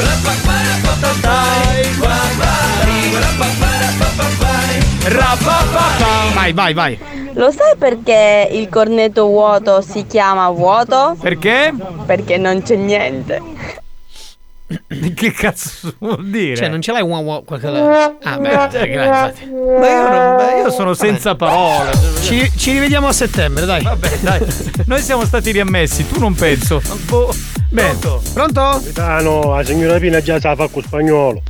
Speaker 4: Vai.
Speaker 16: Lo sai perché il cornetto vuoto si chiama vuoto?
Speaker 9: Perché?
Speaker 16: Perché non c'è niente.
Speaker 9: Che cazzo vuol dire?
Speaker 4: Cioè, non ce l'hai qualche. Ah, beh, grazie.
Speaker 9: Ma io sono senza parole.
Speaker 4: Ci rivediamo a settembre, dai.
Speaker 9: Vabbè, dai. Noi siamo stati riammessi, tu non penso.
Speaker 4: Bene. Pronto?
Speaker 17: No, la signora Pina già sa fa con spagnolo.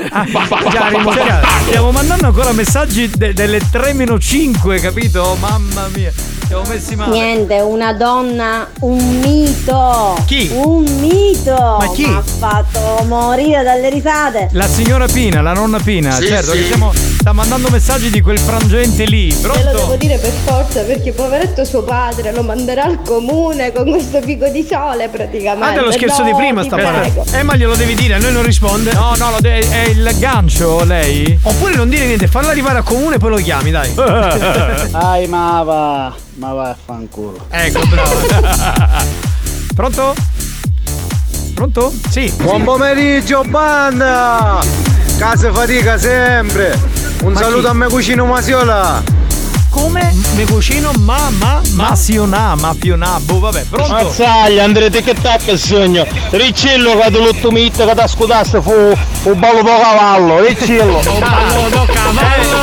Speaker 9: Stiamo mandando ancora messaggi delle 3-5, capito? Mamma mia, siamo messi male.
Speaker 16: Niente, una donna, un mito.
Speaker 9: Chi?
Speaker 16: Un mito.
Speaker 9: Ma chi?
Speaker 16: Mi ha fatto morire dalle risate.
Speaker 9: La signora Pina, la nonna Pina,
Speaker 16: Sì,
Speaker 9: certo,
Speaker 16: sì.
Speaker 9: che sta mandando messaggi di quel frangente lì.
Speaker 16: Te lo
Speaker 9: Pronto?
Speaker 16: devo dire per forza, perché poveretto suo padre lo manderà al comune con questo pico di sole praticamente.
Speaker 4: Ah, dello scherzo di prima sta parlando.
Speaker 16: prego.
Speaker 4: Ma glielo devi dire, a noi non risponde.
Speaker 9: No, è il gancio lei?
Speaker 4: Oppure non dire niente, fallo arrivare al comune e poi lo chiami, dai.
Speaker 20: Dai, ma va a fanculo.
Speaker 4: Ecco, bravo.
Speaker 9: Pronto? Pronto?
Speaker 4: Sì.
Speaker 18: Buon pomeriggio, banda! Casa fatica sempre. Un saluto a me cucino Masiola.
Speaker 4: Mi cucino
Speaker 9: Mafionà, vabbè, pronto?
Speaker 17: Mazzaglia, andrete che tacca il sogno. Riccello che tu l'ottomito che ti ascoltaste fu un ballo do cavallo, Riccello.
Speaker 4: Un ballo do cavallo.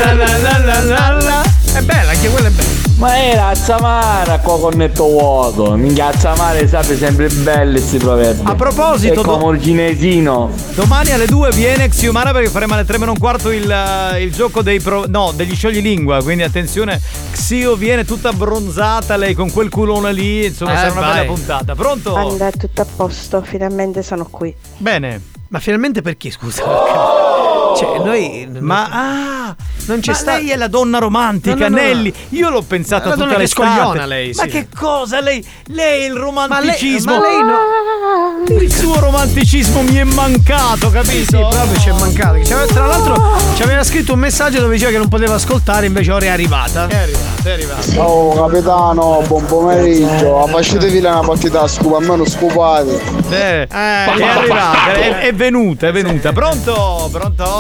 Speaker 4: È bella, anche quella è bella.
Speaker 13: Ma era Azzamara qua con netto vuoto. Minchia, Azzamara sapete sempre belli sti proverbi.
Speaker 9: A proposito,
Speaker 13: è come un cinesino.
Speaker 9: Domani alle 2 viene Xiomara perché faremo alle 3:15 il gioco degli scioglilingua. Quindi attenzione, Xio viene tutta abbronzata, lei con quel culone lì. Insomma, sarà una bella puntata. Pronto?
Speaker 16: Allora, è tutto a posto, finalmente sono qui.
Speaker 9: Bene.
Speaker 4: Ma finalmente perché, scusa? Cioè, noi. Non c'è sta.
Speaker 9: Lei è la donna romantica,
Speaker 4: No.
Speaker 9: Nelly. Io l'ho pensata
Speaker 4: la
Speaker 9: tutta
Speaker 4: donna che
Speaker 9: l'estate.
Speaker 4: scogliona lei,
Speaker 9: Ma
Speaker 4: sì.
Speaker 9: che cosa? Lei è il romanticismo.
Speaker 4: Ma lei no.
Speaker 9: Il suo romanticismo mi è mancato, capito?
Speaker 4: Sì, proprio ci è mancato. Tra l'altro ci aveva scritto un messaggio dove diceva che non poteva ascoltare, invece ora è arrivata.
Speaker 9: È arrivata.
Speaker 21: Oh capitano, buon pomeriggio. Affascitevi una partita a scopa, almeno scopate.
Speaker 9: È arrivata, è venuta. Pronto?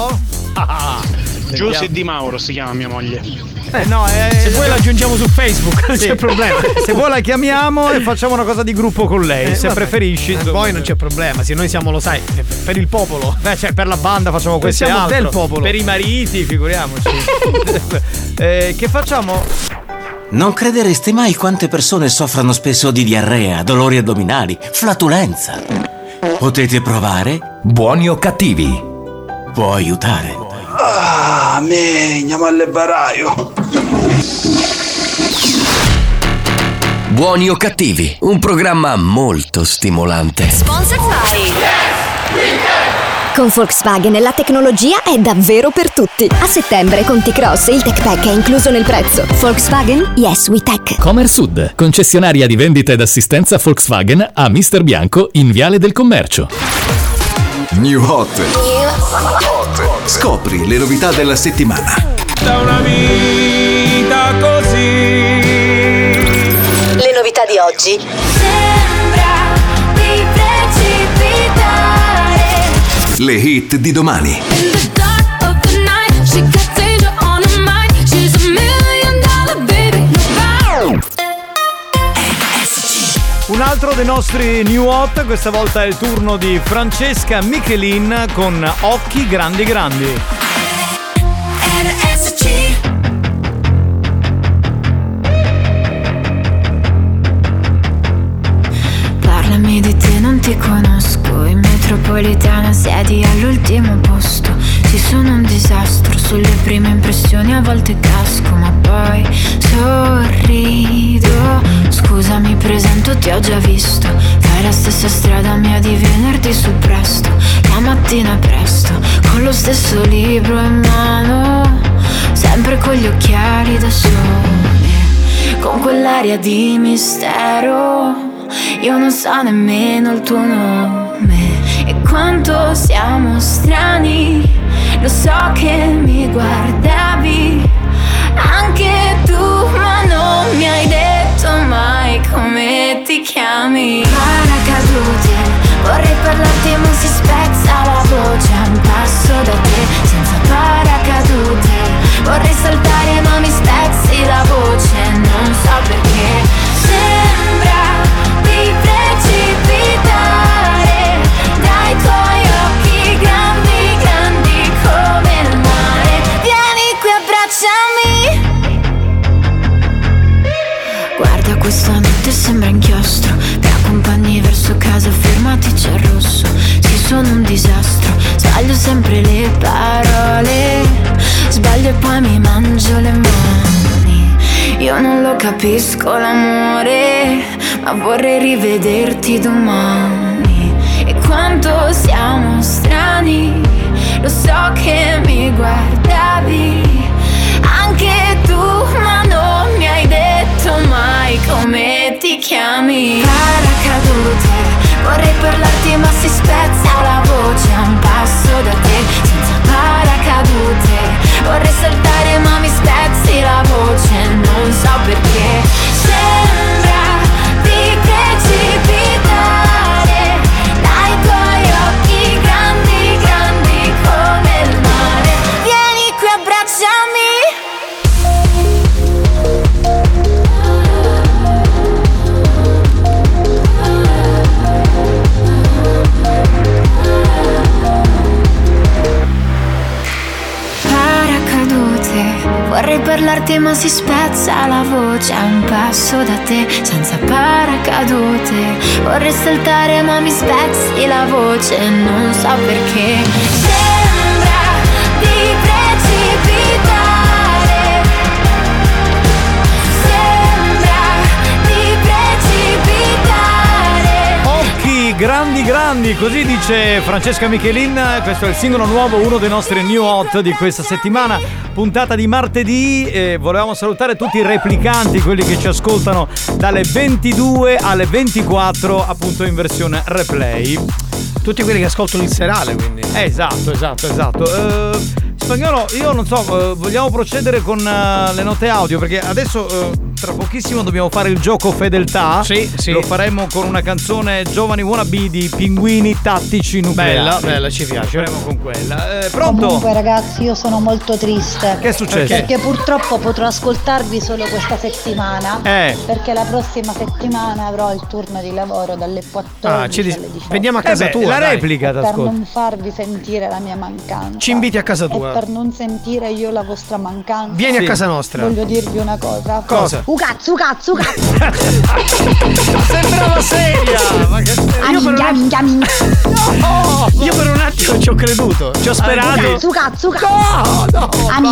Speaker 17: Giusy Di Mauro si chiama mia moglie.
Speaker 4: Se vuoi la aggiungiamo su Facebook, non c'è problema.
Speaker 9: Se vuoi la chiamiamo e facciamo una cosa di gruppo con lei, se preferisci.
Speaker 4: Poi non c'è problema, se noi siamo, lo sai, per il popolo.
Speaker 9: Cioè per la banda facciamo questo e
Speaker 4: siamo
Speaker 9: altro.
Speaker 4: del popolo.
Speaker 9: Per i mariti, figuriamoci. Che facciamo?
Speaker 3: Non credereste mai quante persone soffrono spesso di diarrea, dolori addominali, flatulenza. Potete provare
Speaker 1: Buoni o cattivi?
Speaker 3: Può aiutare.
Speaker 11: Andiamo all'ebbaraio.
Speaker 1: Buoni o cattivi, un programma molto stimolante.
Speaker 18: Sponsored by Con Volkswagen la tecnologia è davvero per tutti. A settembre con T-Cross il Tech Pack è incluso nel prezzo. Volkswagen, yes we tech.
Speaker 19: Comer Sud, concessionaria di vendita ed assistenza Volkswagen a Mister Bianco in Viale del Commercio.
Speaker 22: New Hot. Scopri le novità della settimana.
Speaker 7: Da una vita così.
Speaker 18: Le novità di oggi.
Speaker 7: Sembra di precipitare.
Speaker 22: Le hit di domani.
Speaker 7: In the dark of the night, she got danger on her mind. She's $1 million baby.
Speaker 9: Un altro dei nostri new hot, questa volta è il turno di Francesca Michelin con Occhi grandi grandi.
Speaker 23: Parlami di te, non ti conosco. In metropolitana siedi all'ultimo posto. Ci sono un disastro sulle prime impressioni, a volte casco ma poi sorrido. Scusa, mi presento, ti ho già visto. Fai la stessa strada mia di venerdì su presto. La mattina presto, con lo stesso libro in mano, sempre con gli occhiali da sole, con quell'aria di mistero. Io non so nemmeno il tuo nome e quanto siamo strani. Lo so che mi guardavi anche tu, ma non mi hai detto mai come ti chiami. Paracadute, vorrei parlarti ma si spezza la voce a un passo da te, senza paracadute. Vorrei saltare ma mi spezzi la voce, non so perché. Sembra di precipitare dai tuoi occhi grandi, grandi come il mare. Vieni qui, abbracciami. Guarda, questa notte sembra inchiostro. Mi accompagni verso casa, fermati, c'è il rosso. Sì, sono un disastro, sbaglio sempre le parole. Sbaglio e poi mi mangio le mani. Io non lo capisco l'amore, ma vorrei rivederti domani. E quanto siamo strani, lo so che mi guardavi anche tu, ma non mi hai detto mai come ti chiami. Paracadute, vorrei parlarti ma si spezza la voce a un passo da te, senza paracadute. Vorrei saltare ma mi spezzi la voce, non so perché. Sembra di precipitare dai tuoi occhi grandi, grandi come il mare. Vieni qui, abbracciami. attimo si spezza la voce a un passo da te, senza paracadute. Vorrei saltare ma mi spezzi la voce, non so perché. Sembra di precipitare, sembra di precipitare.
Speaker 9: Occhi grandi, così dice Francesca Michelin. Questo è il singolo nuovo, uno dei nostri new hot di questa settimana, puntata di martedì. Volevamo salutare tutti i replicanti, quelli che ci ascoltano dalle 22 alle 24, appunto in versione replay.
Speaker 4: Tutti quelli che ascoltano il serale, quindi.
Speaker 9: Esatto. Spagnolo, io non so, vogliamo procedere con le note audio, perché adesso tra pochissimo dobbiamo fare il gioco fedeltà.
Speaker 4: Sì.
Speaker 9: Lo faremo con una canzone Giovani Wannabe di Pinguini Tattici Nucleari.
Speaker 4: Bella, ci piace.
Speaker 9: Faremo con quella. Pronto?
Speaker 5: Comunque ragazzi, io sono molto triste.
Speaker 9: Che è successo?
Speaker 5: Perché purtroppo potrò ascoltarvi solo questa settimana. Perché la prossima settimana avrò il turno di lavoro dalle 14 alle 18.
Speaker 4: Veniamo a casa tua.
Speaker 9: La replica
Speaker 5: per non farvi sentire la mia mancanza.
Speaker 4: Ci inviti a casa tua.
Speaker 5: E per non sentire io la vostra mancanza.
Speaker 4: Vieni a casa nostra.
Speaker 5: Voglio dirvi una cosa.
Speaker 4: Cosa?
Speaker 5: Cazzo.
Speaker 9: Sembrava seria. Ma che
Speaker 4: Io per un attimo ci ho creduto. Ci ho sperato.
Speaker 5: Cazzo.
Speaker 9: No.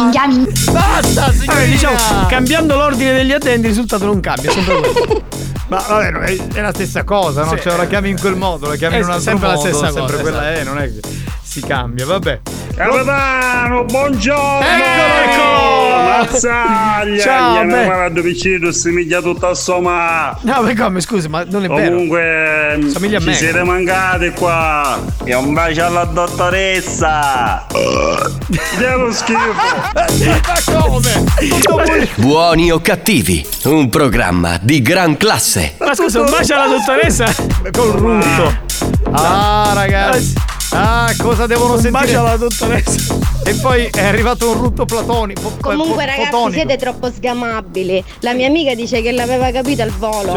Speaker 9: Basta, signora.
Speaker 4: Diciamo, cambiando l'ordine degli addendi, il risultato non cambia, sempre quello.
Speaker 9: Ma vabbè, è la stessa cosa, no?
Speaker 4: Sì.
Speaker 9: Cioè, la chiami in quel modo, la chiami in un altro
Speaker 4: sempre
Speaker 9: modo.
Speaker 4: la stessa
Speaker 9: sempre
Speaker 4: cosa,
Speaker 9: quella è, non è che si cambia, vabbè.
Speaker 8: Capitano, buongiorno!
Speaker 9: Ecco!
Speaker 8: Mazzaglia!
Speaker 4: Ciao,
Speaker 8: mi guardo vicino, si miglia tutta a somma.
Speaker 4: No, ma come, scusa, ma non è vero.
Speaker 8: Comunque,
Speaker 4: somiglia a me.
Speaker 8: ci siete mancati qua. E un bacio alla dottoressa. Dello schifo.
Speaker 9: Ma come?
Speaker 1: Buoni o cattivi, un programma di gran classe.
Speaker 4: Ma scusa, un bacio alla dottoressa
Speaker 9: col rutto. Ah, ragazzi. Cosa devono sentire?
Speaker 4: Un bacio alla dottoressa.
Speaker 9: E poi è arrivato un rutto platonico.
Speaker 16: Comunque ragazzi,
Speaker 9: fotonico.
Speaker 16: siete troppo sgamabili. La mia amica dice che l'aveva capito al volo.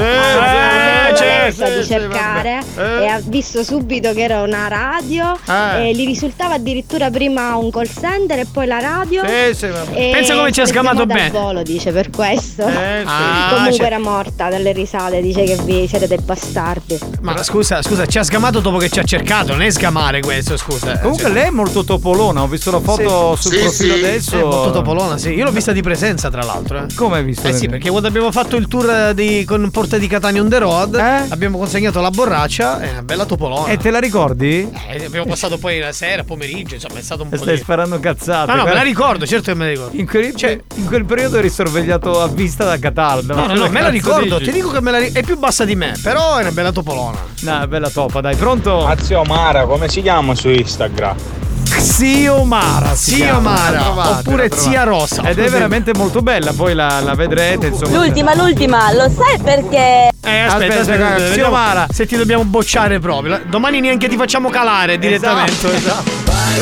Speaker 16: Di cercare e ha visto subito che era una radio e gli risultava addirittura prima un call center e poi la radio.
Speaker 4: Pensa come ci ha scamato bene.
Speaker 16: Al volo, dice, per questo.
Speaker 4: Comunque
Speaker 16: era morta dalle risate, dice che vi siete dei bastardi.
Speaker 4: Ma scusa, ci ha scamato dopo che ci ha cercato, non è scamare questo, scusa.
Speaker 9: Comunque lei è molto topolona, ho visto la foto sul profilo adesso.
Speaker 4: È molto topolona, sì. Io l'ho vista di presenza, tra l'altro.
Speaker 9: Come hai visto?
Speaker 4: Sì, perché quando abbiamo fatto il tour con Porta di Catania on the road, abbiamo consegnato la borraccia, è una bella topolona.
Speaker 9: E te la ricordi?
Speaker 4: Abbiamo passato poi la sera, pomeriggio, insomma, è stato un po'.
Speaker 9: Stai sparando cazzate.
Speaker 4: No, me la ricordo, certo che me la ricordo.
Speaker 9: In quel periodo eri sorvegliato a vista da Cataldo.
Speaker 4: No, me la ricordo, ti dico che è più bassa di me, però è una bella topolona.
Speaker 9: No, bella topa, dai, pronto?
Speaker 14: Zio Mara, come si chiama su Instagram?
Speaker 9: Zio Mara,
Speaker 4: oppure Zia Rosa.
Speaker 9: Ed è veramente molto bella, poi la vedrete, insomma.
Speaker 24: L'ultima, lo sai perché?
Speaker 4: Aspetta, Zio Mara, se ti dobbiamo bocciare proprio. Domani neanche ti facciamo calare direttamente.
Speaker 9: Esatto.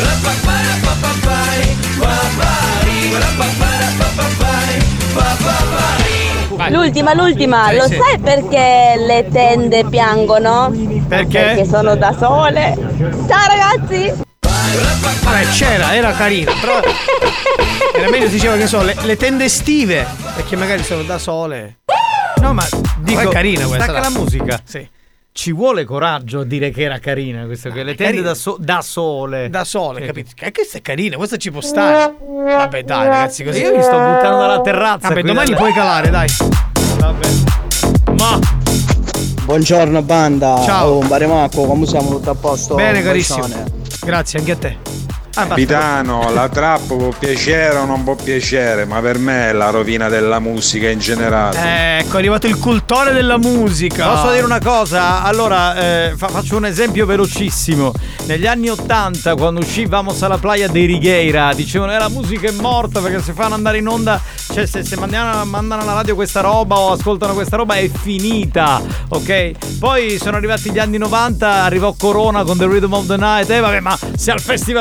Speaker 24: L'ultima, lo sai perché le tende piangono?
Speaker 4: Perché
Speaker 24: sono da sole. Ciao ragazzi!
Speaker 4: Vabbè, era carino, però era meglio diceva che le tende estive, perché magari sono da sole.
Speaker 9: No, ma dico,
Speaker 4: è carina questa.
Speaker 9: Stacca la musica.
Speaker 4: Sì.
Speaker 9: Ci vuole coraggio a dire che era carina questo, che le tende da sole.
Speaker 4: Da sole, capito? Che questa è carina, questa ci può stare. Vabbè, dai, ragazzi, così.
Speaker 9: Io mi sto buttando dalla terrazza.
Speaker 4: Vabbè, domani puoi calare, dai.
Speaker 9: Vabbè. Ma
Speaker 25: buongiorno banda.
Speaker 4: Ciao.
Speaker 25: Baremacco, come siamo? Tutto a posto?
Speaker 4: Bene, carissimo. Grazie anche a te.
Speaker 14: Capitano, la trap può piacere o non può piacere, ma per me è la rovina della musica in generale.
Speaker 4: Ecco, è arrivato il cultore della musica.
Speaker 9: Posso dire una cosa? Allora, faccio un esempio velocissimo. Negli anni 80, quando uscì Vamos alla playa dei Righeira, dicevano la musica è morta perché se fanno andare in onda, cioè se mandano alla radio questa roba o ascoltano questa roba è finita, ok? Poi sono arrivati gli anni 90, arrivò Corona con The Rhythm of the Night, vabbè, ma se al Festival Barbacco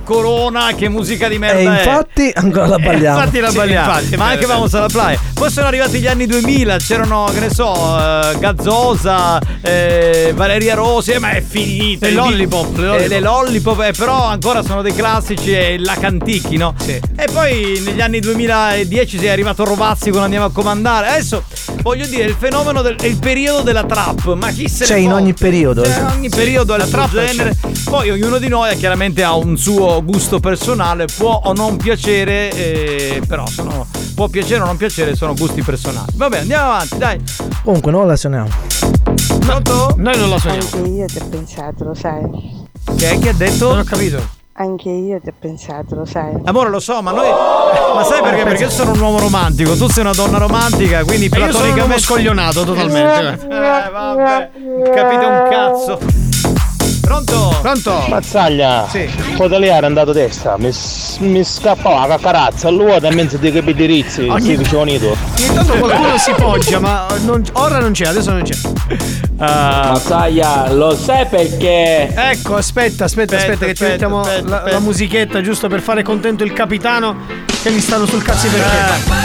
Speaker 9: Corona, che musica di merda
Speaker 2: è. Infatti ancora la balliamo.
Speaker 9: Infatti la balliamo. Sì, ma anche Vamos alla Playa. Poi sono arrivati gli anni 2000, c'erano, che ne so, Gazzosa, Valeria Rosi, ma è finita.
Speaker 4: Le
Speaker 9: Lollipop, però ancora sono dei classici e la canticchi, no?
Speaker 4: Sì.
Speaker 9: E poi negli anni 2010 sei arrivato Rovazzi con Andiamo a comandare. Adesso voglio dire, il fenomeno il periodo della trap, ma chi se ne
Speaker 2: in ogni periodo.
Speaker 9: In ogni periodo è il suo genere. Poi ognuno di noi chiaramente ha un suo gusto personale, può o non piacere, però può piacere o non piacere, sono gusti personali. Vabbè, andiamo avanti, dai.
Speaker 2: Comunque non la suoniamo.
Speaker 9: Pronto?
Speaker 4: Noi non la suoniamo.
Speaker 24: Anche io ti ho pensato, lo sai.
Speaker 9: Che ha detto?
Speaker 4: Non ho capito.
Speaker 24: Anche io ti ho pensato, lo sai.
Speaker 9: Amore, lo so, ma noi. Ma sai perché? Perché io sono un uomo romantico, tu sei una donna romantica, quindi platonicamente.
Speaker 4: Io sono uno scoglionato totalmente.
Speaker 9: Vabbè, capite un cazzo. Pronto?
Speaker 17: Mazzaglia.
Speaker 9: Sì.
Speaker 17: Potaliare è andato a testa. Mi scappa la cacarazza all'uovo da mezzo di capelli sì, vicino unito.
Speaker 4: Ogni tanto qualcuno si poggia, ma ora non c'è, adesso non c'è.
Speaker 17: Mazzaglia, lo sai perché?
Speaker 4: Ecco, aspetta che ci mettiamo la musichetta giusto per fare contento il capitano, che mi stanno sul cazzo perché.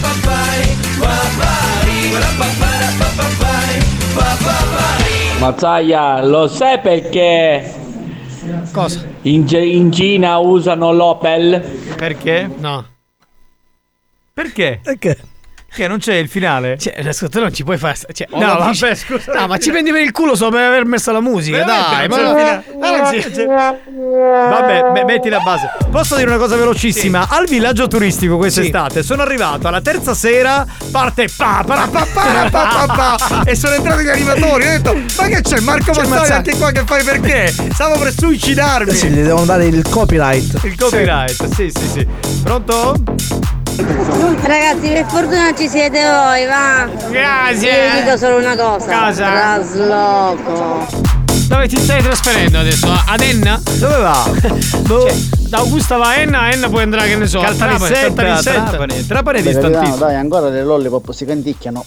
Speaker 17: Mazzaglia, lo sai perché?
Speaker 4: Cosa?
Speaker 17: In Cina usano l'Opel?
Speaker 9: Perché?
Speaker 4: No.
Speaker 9: Perché?
Speaker 2: Perché?
Speaker 9: Che non c'è il finale?
Speaker 4: Ascolta, non ci puoi fare.
Speaker 9: No, vabbè, scusa.
Speaker 4: No, ma ci prendi per il culo solo per aver messo la musica, dai.
Speaker 9: Vabbè, metti la base. Posso dire una cosa velocissima? Sì. Al villaggio turistico quest'estate sono arrivato alla terza sera, parte e sono entrati gli animatori. Ho detto, ma che c'è Marco Mazzagli anche qua che fai perché? Stavo per suicidarmi.
Speaker 2: Sì, gli devono dare il copyright.
Speaker 9: Il copyright, sì. Pronto?
Speaker 24: Ragazzi, per fortuna ci siete voi, va.
Speaker 4: Grazie.
Speaker 24: Io vi dico solo una cosa. Trasloco.
Speaker 4: Dove ti stai trasferendo adesso? Ad Enna?
Speaker 9: Dove va?
Speaker 4: Da Augusta va a Enna puoi andare, che ne so,
Speaker 9: Trapani è distantissimo.
Speaker 20: Dai, ancora le lollipop si canticchiano.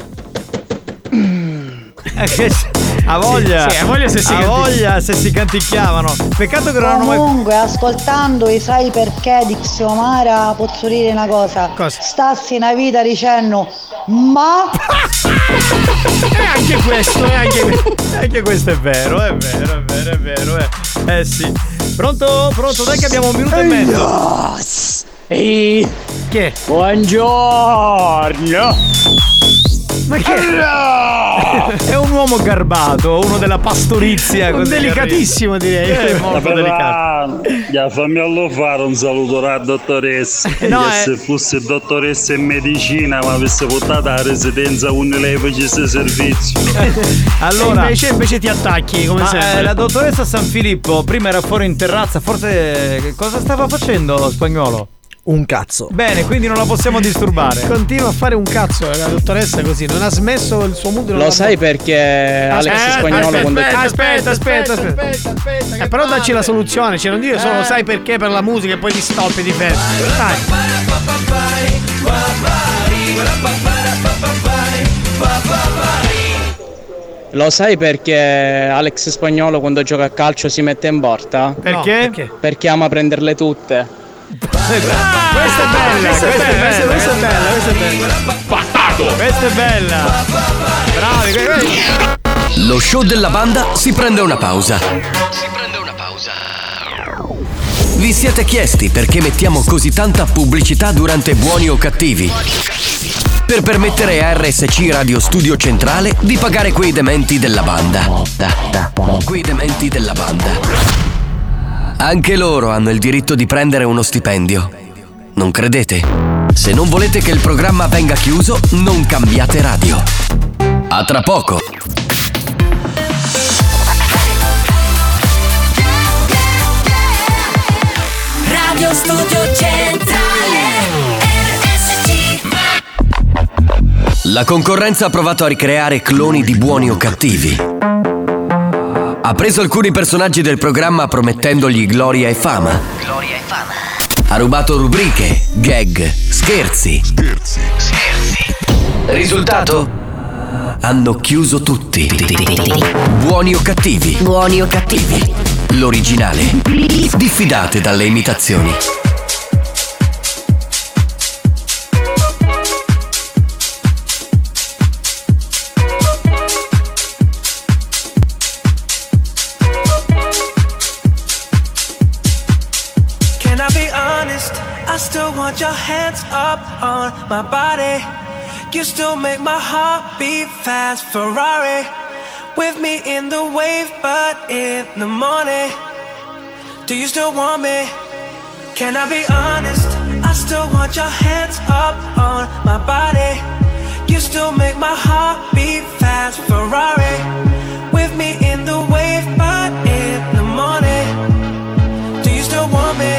Speaker 9: A voglia.
Speaker 4: Sì, a voglia
Speaker 9: se si canticchiavano. Peccato che non hanno mai.
Speaker 5: Comunque, ascoltando i sai perché di Xiomara, posso dire una cosa. Stassi una vita dicendo ma
Speaker 9: anche questo è vero. Sì. Pronto? Dai che abbiamo un minuto e mezzo.
Speaker 4: Che?
Speaker 17: Buongiorno.
Speaker 9: Ma che? È un uomo garbato, uno della pastorizia.
Speaker 4: Delicatissimo, direi.
Speaker 9: È molto delicato.
Speaker 8: Fammi fare un saluto alla dottoressa. Se fosse dottoressa in medicina, ma avesse portato alla residenza un lei facesse servizio.
Speaker 9: Allora,
Speaker 4: invece ti attacchi come sempre.
Speaker 9: La dottoressa San Filippo prima era fuori in terrazza, forse cosa stava facendo, Spagnolo?
Speaker 2: Un cazzo.
Speaker 9: Bene, quindi non la possiamo disturbare.
Speaker 4: Continua a fare un cazzo la dottoressa così, non ha smesso il suo mood.
Speaker 17: Lo sai perché Alex Spagnolo quando
Speaker 4: aspetta. Però dacci la soluzione, cioè non dire solo sai perché per la musica e poi ti stoppi di fermo. Dai.
Speaker 17: Lo sai perché Alex Spagnolo quando gioca a calcio si mette in porta?
Speaker 9: Perché?
Speaker 4: No,
Speaker 17: perché ama prenderle tutte.
Speaker 9: Questa è bella. Bastardo! Questa è bella. Bravi.
Speaker 1: Lo show della banda si prende una pausa. Vi siete chiesti perché mettiamo così tanta pubblicità durante Buoni o Cattivi? Per permettere a RSC Radio Studio Centrale di pagare quei dementi della banda. Anche loro hanno il diritto di prendere uno stipendio. Non credete? Se non volete che il programma venga chiuso, non cambiate radio. A tra poco.
Speaker 7: Radio Studio Centrale RSC.
Speaker 1: La concorrenza ha provato a ricreare cloni di Buoni o Cattivi. Ha preso alcuni personaggi del programma promettendogli gloria e fama. Ha rubato rubriche, gag, scherzi. Risultato? Hanno chiuso tutti. Buoni o Cattivi? l'originale. Diffidate dalle imitazioni.
Speaker 7: Can I be honest? I still want your hands up on my body. You still make my heart beat fast. Ferrari with me in the wave, but in the morning. Do you still want me? Can I be honest? I still want your hands up on my body. You still make my heart beat fast. Ferrari with me in the wave, but in the morning. Do you still want me?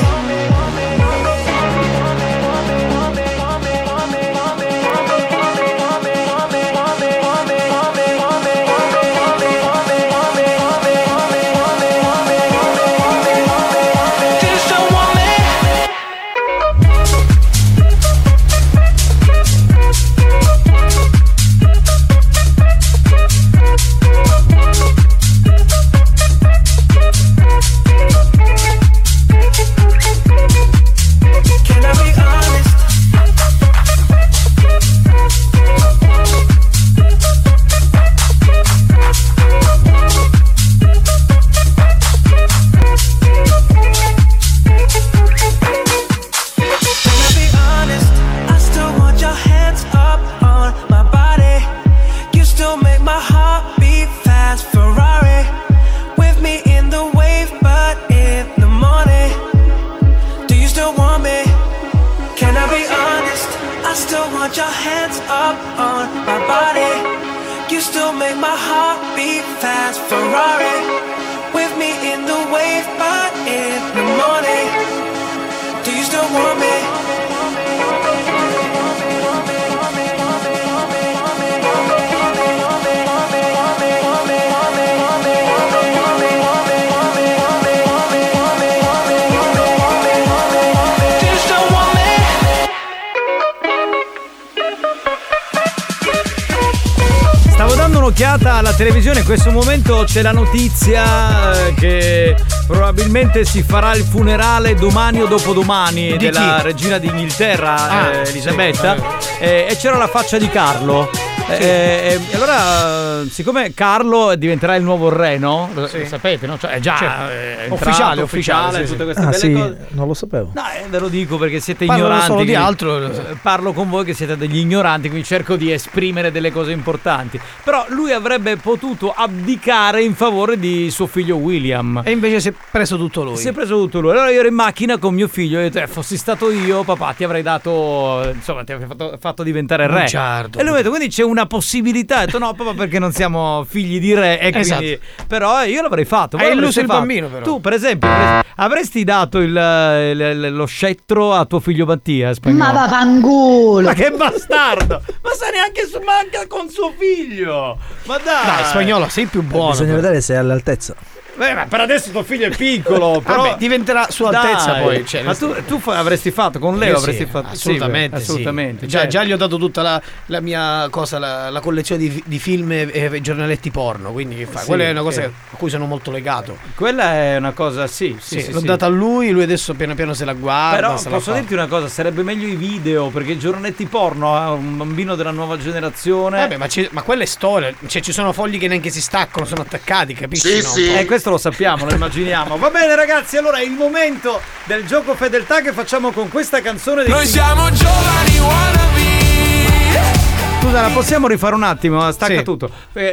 Speaker 9: Alla televisione in questo momento c'è la notizia che probabilmente si farà il funerale domani o dopodomani della regina d'Inghilterra, Elisabetta, e c'era la faccia di Carlo. E allora, siccome Carlo diventerà il nuovo re, no? Lo sapete, no? Cioè, è già entrato, ufficiale tutte queste belle cose.
Speaker 2: Non lo sapevo.
Speaker 9: No, ve lo dico perché siete ignoranti.
Speaker 4: Solo di altro.
Speaker 9: Parlo con voi che siete degli ignoranti, quindi cerco di esprimere delle cose importanti. Però lui avrebbe potuto abdicare in favore di suo figlio William.
Speaker 4: E invece si è preso tutto lui.
Speaker 9: Allora io ero in macchina con mio figlio e ho detto, fossi stato io, papà, ti avrei dato, insomma, ti avrei fatto diventare re.
Speaker 4: Bugiardo.
Speaker 9: E lui mi ha detto, quindi c'è una possibilità. Ho detto, no, papà, perché non siamo figli di re. E quindi, però io l'avrei fatto.
Speaker 4: Hai illuso il bambino, però.
Speaker 9: Tu, per esempio, avresti dato lo scettro a tuo figlio Mattia?
Speaker 5: Ma vaffanculo!
Speaker 9: Ma che bastardo! Ma sta neanche manca con suo figlio! Ma dai!
Speaker 4: Spagnolo, sei più buono.
Speaker 2: Bisogna vedere se è all'altezza.
Speaker 9: Ma per adesso tuo figlio è piccolo, però
Speaker 4: vabbè, diventerà Sua Altezza poi. Cioè,
Speaker 9: ma tu avresti fatto con Leo? Avresti fatto
Speaker 4: assolutamente.
Speaker 9: Sì, assolutamente.
Speaker 4: Sì. Già gli ho dato tutta la mia cosa, la collezione di film e giornaletti porno. Quindi che fa?
Speaker 9: Sì,
Speaker 4: quella è una cosa a cui sono molto legato.
Speaker 9: Quella è una cosa, sì.
Speaker 4: L'ho data a lui adesso piano piano se la guarda.
Speaker 9: Però posso dirti una cosa, sarebbe meglio i video, perché i giornaletti porno a un bambino della nuova generazione.
Speaker 4: Vabbè, ma quella è storia. Cioè, ci sono fogli che neanche si staccano, sono attaccati, capisci?
Speaker 9: Sì. Questo lo sappiamo, lo immaginiamo. Va bene ragazzi, allora è il momento del gioco fedeltà che facciamo con questa canzone di...
Speaker 7: Noi siamo giovani wannabe.
Speaker 9: Scusa, la possiamo rifare un attimo? Stacca tutto.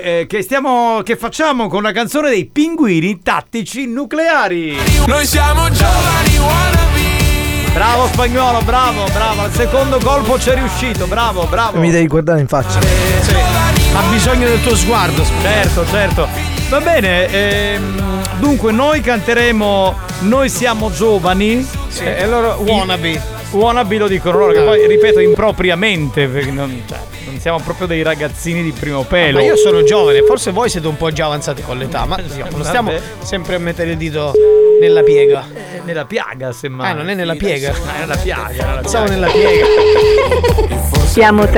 Speaker 9: Che facciamo con la canzone dei Pinguini Tattici Nucleari.
Speaker 7: Noi siamo giovani wannabe.
Speaker 9: Bravo Spagnolo, bravo. Al secondo colpo c'è riuscito, bravo.
Speaker 2: Mi devi guardare in faccia.
Speaker 4: Ha bisogno del tuo sguardo.
Speaker 9: Certo. Va bene, dunque noi canteremo Noi siamo giovani.
Speaker 4: E loro
Speaker 9: wannabe lo dicono loro, che poi ripeto impropriamente, perché non siamo proprio dei ragazzini di primo pelo.
Speaker 4: Ma io sono giovane, forse voi siete un po' già avanzati con l'età, ma non stiamo sempre a mettere il dito nella piega.
Speaker 9: Nella piaga, semmai.
Speaker 4: Non è nella piega.
Speaker 9: È nella piaga.
Speaker 4: Siamo nella piega.
Speaker 6: Stiamo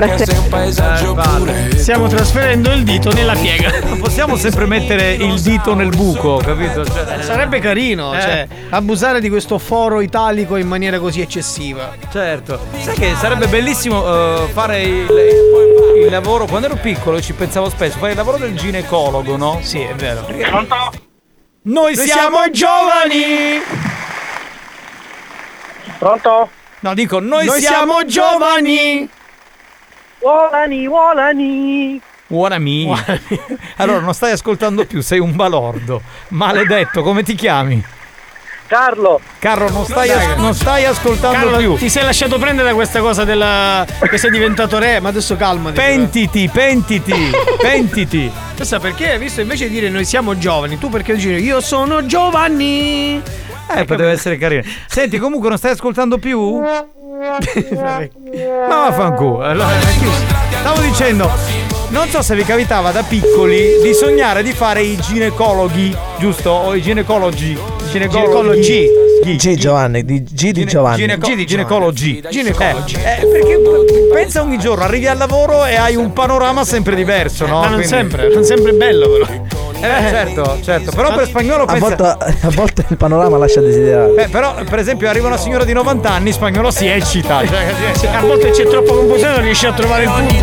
Speaker 6: trasferendo il dito nella piega.
Speaker 9: Non possiamo sempre mettere il dito nel buco, capito?
Speaker 4: Sarebbe carino, cioè, abusare di questo foro italico in maniera così eccessiva.
Speaker 9: Certo. Sai che sarebbe bellissimo fare il lavoro. Quando ero piccolo ci pensavo spesso, fare il lavoro del ginecologo, no?
Speaker 4: Sì, è vero.
Speaker 9: Noi siamo giovani!
Speaker 20: Pronto?
Speaker 9: No, dico, noi siamo giovani! Buonami. Allora, non stai ascoltando più, sei un balordo. Maledetto, come ti chiami?
Speaker 20: Carlo,
Speaker 9: non stai ascoltando
Speaker 4: Carlo,
Speaker 9: più.
Speaker 4: Ti sei lasciato prendere da questa cosa che sei diventato re, ma adesso calmati.
Speaker 9: Pentiti.
Speaker 4: Chissà perché, visto invece di dire noi siamo giovani, tu perché dici io sono Giovanni?
Speaker 9: Poteva essere carino. Senti, comunque non stai ascoltando più? Ma vaffanculo. Allora, stavo dicendo, non so se vi capitava da piccoli di sognare di fare i ginecologi, giusto? O i ginecologi.
Speaker 2: G Giovanni, di Giovanni.
Speaker 9: Ginecologi. Perché pensa ogni giorno arrivi al lavoro e hai un panorama sempre diverso, no?
Speaker 4: Ma non sempre bello però.
Speaker 9: Certo, però per Spagnolo pensa...
Speaker 2: a volte il panorama lascia desiderare.
Speaker 9: Però per esempio arriva una signora di 90 anni, Spagnolo si eccita.
Speaker 4: A volte c'è troppa confusione, non riesci a trovare il punto.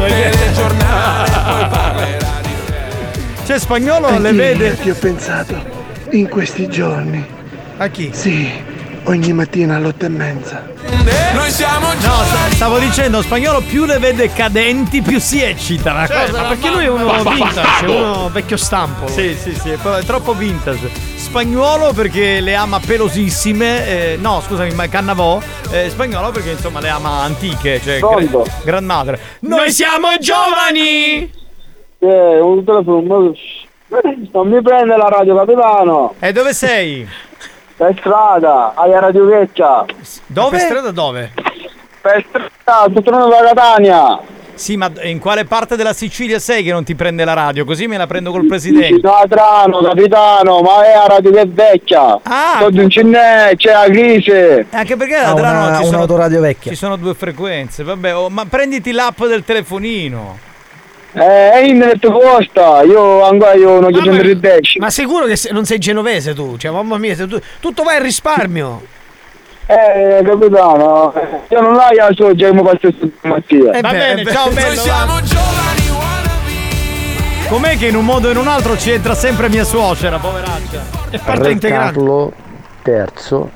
Speaker 9: C'è Spagnolo le vede.
Speaker 10: Che ho pensato in questi giorni.
Speaker 4: A chi?
Speaker 10: Sì, ogni mattina alle 8:30.
Speaker 9: Noi siamo stavo dicendo, Spagnolo più le vede cadenti più si eccita.
Speaker 4: Ma perché lui è uno vintage, uno vecchio stampo.
Speaker 9: Sì, è troppo vintage. Spagnuolo perché le ama pelosissime, no scusami, ma Cannavò. Spagnolo perché insomma le ama antiche, cioè grandmadre. Noi siamo giovani!
Speaker 20: Un telefono. Non mi prende la radio, capitano.
Speaker 9: E dove sei?
Speaker 20: Per strada, alla Radio Vecchia.
Speaker 9: Dove?
Speaker 4: Per strada dove?
Speaker 20: Per strada, tutto da Catania.
Speaker 9: Sì, ma in quale parte della Sicilia sei che non ti prende la radio? Così me la prendo col presidente.
Speaker 20: No, Adrano, capitano, ma è la Radio Vecchia. C'è la crisi.
Speaker 9: Anche perché ad Adrano
Speaker 2: ci sono un'autoradio vecchia.
Speaker 9: Ci sono 2 frequenze, vabbè, ma prenditi l'app del telefonino.
Speaker 20: Internet costa, io non ci sono ridesci.
Speaker 4: Ma sicuro che non sei genovese tu? Cioè, mamma mia, tutto va in risparmio.
Speaker 20: Capitano, io non l'ho io so, già mi faccio stamattina.
Speaker 9: Va bene, ciao bello. Noi siamo giovani. Com'è che in un modo o in un altro ci entra sempre mia suocera, poveraccia? È parte integrante.
Speaker 12: Carlo III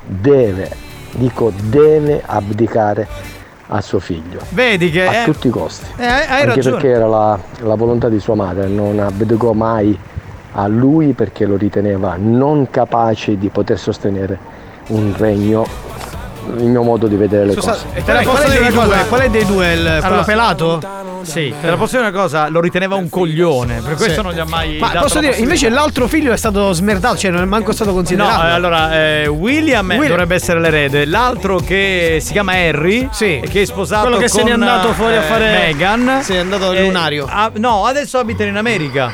Speaker 12: deve abdicare a suo figlio.
Speaker 9: Vedi che
Speaker 12: a tutti i costi.
Speaker 9: Hai
Speaker 12: anche
Speaker 9: ragione.
Speaker 12: Perché era la volontà di sua madre, non abdicò mai a lui perché lo riteneva non capace di poter sostenere un regno. Il mio modo di vedere le cose.
Speaker 4: Te la posso dire una cosa? Qual è dei due? Quello pelato?
Speaker 9: Sì, te la posso dire una cosa, lo riteneva un coglione, per questo non gli ha mai
Speaker 4: Ma
Speaker 9: dato
Speaker 4: posso dire, invece l'altro figlio è stato smerdato, cioè non è manco stato considerato.
Speaker 9: No, allora William dovrebbe essere l'erede, l'altro che si chiama Harry, che è sposato
Speaker 4: quello che
Speaker 9: con
Speaker 4: se n'è andato fuori a fare
Speaker 9: Meghan.
Speaker 4: Se è andato lunario.
Speaker 9: No, adesso abita in America.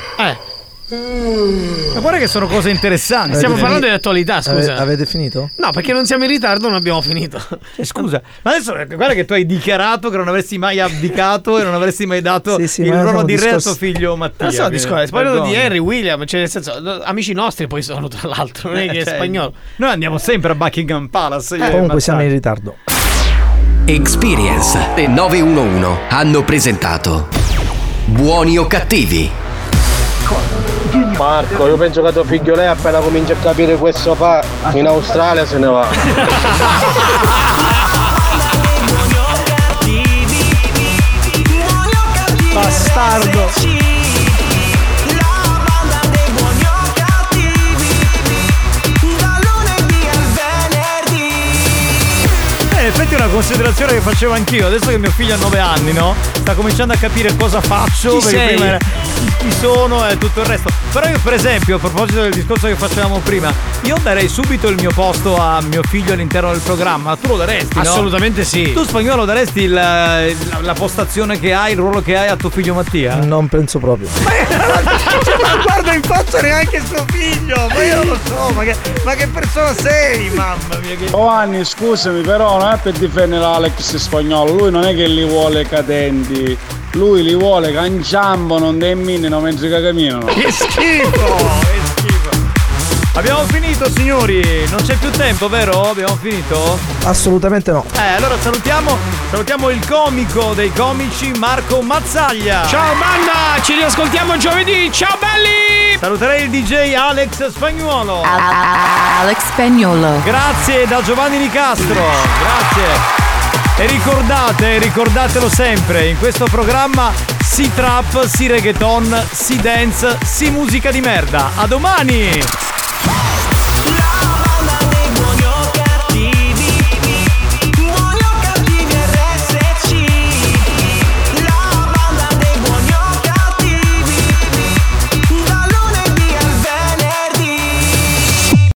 Speaker 9: Ma guarda che sono cose interessanti.
Speaker 4: Stiamo parlando di attualità, scusa.
Speaker 2: Avete finito?
Speaker 4: No, perché non siamo in ritardo, non abbiamo finito.
Speaker 9: Scusa, ma adesso guarda che tu hai dichiarato che non avresti mai abdicato e non avresti mai dato il ruolo di re a tuo figlio Mattia.
Speaker 4: Non so, discorso. Parlando di Harry, William, cioè nel senso, amici nostri poi sono tra l'altro, non è che è spagnolo.
Speaker 9: Noi andiamo sempre a Buckingham Palace.
Speaker 2: Comunque siamo in ritardo.
Speaker 1: Experience e 911 hanno presentato Buoni o cattivi?
Speaker 17: Marco, io penso che tuo figlio lei appena comincia a capire questo fa in Australia se ne va.
Speaker 4: Bastardo.
Speaker 9: In effetti è una considerazione che facevo anch'io. Adesso che mio figlio ha 9 anni, no? Sta cominciando a capire cosa faccio.
Speaker 4: Chi sei?
Speaker 9: Prima era chi sono e tutto il resto. Però io per esempio, a proposito del discorso che facevamo prima, io darei subito il mio posto a mio figlio all'interno del programma. Tu lo daresti, no?
Speaker 4: Assolutamente sì.
Speaker 9: Tu Spagnolo daresti la postazione che hai, il ruolo che hai a tuo figlio Mattia?
Speaker 2: Non penso proprio.
Speaker 9: Ma guarda in faccia neanche suo figlio. Ma io non lo so, ma che persona sei, mamma mia.
Speaker 3: Giovanni, scusami, però non è per difendere Alex Spagnolo, lui non è che li vuole cadenti, lui li vuole che inciampano, non terminino mentre che camminano.
Speaker 9: Che schifo! Abbiamo finito, signori, non c'è più tempo, vero? Abbiamo finito?
Speaker 2: Assolutamente no.
Speaker 9: Allora salutiamo il comico dei comici, Marco Mazzaglia.
Speaker 4: Ciao banda, ci riascoltiamo giovedì, ciao belli!
Speaker 9: Saluterei il DJ Alex Spagnuolo.
Speaker 11: Alex Spagnuolo.
Speaker 9: Grazie da Giovanni Nicastro, grazie. E ricordatelo sempre, in questo programma si trap, si reggaeton, si dance, si musica di merda. A domani!